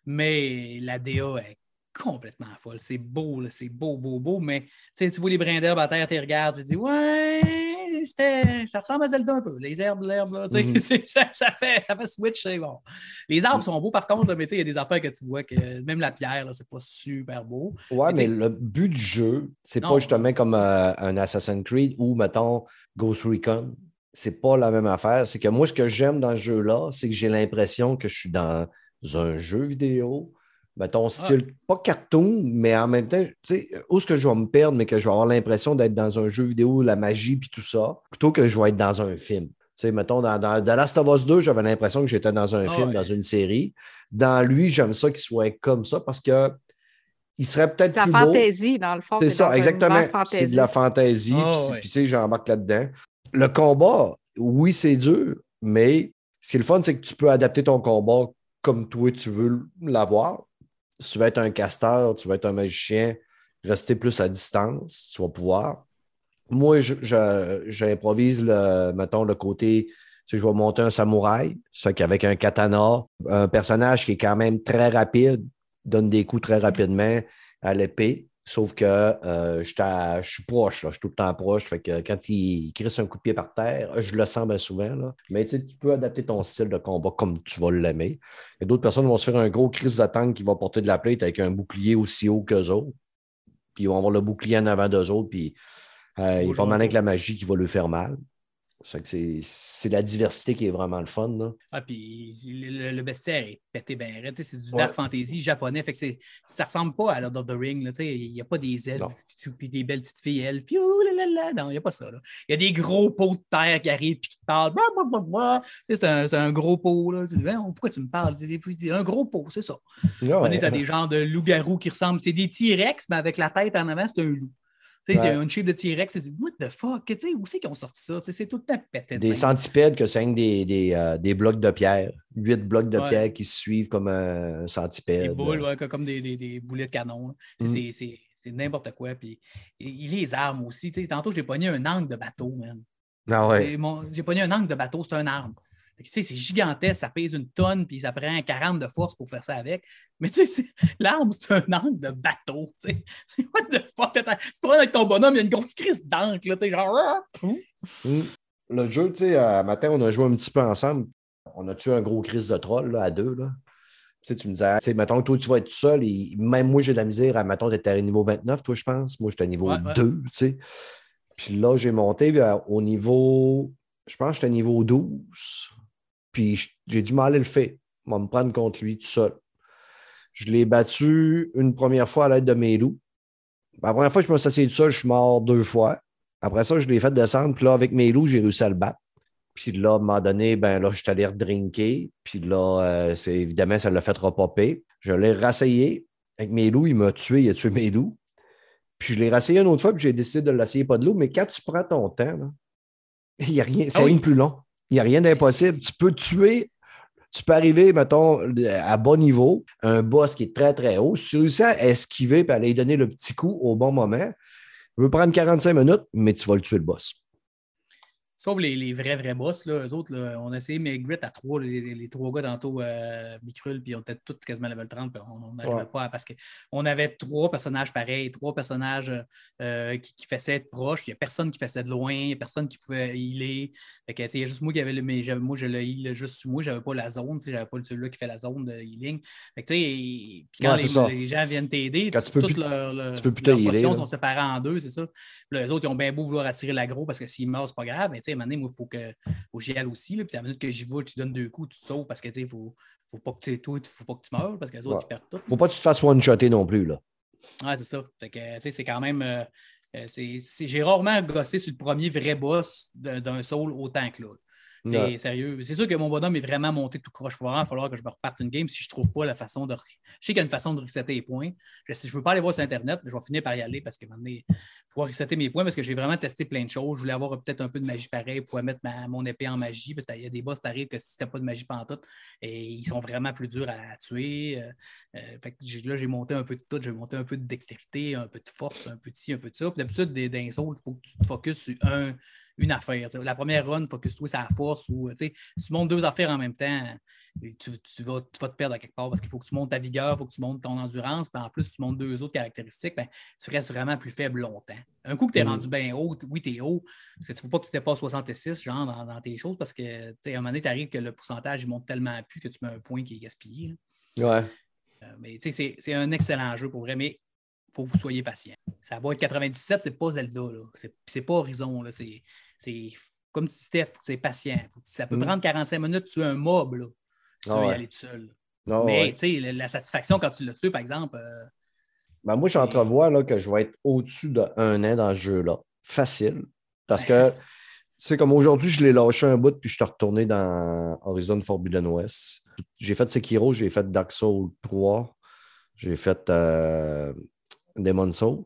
Mais la D A est complètement folle. C'est beau, là, c'est beau, beau, beau, mais tu vois les brins d'herbe à terre, tu regardes, tu te dis, ouais, c'était, ça ressemble à Zelda un peu. Les herbes, l'herbe, là, mm-hmm. c'est, ça, ça, fait, ça fait switch, c'est bon. Les arbres mm-hmm. sont beaux par contre, là, mais il y a des affaires que tu vois que même la pierre, là, c'est pas super beau. Ouais, mais, mais le but du jeu, c'est non, pas justement comme euh, un Assassin's Creed ou, mettons, Ghost Recon. C'est pas la même affaire. C'est que moi, ce que j'aime dans ce jeu-là, c'est que j'ai l'impression que je suis dans un jeu vidéo. Mettons, style, ah. pas cartoon, mais en même temps, tu sais, où est-ce que je vais me perdre, mais que je vais avoir l'impression d'être dans un jeu vidéo, la magie puis tout ça, plutôt que je vais être dans un film. Tu sais, mettons, dans, dans The Last of Us deux, j'avais l'impression que j'étais dans un ah, film, ouais. dans une série. Dans lui, j'aime ça qu'il soit comme ça parce que il serait peut-être plus beau. C'est la fantaisie, dans le fond. C'est, c'est ça, exactement. C'est de la fantaisie, oh, puis ouais. tu sais, j'embarque là-dedans. Le combat, oui, c'est dur, mais ce qui est le fun, c'est que tu peux adapter ton combat comme toi, tu veux l'avoir. Si tu veux être un casteur, tu veux être un magicien, rester plus à distance, tu vas pouvoir. Moi, je, je, j'improvise, le, mettons, le côté, tu sais, je vais monter un samouraï. Ça fait qu'avec un katana, un personnage qui est quand même très rapide, donne des coups très rapidement à l'épée. Sauf que euh, je, à, je suis proche, là, je suis tout le temps proche. Fait que quand il, il crisse un coup de pied par terre, je le sens bien souvent. Là. Mais tu sais, tu peux adapter ton style de combat comme tu vas l'aimer. Et d'autres personnes vont se faire un gros crise de tank qui va porter de la plate avec un bouclier aussi haut qu'eux autres. Puis ils vont avoir le bouclier en avant d'eux autres. Puis Euh, il est pas Bonjour. mal avec la magie qui va lui faire mal. Ça fait que c'est, c'est la diversité qui est vraiment le fun. Là. Ah, puis le, le bestiaire est pété bien raide. C'est du Ouais. dark fantasy japonais. Fait que c'est, ça ressemble pas à Lord of the Rings. Il n'y a pas des elfes, puis des belles petites filles elfes. Puis, oh là là là. Non, il n'y a pas ça. Il y a des gros pots de terre qui arrivent et qui te parlent. Blah, blah, blah, blah. C'est, un, c'est un gros pot. Là. Tu dis, pourquoi tu me parles? C'est un gros pot, c'est ça. Ouais. On est à des genres de loups-garous qui ressemblent. C'est des T-Rex, mais avec la tête en avant, c'est un loup. Tu sais, ouais. C'est une shape de T-Rex, c'est what the fuck? Tu sais, où c'est qu'ils ont sorti ça? Tu sais, c'est tout le temps pété. Des centipèdes que c'est des, des, euh, des blocs de pierre. Huit blocs de ouais. pierre qui se suivent comme un centipède. Des boules, ouais, comme des, des, des boulets de canon. Mm. C'est, c'est, c'est n'importe quoi. Puis, il les armes aussi. Tu sais, tantôt, j'ai pogné un angle de bateau, man. Ah ouais. Mon, j'ai pogné un angle de bateau, c'est un arme. Tu sais, c'est gigantesque, ça pèse une tonne, puis ça prend quarante de force pour faire ça avec. Mais tu sais, l'arme, c'est un angle de bateau. Tu sais. What the fuck? C'est toi avec ton bonhomme, il y a une grosse crise d'encre, tu sais, genre. Mm. Le jeu, tu sais, euh, matin, on a joué un petit peu ensemble. On a tué un gros crise de troll là, à deux. Là. Tu sais, tu me disais, tu sais, mettons que toi, tu vas être tout seul. Et même moi, j'ai de la misère à, mettons, d'être à niveau vingt-neuf, toi, je pense. Moi, j'étais à niveau ouais, deux, ouais. tu sais. Puis là, j'ai monté ben, au niveau, je pense que j'étais à niveau douze. Puis j'ai dû m'aller le fait. Je vais me prendre contre lui tout seul. Je l'ai battu une première fois à l'aide de mes loups. La première fois que je me suis assis tout seul, je suis mort deux fois. Après ça, je l'ai fait descendre. Puis là, avec mes loups, j'ai réussi à le battre. Puis là, à un moment donné, ben là, je suis allé redrinker. Puis là, euh, c'est, évidemment, ça l'a fait repopper. Je l'ai rassayé. Avec mes loups, il m'a tué. Il a tué mes loups. Puis je l'ai rassayé une autre fois. Puis j'ai décidé de l'essayer pas de l'eau. Mais quand tu prends ton temps, là, il n'y a rien. C'est ah oui. rien de plus long. Il n'y a rien d'impossible. Tu peux tuer, tu peux arriver, mettons, à bon niveau, un boss qui est très, très haut. Si tu réussis à esquiver et aller lui donner le petit coup au bon moment, il veut prendre quarante-cinq minutes, mais tu vas le tuer, le boss. Sauf les, les vrais, vrais boss, là, eux autres, là, on a essayé mes Grit à trois, les, les, les trois gars tantôt, euh, Micrul, puis on était tous quasiment level trente, puis on n'arrivait ouais. pas à, parce qu'on avait trois personnages pareils, trois personnages euh, qui, qui faisaient être proches, il n'y a personne qui faisait de loin, il n'y a personne qui pouvait healer. Fait que, il y a juste moi qui avait le, mais moi, je le heal juste sur moi, je n'avais pas la zone, je n'avais pas celui-là qui fait la zone de healing. Fait que, puis quand ouais, les, les gens viennent t'aider, toutes leurs leur, potions sont séparées en deux, c'est ça. Puis les autres, ils ont bien beau vouloir attirer l'aggro parce que s'ils meurent, c'est pas grave, mais tu sais, à un moment donné, moi, il faut que, faut que j'y aille aussi. Là, puis à la minute que j'y vais, tu donnes deux coups, tu te sauves parce que il faut, faut pas que tu toi, faut pas que tu meurs parce que les autres, ouais. ils perdent tout. Faut pas que tu te fasses one-shotter non plus. Là. Ouais, c'est ça. Fait que, c'est quand même. Euh, c'est, c'est, j'ai rarement gossé sur le premier vrai boss de, d'un soul autant que là. C'est sérieux. C'est sûr que mon bonhomme est vraiment monté tout croche. Il va falloir que je me reparte une game si je ne trouve pas la façon de. Je sais qu'il y a une façon de resetter les points. Je ne veux pas aller voir sur Internet, mais je vais finir par y aller parce que maintenant, il faut resetter mes points parce que j'ai vraiment testé plein de choses. Je voulais avoir peut-être un peu de magie pareil pour mettre ma, mon épée en magie parce qu'il y a des boss qui arrivent que si tu n'as pas de magie pantoute, et ils sont vraiment plus durs à, à tuer. Euh, fait que j'ai, là, j'ai monté un peu de tout. J'ai monté un peu de dextérité, un peu de force, un peu de ci, un peu de ça. Puis d'habitude, des, des sauts, il faut que tu te focuses sur un. Une affaire. T'sais. La première run, focus-toi sur la force ou si tu montes deux affaires en même temps, tu, tu, vas, tu vas te perdre à quelque part parce qu'il faut que tu montes ta vigueur, il faut que tu montes ton endurance, puis en plus, tu montes deux autres caractéristiques, ben, tu restes vraiment plus faible longtemps. Un coup que tu es mmh. rendu bien haut, oui, tu es haut, parce que tu ne faut pas que tu dépasses soixante-six genre dans, dans tes choses parce que à un moment donné, tu arrives que le pourcentage il monte tellement plus que tu mets un point qui est gaspillé. Là. Ouais. Euh, mais c'est, c'est un excellent jeu pour vrai, mais il faut que vous soyez patient. Ça va être quatre-vingt-dix-sept, c'est pas Zelda, là. C'est, c'est pas Horizon. Là. C'est, c'est comme tu disais, il faut que tu sois patient. Ça peut mm. prendre quarante-cinq minutes de tuer un mob là, si oh, tu veux ouais. y aller tout seul. Oh, mais ouais. tu sais, la, la satisfaction quand tu l'as tué, par exemple. Euh, ben, moi, j'entrevois là, que je vais être au-dessus d'un an dans ce jeu-là. Facile. Parce que, tu sais, comme aujourd'hui, je l'ai lâché un bout puis je suis retourné dans Horizon Forbidden West. J'ai fait Sekiro, j'ai fait Dark Souls trois, j'ai fait. Euh, Demon's Souls.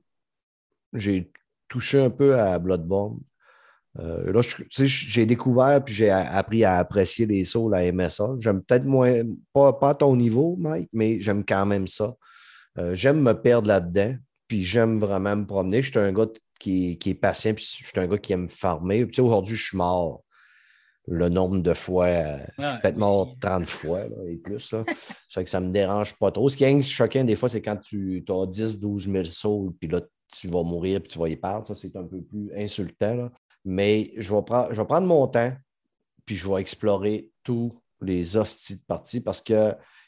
J'ai touché un peu à Bloodborne. Euh, là, je, j'ai découvert puis j'ai appris à apprécier les Souls, à aimer ça. J'aime peut-être moins, pas, pas à ton niveau, Mike, mais j'aime quand même ça. Euh, j'aime me perdre là-dedans, puis j'aime vraiment me promener. Je suis un gars qui, qui est patient, puis je suis un gars qui aime farmer. Puis, tu sais, aujourd'hui, je suis mort le nombre de fois. Euh, ouais, je suis peut-être mort trente fois là, et plus. Là. Ça fait que ça ne me dérange pas trop. Ce qui est choquant des fois, c'est quand tu as dix à douze mille sauts, puis là, tu vas mourir, puis tu vas y perdre. Ça, c'est un peu plus insultant. Là. Mais je vais, prendre, je vais prendre mon temps, puis je vais explorer tous les hosties de parties parce qu'il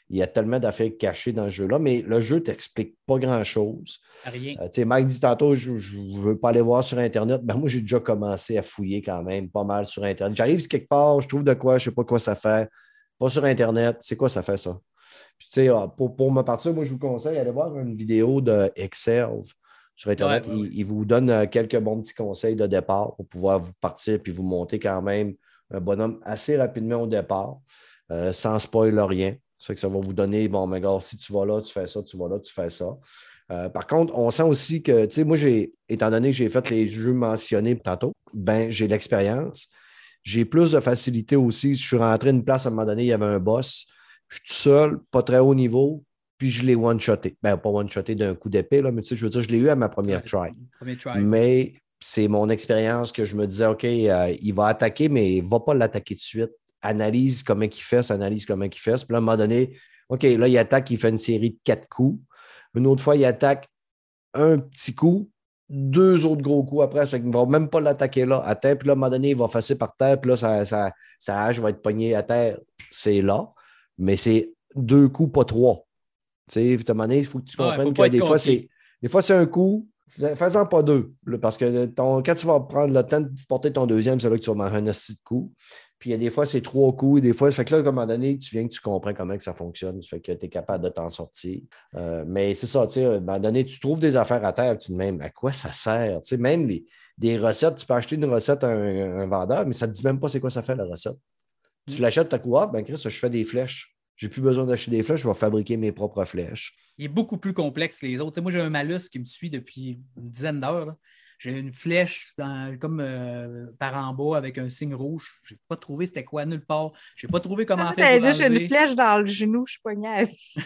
Il y a tellement d'affaires cachées dans ce jeu-là, mais le jeu ne t'explique pas grand-chose. Rien. Euh, tu sais, Mike dit tantôt, je ne veux pas aller voir sur Internet. Ben, moi, j'ai déjà commencé à fouiller quand même pas mal sur Internet. J'arrive quelque part, je trouve de quoi, je ne sais pas quoi ça fait. Pas sur Internet, c'est quoi ça fait ça? Puis, tu sais, pour, pour me partir, moi, je vous conseille d'aller voir une vidéo de Excelve sur Internet. Ouais, ouais, ouais. Il, il vous donne quelques bons petits conseils de départ pour pouvoir vous partir puis vous monter quand même un bonhomme assez rapidement au départ, euh, sans spoiler rien. Ça fait que ça va vous donner, bon, mais gars, si tu vas là, tu fais ça, tu vas là, tu fais ça. Euh, par contre, on sent aussi que, tu sais, moi, j'ai, étant donné que j'ai fait les jeux mentionnés tantôt, ben, j'ai l'expérience. J'ai plus de facilité aussi. Je suis rentré une place à un moment donné, il y avait un boss. Je suis tout seul, pas très haut niveau, puis je l'ai one-shoté. Ben, pas one-shoté d'un coup d'épée, là, mais tu sais, je veux dire, je l'ai eu à ma première try. Premier try. Mais c'est mon expérience que je me disais, OK, euh, il va attaquer, mais il ne va pas l'attaquer tout de suite. Analyse comment il fait, analyse comment il fait. Puis là, à un moment donné, OK, là, il attaque, il fait une série de quatre coups. Une autre fois, il attaque un petit coup, deux autres gros coups après. Ça fait qu'il ne va même pas l'attaquer là, à terre. Puis là, à un moment donné, il va passer par terre. Puis là, sa, sa, sa hache va être pognée à terre. C'est là. Mais c'est deux coups, pas trois. Tu sais, à un moment donné, il faut que tu comprennes ouais, que des fois, c'est, des fois, c'est un coup. Fais-en pas deux. Là, parce que ton, quand tu vas prendre le temps de porter ton deuxième, c'est là que tu vas manger un petit coup. Puis il y a des fois, c'est trois coups. Des fois, ça fait que là, à un moment donné, tu viens que tu comprends comment que ça fonctionne. Ça fait que tu es capable de t'en sortir. Euh, mais c'est ça, tu sais, à un moment donné, tu trouves des affaires à terre, tu te dis même à quoi ça sert? Tu sais, même les, des recettes, tu peux acheter une recette à un, un vendeur, mais ça ne te dit même pas c'est quoi ça fait la recette. Mm. Tu l'achètes, tu as quoi? Ben Chris, je fais des flèches. J'ai plus besoin d'acheter des flèches, je vais fabriquer mes propres flèches. Il est beaucoup plus complexe que les autres. T'sais, moi, j'ai un malus qui me suit depuis une dizaine d'heures. Là. J'ai une flèche dans, comme euh, par en bas avec un signe rouge. Je n'ai pas trouvé c'était quoi nulle part. Je n'ai pas trouvé comment ah, faire. Dit, j'ai une flèche dans le genou, je suis pas niaise.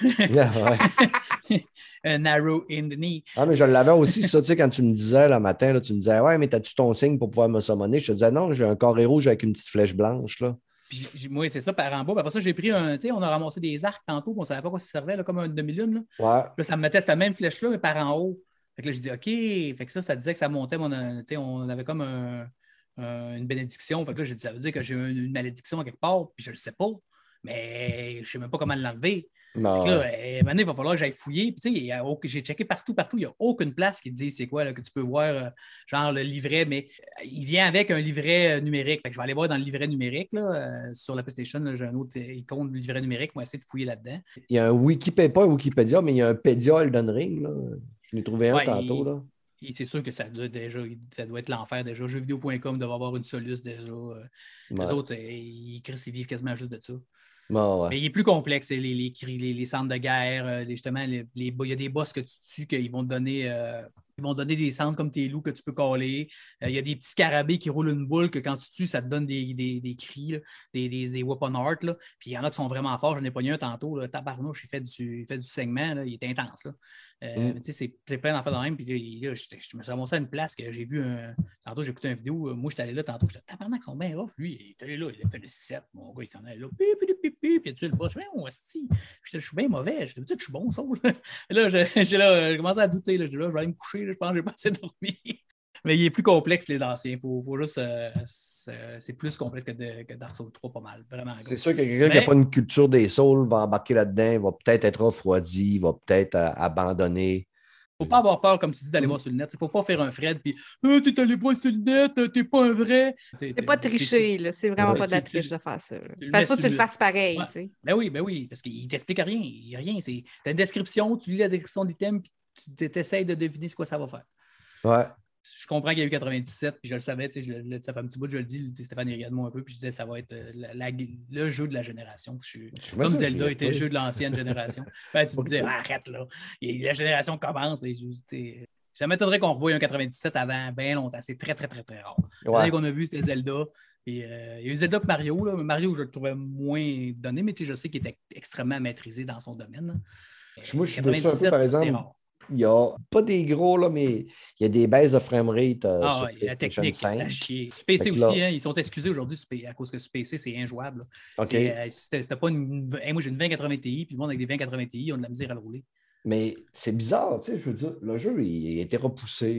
Un arrow in the knee. Ah, mais je l'avais aussi, ça, tu sais, quand tu me disais le matin, là, tu me disais, ouais, mais as-tu ton signe pour pouvoir me summoner? Je te disais, non, j'ai un carré rouge avec une petite flèche blanche, là. Puis, moi, c'est ça, par en bas. Puis après ça, j'ai pris un. Tu sais, on a ramassé des arcs tantôt, on ne savait pas quoi ça servait, là, comme un demi-lune. Là. Ouais. Puis là, ça me mettait cette même flèche-là, mais par en haut. Fait que là, je dis, OK. Fait que ça, ça disait que ça montait. Mon, tu sais, on avait comme un, un, une bénédiction. Fait que là, j'ai dit, ça veut dire que j'ai une, une malédiction à quelque part, puis je ne le sais pas. Mais je ne sais même pas comment l'enlever. Non. Fait que là, eh, maintenant, il va falloir que j'aille fouiller. Puis, tu sais, j'ai checké partout, partout. Il n'y a aucune place qui te dit c'est quoi, là, que tu peux voir, euh, genre le livret, mais il vient avec un livret numérique. Fait que je vais aller voir dans le livret numérique, là, euh, sur la PlayStation. Là, j'ai un autre icône de livret numérique. Moi, essayer de fouiller là-dedans. Il y a un Wikipédia, pas un Wikipédia, mais il y a un Pédia Elden Ring. Là. Je l'ai trouvé un ouais, tantôt. Il... Là. C'est sûr que ça doit, déjà, ça doit être l'enfer déjà. jeux vidéo point com doit avoir une soluce déjà. Ouais. Les autres, ils, ils vivent quasiment juste de ça. Oh, ouais. Mais il est plus complexe, les, les, les, les centres de guerre, les, justement, les, les, il y a des boss que tu tues qu'ils vont te donner, euh, ils vont te donner des centres comme tes loups que tu peux caller. Euh, il y a des petits scarabées qui roulent une boule que quand tu tues, ça te donne des, des, des cris, là, des, des, des weapon art. Là. Puis il y en a qui sont vraiment forts. J'en ai pogné un tantôt. Là, tabarnouche, il fait du, il fait du segment. Là, il est intense. Là. Euh, mm. c'est, c'est plein d'enfants de même. Puis là, là, je, je me suis ramassé à une place que j'ai vu un. Tantôt, j'ai écouté une vidéo. Moi, je suis allé là tantôt. J'étais tabarnak, ils sont bien rough. Lui, il est allé là. Il a fait le sept. Mon gars, il s'en allait là. Puis, puis, puis, puis, puis tu le boss. Je suis bien, hostie. Je suis bien mauvais. Je suis bon, ça. Là, j'ai là, commencé à douter. Là, je, là, je vais aller me coucher. Là, je pense que j'ai pas assez dormi. Mais il est plus complexe, les anciens. Faut, faut juste, euh, c'est, c'est plus complexe que, de, que Dark Souls trois, pas mal. Vraiment. C'est sûr que quelqu'un Mais... qui n'a pas une culture des Souls va embarquer là-dedans, il va peut-être être refroidi, il va peut-être euh, abandonner. Il ne faut pas avoir peur, comme tu dis, d'aller voir sur le net. Il ne faut pas faire un Fred puis oh, tu es allé voir sur le net, tu n'es pas un vrai. C'est pas tricher, là. C'est vraiment ouais. pas de la triche de faire ça. Parce que tu le fasses pareil. Ouais. Tu sais. Ben oui, ben oui, parce qu'il ne t'explique rien. Il y a rien. Tu as une description, tu lis la description de l'item, puis tu essaies de deviner ce que ça va faire. Ouais. Je comprends qu'il y a eu quatre-vingt-dix-sept, puis je le savais, je, je, ça fait un petit bout, je le dis, Stéphane, il regarde moi un peu, puis je disais ça va être la, la, le jeu de la génération. Je suis, je comme ça, Zelda était le jeu de l'ancienne génération. Ben, tu me disais, ah, arrête là, et la génération commence. Mais je, ça m'étonnerait qu'on revoie un quatre-vingt-dix-sept avant bien longtemps. C'est très, très, très, très rare. Ouais. La dernière qu'on a vu, c'était Zelda. Et, euh, il y a eu Zelda et Mario. Là. Mario, je le trouvais moins donné, mais je sais qu'il était extrêmement maîtrisé dans son domaine. Moi, je suis dessus un peu, par exemple. Il n'y a pas des gros, là, mais il y a des baisses de framerate. Euh, ah, sur la technique, c'est chier. Sur P C aussi, là... hein, ils sont excusés aujourd'hui à cause que sur P C, c'est injouable. Okay. C'est, euh, c'était, c'était pas une... hey, moi, j'ai une vingt quatre-vingts Ti, puis le monde avec des vingt quatre-vingts Ti, ils ont de la misère à le rouler. Mais c'est bizarre, tu sais, je veux dire, le jeu, il a été repoussé.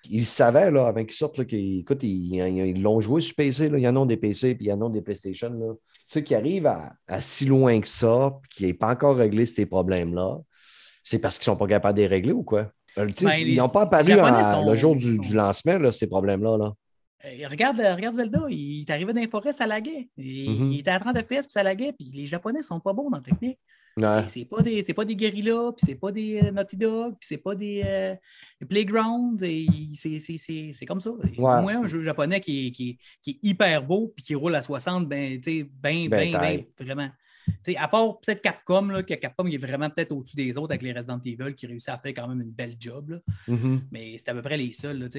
Ils savaient, là, avant qu'ils sortent, là, qu'ils, écoute, ils, ils l'ont joué sur P C. Là. Il y en a des P C puis il y en a des PlayStation. Là. Tu sais, qui arrivent à, à si loin que ça, puis qui n'aient pas encore réglé ces problèmes-là, c'est parce qu'ils ne sont pas capables de les régler ou quoi? Ben, ils n'ont pas apparu en, sont... le jour du, du lancement, là, ces problèmes-là. Là. Euh, regarde, regarde Zelda, il est arrivé dans les forêts, ça laguait. Il, mm-hmm. il était à trente F P S, puis ça laguait. Puis les Japonais ne sont pas bons dans la technique. Ouais. C'est, c'est, pas des, c'est pas des guérillas, puis c'est pas des euh, Naughty Dog, puis c'est pas des, euh, des Playgrounds. Et c'est, c'est, c'est, c'est comme ça. Ouais. Au moins, un jeu japonais qui est, qui, qui est hyper beau, puis qui roule à soixante, ben, tu sais, bien, bien, bien, vraiment. T'sais, à part peut-être Capcom, là, que Capcom il est vraiment peut-être au-dessus des autres avec les Resident Evil qui réussit à faire quand même une belle job. Là. Mm-hmm. Mais c'est à peu près les seuls. Là,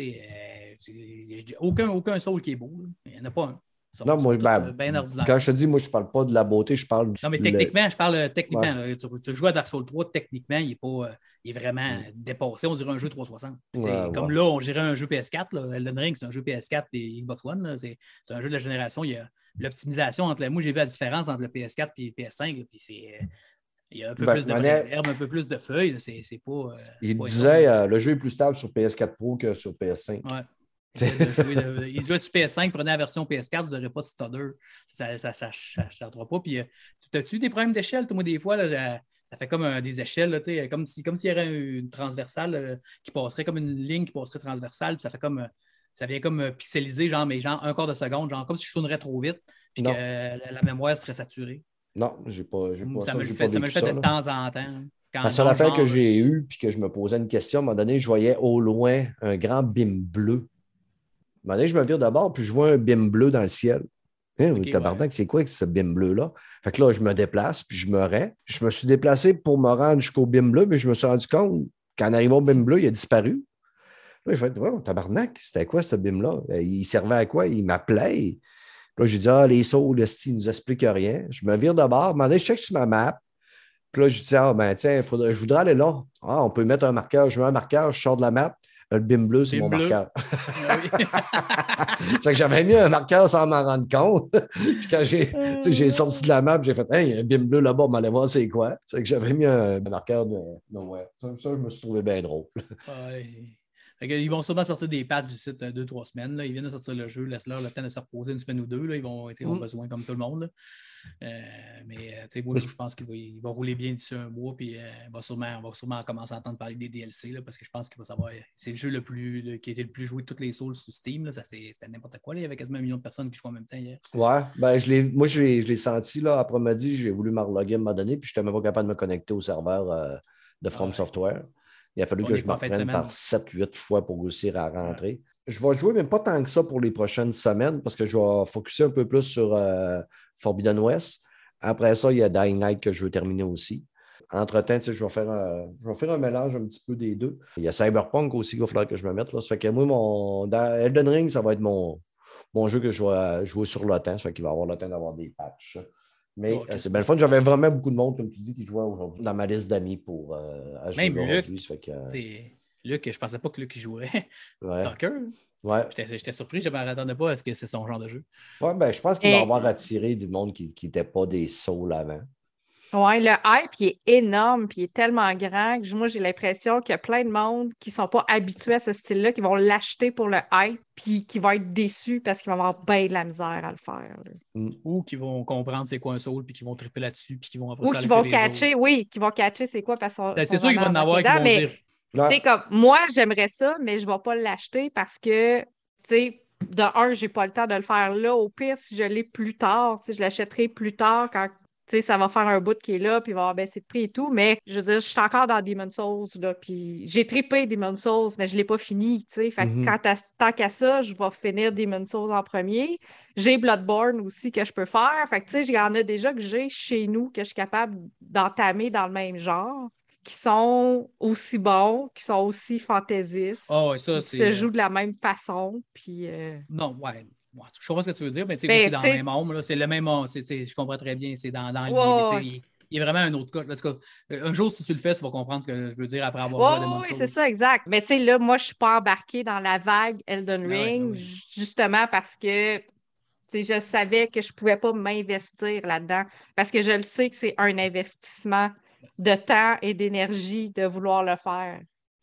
euh, aucun, aucun Soul qui est beau. Là. Il n'y en a pas un. Sont, non, moi, ben, quand je te dis, moi, je ne parle pas de la beauté, je parle du. Non, mais techniquement, le... je parle techniquement. Ouais. Là, tu, tu joues à Dark Souls trois, techniquement, il est, pas, euh, il est vraiment mm. dépassé. On dirait un jeu trois cent soixante. Ouais, comme ouais. là, on dirait un jeu P S quatre. Là. Elden Ring, c'est un jeu P S quatre et Xbox One. Là. C'est, c'est un jeu de la génération. Il y a l'optimisation entre les. Moi, j'ai vu la différence entre le P S quatre et le P S cinq. Là, puis c'est. Il y a un peu ben, plus de herbe, un peu plus de feuilles. C'est, c'est pas. Euh, il pas disait euh, le jeu est plus stable sur P S quatre Pro que sur P S cinq. Ouais. de, il jouait sur P S cinq, prenez la version P S quatre, vous n'aurez pas de stutter. Ça ne ça, ça, ça, ça pas. Puis, euh, as-tu des problèmes d'échelle? Moi, des fois, là, ça fait comme euh, des échelles, là, comme s'il comme si y avait une transversale euh, qui passerait comme une ligne qui passerait transversale. Puis ça fait comme. Euh, ça vient comme euh, pixeliser, genre, mais genre un quart de seconde, genre comme si je tournerais trop vite, puis non. que euh, la, la mémoire serait saturée. Non, j'ai pas. J'ai pas ça, ça, me j'ai fait, pas ça me le fait ça, de là. temps en temps. La seule affaire genre, que j'ai je... eue, puis que je me posais une question, à un moment donné, je voyais au loin un grand bim bleu. À un moment donné, je me vire d'abord, puis je vois un bim bleu dans le ciel. Hein, okay, tabarnak, ouais. C'est quoi ce bim bleu-là? Fait que là, je me déplace, puis je me rends. Je me suis déplacé pour me rendre jusqu'au bim bleu, mais je me suis rendu compte qu'en arrivant au bim bleu, il a disparu. Là, j'ai fait, ouais, tabarnak, c'était quoi ce bim-là? Il servait à quoi? Il m'appelait. Puis là, j'ai dit, ah, les sauts, le style, ils ne nous expliquent rien. Je me vire de bord. À un moment donné, je check sur ma map. Puis là, je dis, ah, ben, tiens, faudrait, je voudrais aller là. Ah, on peut mettre un marqueur. Je mets un marqueur, je sors de la map. Le bim bleu, c'est bim mon bleu. Marqueur. Oui. Fait que j'avais mis un marqueur sans m'en rendre compte. Puis quand j'ai, tu sais, j'ai sorti de la map, j'ai fait, hey, il y a un bim bleu là-bas, on m'allait voir c'est quoi. C'est que j'avais mis un marqueur de. Non, ouais. Ça, ça, je me suis trouvé bien drôle. Ouais. Ils vont sûrement sortir des patchs d'ici deux, trois semaines. Là. Ils viennent de sortir le jeu, laisse-leur le temps de se reposer une semaine ou deux. Là. Ils vont avoir mm. besoin comme tout le monde. Là. Euh, mais moi, je pense qu'il va, il va rouler bien d'ici un mois. Puis euh, va sûrement, on va sûrement commencer à entendre parler des D L C là, parce que je pense qu'il va savoir. C'est le jeu le plus, le, qui a été le plus joué de toutes les Souls sur Steam. Là. Ça, c'est, c'était n'importe quoi. Là. Il y avait quasiment un million de personnes qui jouaient en même temps hier. Ouais, ben, je l'ai, moi, je l'ai, je l'ai senti là, après-midi. J'ai voulu me reloguer à un moment donné. Puis je n'étais même pas capable de me connecter au serveur euh, de From ouais. Software. Il a fallu on que je me reprenne par sept huit fois pour réussir à rentrer. Ouais. Je vais jouer, mais pas tant que ça pour les prochaines semaines, parce que je vais focusser un peu plus sur euh, Forbidden West. Après ça, il y a Dying Light que je veux terminer aussi. Entre-temps, je vais faire un, je vais faire un mélange un petit peu des deux. Il y a Cyberpunk aussi qu'il va falloir que je me mette. Là. Ça fait que moi, mon, dans Elden Ring, ça va être mon, mon jeu que je vais jouer sur le temps. Ça fait qu'il va avoir le temps d'avoir des patchs. Mais oh, okay. euh, c'est bien le fun. J'avais vraiment beaucoup de monde, comme tu dis, qui jouait aujourd'hui dans ma liste d'amis pour euh, à jouer Même aujourd'hui. Luc, ça fait que, euh... c'est... Luc, je ne pensais pas que Luc jouerait. Ouais. Tucker. Ouais. J'étais, j'étais surpris, je ne m'attendais pas à ce que c'est son genre de jeu. Oui, ben, je pense qu'il Et... va avoir attiré du monde qui n'était pas des Souls avant. Oui, le hype, il est énorme, puis il est tellement grand que moi, j'ai l'impression qu'il y a plein de monde qui ne sont pas habitués à ce style-là, qui vont l'acheter pour le hype, puis qui vont être déçus parce qu'ils vont avoir bien de la misère à le faire. Mm. Ou qui vont comprendre c'est quoi un Soul, puis qui vont triper là-dessus, puis qui vont après Ou qui vont catcher, oui, qui vont catcher c'est quoi, parce que ben, c'est sûr qu'ils vont en avoir qui vont mais, dire. Tu sais, comme, moi, j'aimerais ça, mais je ne vais pas l'acheter parce que, tu sais, de un, je n'ai pas le temps de le faire là. Au pire, si je l'ai plus tard, tu sais, je l'achèterai plus tard quand, tu sais, ça va faire un bout qui est là, puis il va avoir baissé de prix et tout. Mais, je veux dire, je suis encore dans Demon's Souls, là, puis j'ai trippé Demon's Souls, mais je ne l'ai pas fini, tu sais. Fait que mm-hmm. quand tant qu'à ça, je vais finir Demon's Souls en premier. J'ai Bloodborne aussi que je peux faire. Fait que, tu sais, il y en a déjà que j'ai chez nous que je suis capable d'entamer dans le même genre, qui sont aussi bons, qui sont aussi fantaisistes, oh, ouais, ça, qui c'est... se jouent de la même façon. Puis, euh... Non, ouais. ouais. Je comprends ce que tu veux dire, mais tu sais, ben, c'est dans le même ombre. C'est le même ombre. C'est, c'est, je comprends très bien. C'est dans, dans ouais, ouais. Il, il y a vraiment un autre cas. Là, cas. Un jour, si tu le fais, tu vas comprendre ce que je veux dire après avoir ouais, vu Oui, c'est ça, exact. Mais tu sais, là, moi, je ne suis pas embarquée dans la vague Elden Ring, ouais, ouais. justement parce que je savais que je ne pouvais pas m'investir là-dedans. Parce que je le sais que c'est un investissement de temps et d'énergie de vouloir le faire.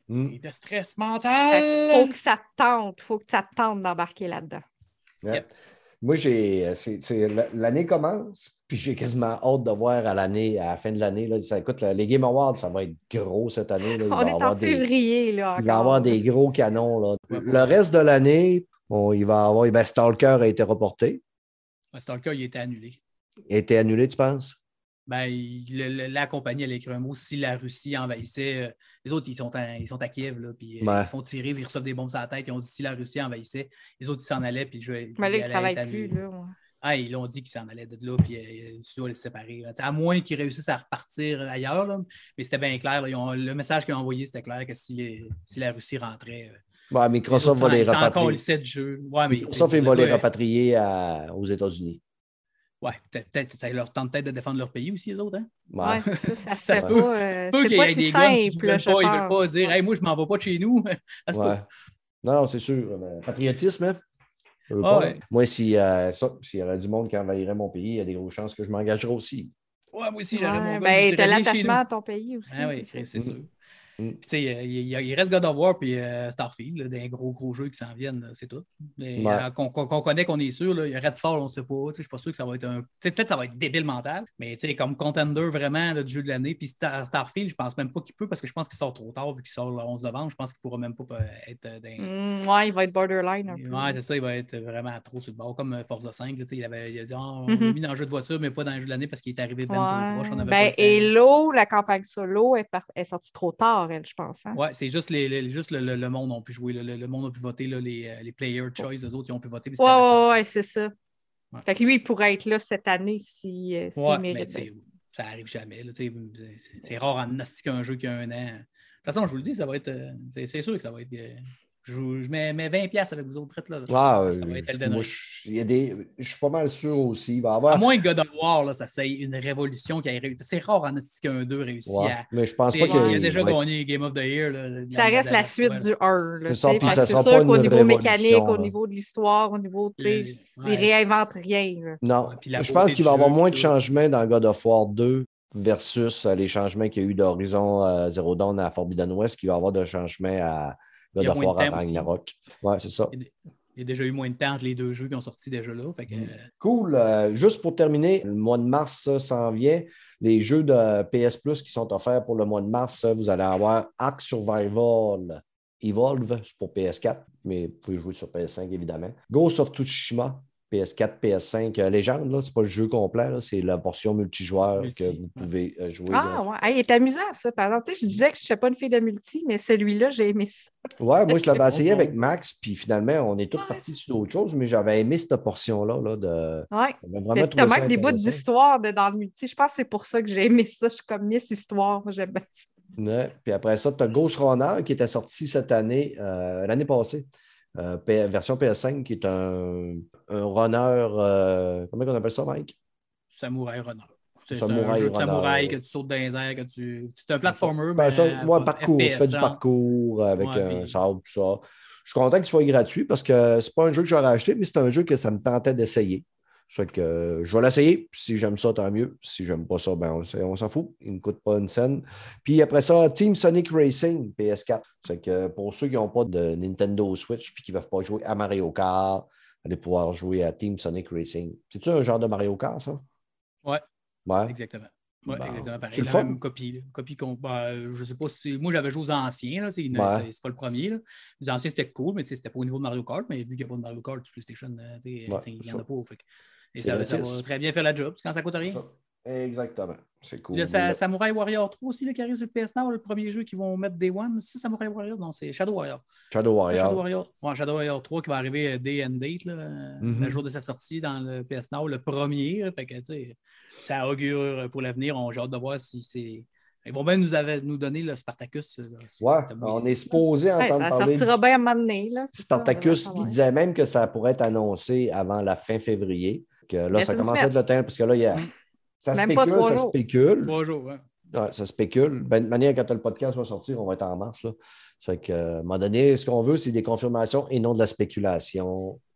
Mm. Et de stress Il mental. faut que ça te tente, faut que ça te tente d'embarquer là-dedans. Ouais. Yep. Moi, j'ai. c'est- c'est- l'année commence, puis j'ai quasiment hâte de voir à l'année, à la fin de l'année. Là, ça, écoute, les Game Awards, ça va être gros cette année. Là. Il On va y est avoir en des, février, là, il va y avoir encore. des gros canons. Là. Ouais, Le reste de l'année, bon, il va y avoir. Ben, Stalker a été reporté. Ouais, Stalker, il a été annulé. Il a été annulé, tu penses? Ben, il- le- le- la compagnie, elle a écrit un mot. Si la Russie envahissait, euh, les autres, ils sont à, ils sont à Kiev, là, puis euh, Ouais. ils se font tirer, puis ils reçoivent des bombes sur la tête. Ils ont dit si la Russie envahissait, les autres, ils s'en allaient, puis je puis Mais là, il il ne allait travaille être plus. annulé. Là, ouais. Ah, ils l'ont dit qu'ils s'en allaient de là, puis euh, tu dois les séparer. Là. À moins qu'ils réussissent à repartir ailleurs, là. Mais c'était bien clair. Là, ils ont- le message qu'ils ont envoyé, c'était clair que si, les- si la Russie rentrait, euh, Ouais, les Microsoft autres va s'en- les ils s'en rapatrier. calissaient de jeu. Ouais, mais, Microsoft, tu sais, il va les ouais, rapatrier à- aux États-Unis. Ouais, peut-être, peut-être, ça leur tente peut-être de défendre leur pays aussi, les autres. Hein? Ouais. Ouais, ça, ça se Ça fait se pas. peut. euh, Peu c'est qu'il y pas ait si des gars qui simple, ne veulent je pas, ils veulent pas pense. dire hey, moi, je m'en vais pas de chez nous. Ça se Ouais. peut. Non, non, c'est sûr. mais patriotisme, hein? Je veux Ah, pas. ouais. Moi, si, euh, ça, s'il y aurait du monde qui envahirait mon pays, il y a des grosses chances que je m'engagerais aussi. Ouais, moi aussi, j'aurais Ouais, mon gars. ben, je t'as dirais bien chez nous. l'attachement à ton pays aussi. Ah oui, c'est ça. c'est Mm. sûr. Mm. Puis, tu sais, il, il- il reste God of War puis euh, Starfield, là, des gros, gros jeux qui s'en viennent, là, c'est tout. Mais Ouais. euh, qu'on qu'on- qu'on connaît, qu'on est sûr, là, il y a Redfall, on ne sait pas. Tu sais, Je ne suis pas sûr que ça va être un. Tu sais, peut-être que ça va être débile mental, mais tu sais, comme contender vraiment là, du jeu de l'année. Puis Star- Starfield, je pense même pas qu'il peut parce que je pense qu'il sort trop tard vu qu'il sort le onze novembre. Je pense qu'il ne pourra même pas euh, être euh, dans. Mm, ouais, il va être borderline un peu. Ouais, c'est ça, il va être vraiment trop sur le bord, comme euh, Forza cinq. Là, tu sais, il, avait, il a dit Ah, on Mhm. l'a mis dans le jeu de voiture, mais pas dans le jeu de l'année parce qu'il est arrivé ben trop proche. On Ouais. avait Ben, pas le temps. Halo, la campagne solo est, par- est sortie trop tard, elle, je pense. Hein? Ouais, c'est juste, les, les- juste le, le, le monde ont pu jouer. Le, le, le monde a pu voter. Là, les, euh, les player choice, eux autres, ils ont pu voter. mais Ouais, c'était la ouais, seule. ouais, c'est ça. Ouais. Fait que lui, il pourrait être là cette année si, euh, s'il Ouais, mais mérite. tu sais, ça arrive jamais. Là, tu sais, c'est- c'est rare en astique un jeu qui a un an. De toute façon, je vous le dis, ça va être. euh, C'est c'est sûr que ça va être. euh, Je, vous- je mets, mets vingt piastres avec vous autres. Là, là. Ah, ça va euh, être Elden moi, Ring. je, il y a des, je suis pas mal sûr aussi. Il va y À avoir. moins que God of War, là, ça soit une révolution qui a réussi. C'est rare en astique qu'un deux réussit Ouais, à. mais je pense Tu pas sais, qu'il Il a déjà ouais. gagné Game of the Year. Là, de Ça reste de la suite ouais. du un. là, C'est ça, tu sais. puis Fait ça que c'est sera sûr pas qu'au une niveau révolution, mécanique, au là. niveau de l'histoire, au niveau, tu sais, Le- ils ouais. réinventent rien. là. Non, Ouais, puis la je pense beauté qu'il du va y avoir jeu, moins puis de tout. changements dans God of War deux versus euh, les changements qu'il y a eu d'Horizon euh, Zero Dawn à Forbidden West, qu'il va y avoir de changements à Il y God a of moins War de à temps aussi. Ragnarok. Ouais, c'est ça. Il y a- il y a déjà eu moins de temps entre les deux jeux qui ont sorti déjà là. Fait que, Mm. euh, Cool. Euh, juste pour terminer, le mois de mars, ça s'en vient. Les jeux de P S Plus qui sont offerts pour le mois de mars, ça, vous allez avoir Ark Survival Evolve, c'est pour P S quatre, mais vous pouvez jouer sur P S cinq, évidemment. Ghost of Tsushima, P S quatre, P S cinq, euh, Légende, là, c'est pas le jeu complet, là, c'est la portion multijoueur Multi, que vous pouvez euh, jouer. Ah, là. ouais. Hey, il est amusant, ça. Par exemple, tu sais, je disais que je ne suis pas une fille de multi, mais celui-là, j'ai aimé ça. Ouais, moi, je l'avais essayé Bon, bon. avec Max, puis finalement, on est tous partis sur d'autres choses, mais j'avais aimé cette portion-là. Là, de... Ouais. J'avais vraiment Tu as trouvé ça même des bouts intéressant. d'histoire de- dans le multi. Je pense que c'est pour ça que j'ai aimé ça. Je suis comme Miss Histoire. J'aime bien ça. Ouais. Puis après ça, tu as Ghost Runner qui était sorti cette année, euh, l'année passée, euh, P- version P S cinq, qui est un, un runner. Euh, comment on appelle ça, Mike? Samouraï Runner. C'est c'est Samouraï un jeu de Runner, samouraï, ouais. que tu sautes dans les airs, que tu. C'est un platformer, Ben, mais. ça, ouais, pas- parcours, F P tu S, fais du genre. parcours avec Ouais, un puis- sable, tout ça. Je suis content qu'il soit gratuit parce que c'est pas un jeu que j'aurais acheté, mais c'est un jeu que ça me tentait d'essayer. Ça fait que euh, je vais l'essayer. Si j'aime ça, tant mieux. Si j'aime pas ça, ben on, s- on s'en fout. Il ne coûte pas une scène. Puis après ça, Team Sonic Racing, P S quatre. Ça fait que pour ceux qui n'ont pas de Nintendo Switch et qui ne peuvent pas jouer à Mario Kart, allez pouvoir jouer à Team Sonic Racing. C'est-tu un genre de Mario Kart, ça? Ouais, Ouais. exactement. Ouais, Bon. exactement C'est pareil. le La fun. même copie. Là. Copie qu'on. Ben, je sais pas si. Moi, j'avais joué aux anciens. Là. C'est, une- Ouais. c'est, c'est pas le premier. Là. Les anciens, c'était cool, mais tu sais, c'était pas au niveau de Mario Kart. Mais vu qu'il n'y a pas de Mario Kart sur PlayStation, euh, tu sais, Ouais, il n'y c'est en a ça. pas. Fait que- et C'est ça, ça gratis. va très bien faire la job. Quand ça coûte rien. Exactement. C'est cool. Le Sa- Samurai Warrior trois aussi, là, qui arrive sur le P S Now, le premier jeu qu'ils vont mettre Day One. C'est Samurai Warrior? Non, c'est Shadow Warrior. Shadow C'est Warrior. Shadow Warrior. Ouais, Shadow Warrior trois qui va arriver euh, Day and Date, là, euh, Mhm. le jour de sa sortie dans le P S Now, le premier. Là, fait que, tu sais, ça augure pour l'avenir. On, j'ai hâte de voir si c'est. Ils vont bien nous, avait- nous donner le Spartacus. là, si Ouais, c'était on ici. est supposé Ouais, entendre ça parler sortira du bien à un moment donné. Là, c'est ça, Spartacus. on va Il savoir. disait même que ça pourrait être annoncé avant la fin février. Que là, Mais ça c'est une commence à semaine. être le temps parce que là, il y a. Mm. Ça Même pas spécule, trois ça jours. spécule. Trois jours, ouais. Ouais, ça spécule. Ben, de manière, quand le podcast va sortir, on va être en mars. Là. Ça fait que, à un moment donné, ce qu'on veut, c'est des confirmations et non de la spéculation.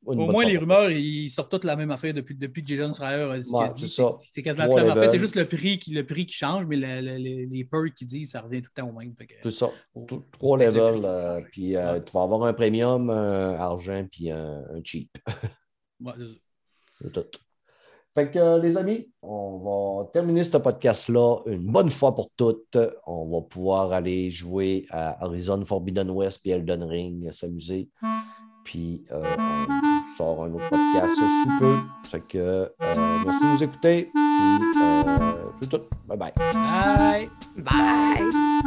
Au moins, les rumeurs, ils sortent toutes la même affaire depuis, depuis que Jason Schreier a dit. Ouais, c'est ça. C'est quasiment la même affaire. C'est juste le prix, qui, le prix qui change, mais le, le, les, les perks qu'ils disent, ça revient tout le temps au même. Que, c'est ça. Au, Trois levels. Euh, puis euh, ouais. Tu vas avoir un premium, un argent, puis un, un cheap. Ouais, c'est ça. C'est tout. Fait que, euh, les amis, on va terminer ce podcast-là une bonne fois pour toutes. On va pouvoir aller jouer à Horizon Forbidden West puis Elden Ring, s'amuser. Puis, euh, on sort un autre podcast sous peu. Fait que, euh, merci de nous écouter. Puis, euh, c'est tout. Bye bye. Bye. Bye.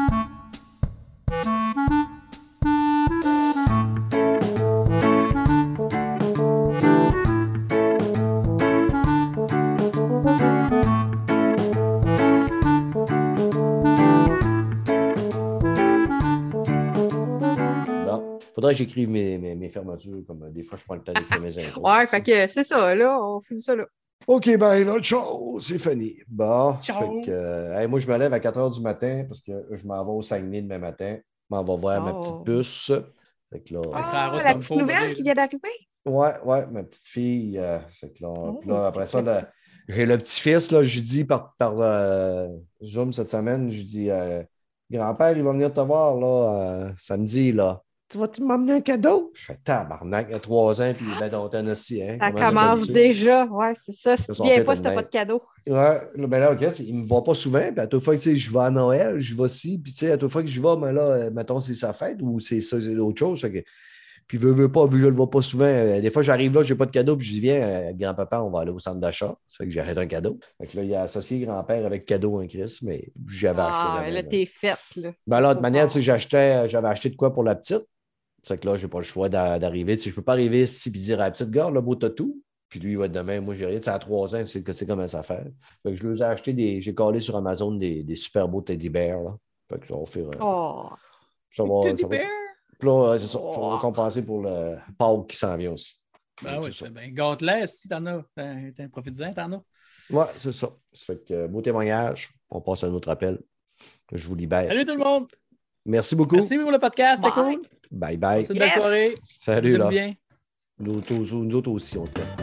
Faudrait que j'écrive mes, mes, mes fermetures, comme des fois je prends le temps d'écrire mes intros. Ouais, fait que c'est ça, là, on finit ça là. OK, ben là, ciao, c'est fini. Bon, ciao. Fait que, euh, hey, moi, je me lève à quatre heures du matin parce que je m'en vais au Saguenay demain matin. Je m'en vais voir oh. ma petite puce. Fait que là, oh, la petite nouvelle qui vient d'arriver. Ouais, ouais, ma petite fille. Euh, fait que là, oh, là après ça, là, j'ai le petit-fils, là, je dis par, par euh, Zoom cette semaine, je dis euh, grand-père, il va venir te voir là, euh, samedi, là. Tu vas-tu m'emmener un cadeau? Je fais tabarnak, il y a trois ans, puis ben, dans Tennessee. Hein? Ça Comment commence déjà, ouais, c'est ça. Si tu viens pas, si t'as pas de cadeau. Ouais, ben là, OK, il me voit pas souvent, puis à toute fois que je vais à Noël, je vais ci, puis tu sais, à toute fois que je vais, ben là, mettons, c'est sa fête ou c'est ça, c'est autre chose. Que... Puis veut, veut pas, vu que je le vois pas souvent, des fois, j'arrive là, j'ai pas de cadeau, puis je dis, viens, grand-papa, on va aller au centre d'achat. Ça fait que j'arrête un cadeau. Fait que là, il a associé grand-père avec cadeau en Chris, mais j'avais ah, acheté. Ah, là, t'es faite, là. Ben là, de manière, tu sais, j'achetais, j'avais acheté de quoi pour la petite. C'est que là, je n'ai pas le choix d'arriver. Tu sais, je ne peux pas arriver ici et dire à la petite gare, le beau tatou. Puis lui, il va être demain. Moi, j'ai rien. Tu sais, à trois ans, tu sais comment ça fait. Fait que je leur ai acheté des. J'ai collé sur Amazon des, des super beaux teddy bears. Là. Fait que ça va faire. Oh! Ça va. Teddy ça va... bear? Puis là, c'est ça. Ça va compenser pour le Pâques qui s'en vient aussi. Ben oui, c'est bien. Gâtelet, si t'en as. T'en profites-en, t'en as. Ouais, c'est ça. Ça fait que beau témoignage. On passe à un autre appel. Je vous libère. Salut tout le monde! Merci beaucoup. Merci pour le podcast, c'était cool. Bye bye. C'est une belle yes. soirée. Salut là. Bien. Nous, nous, nous autres aussi, on t'aime.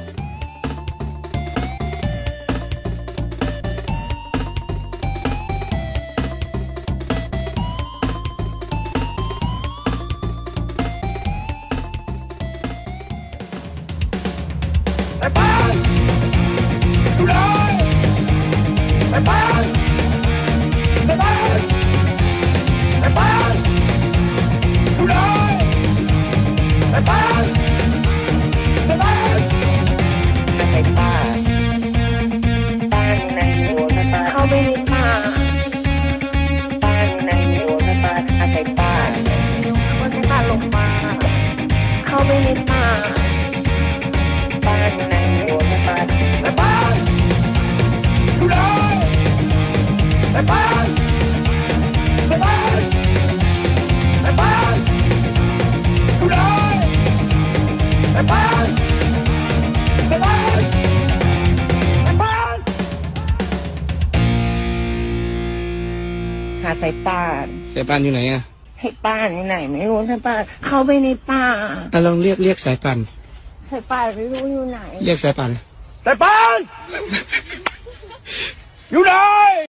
ใส่ป้านสายป่านอยู่ไหนอ่ะให้ป้านอยู่ไหนไม่รู้สายป้านเข้าไปในป่าอ่ะลองเรียกเรียกสายป่านสายป้านไม่รู้อยู่ไหนเรียกสายป่านสายป่าน อยู่ไหน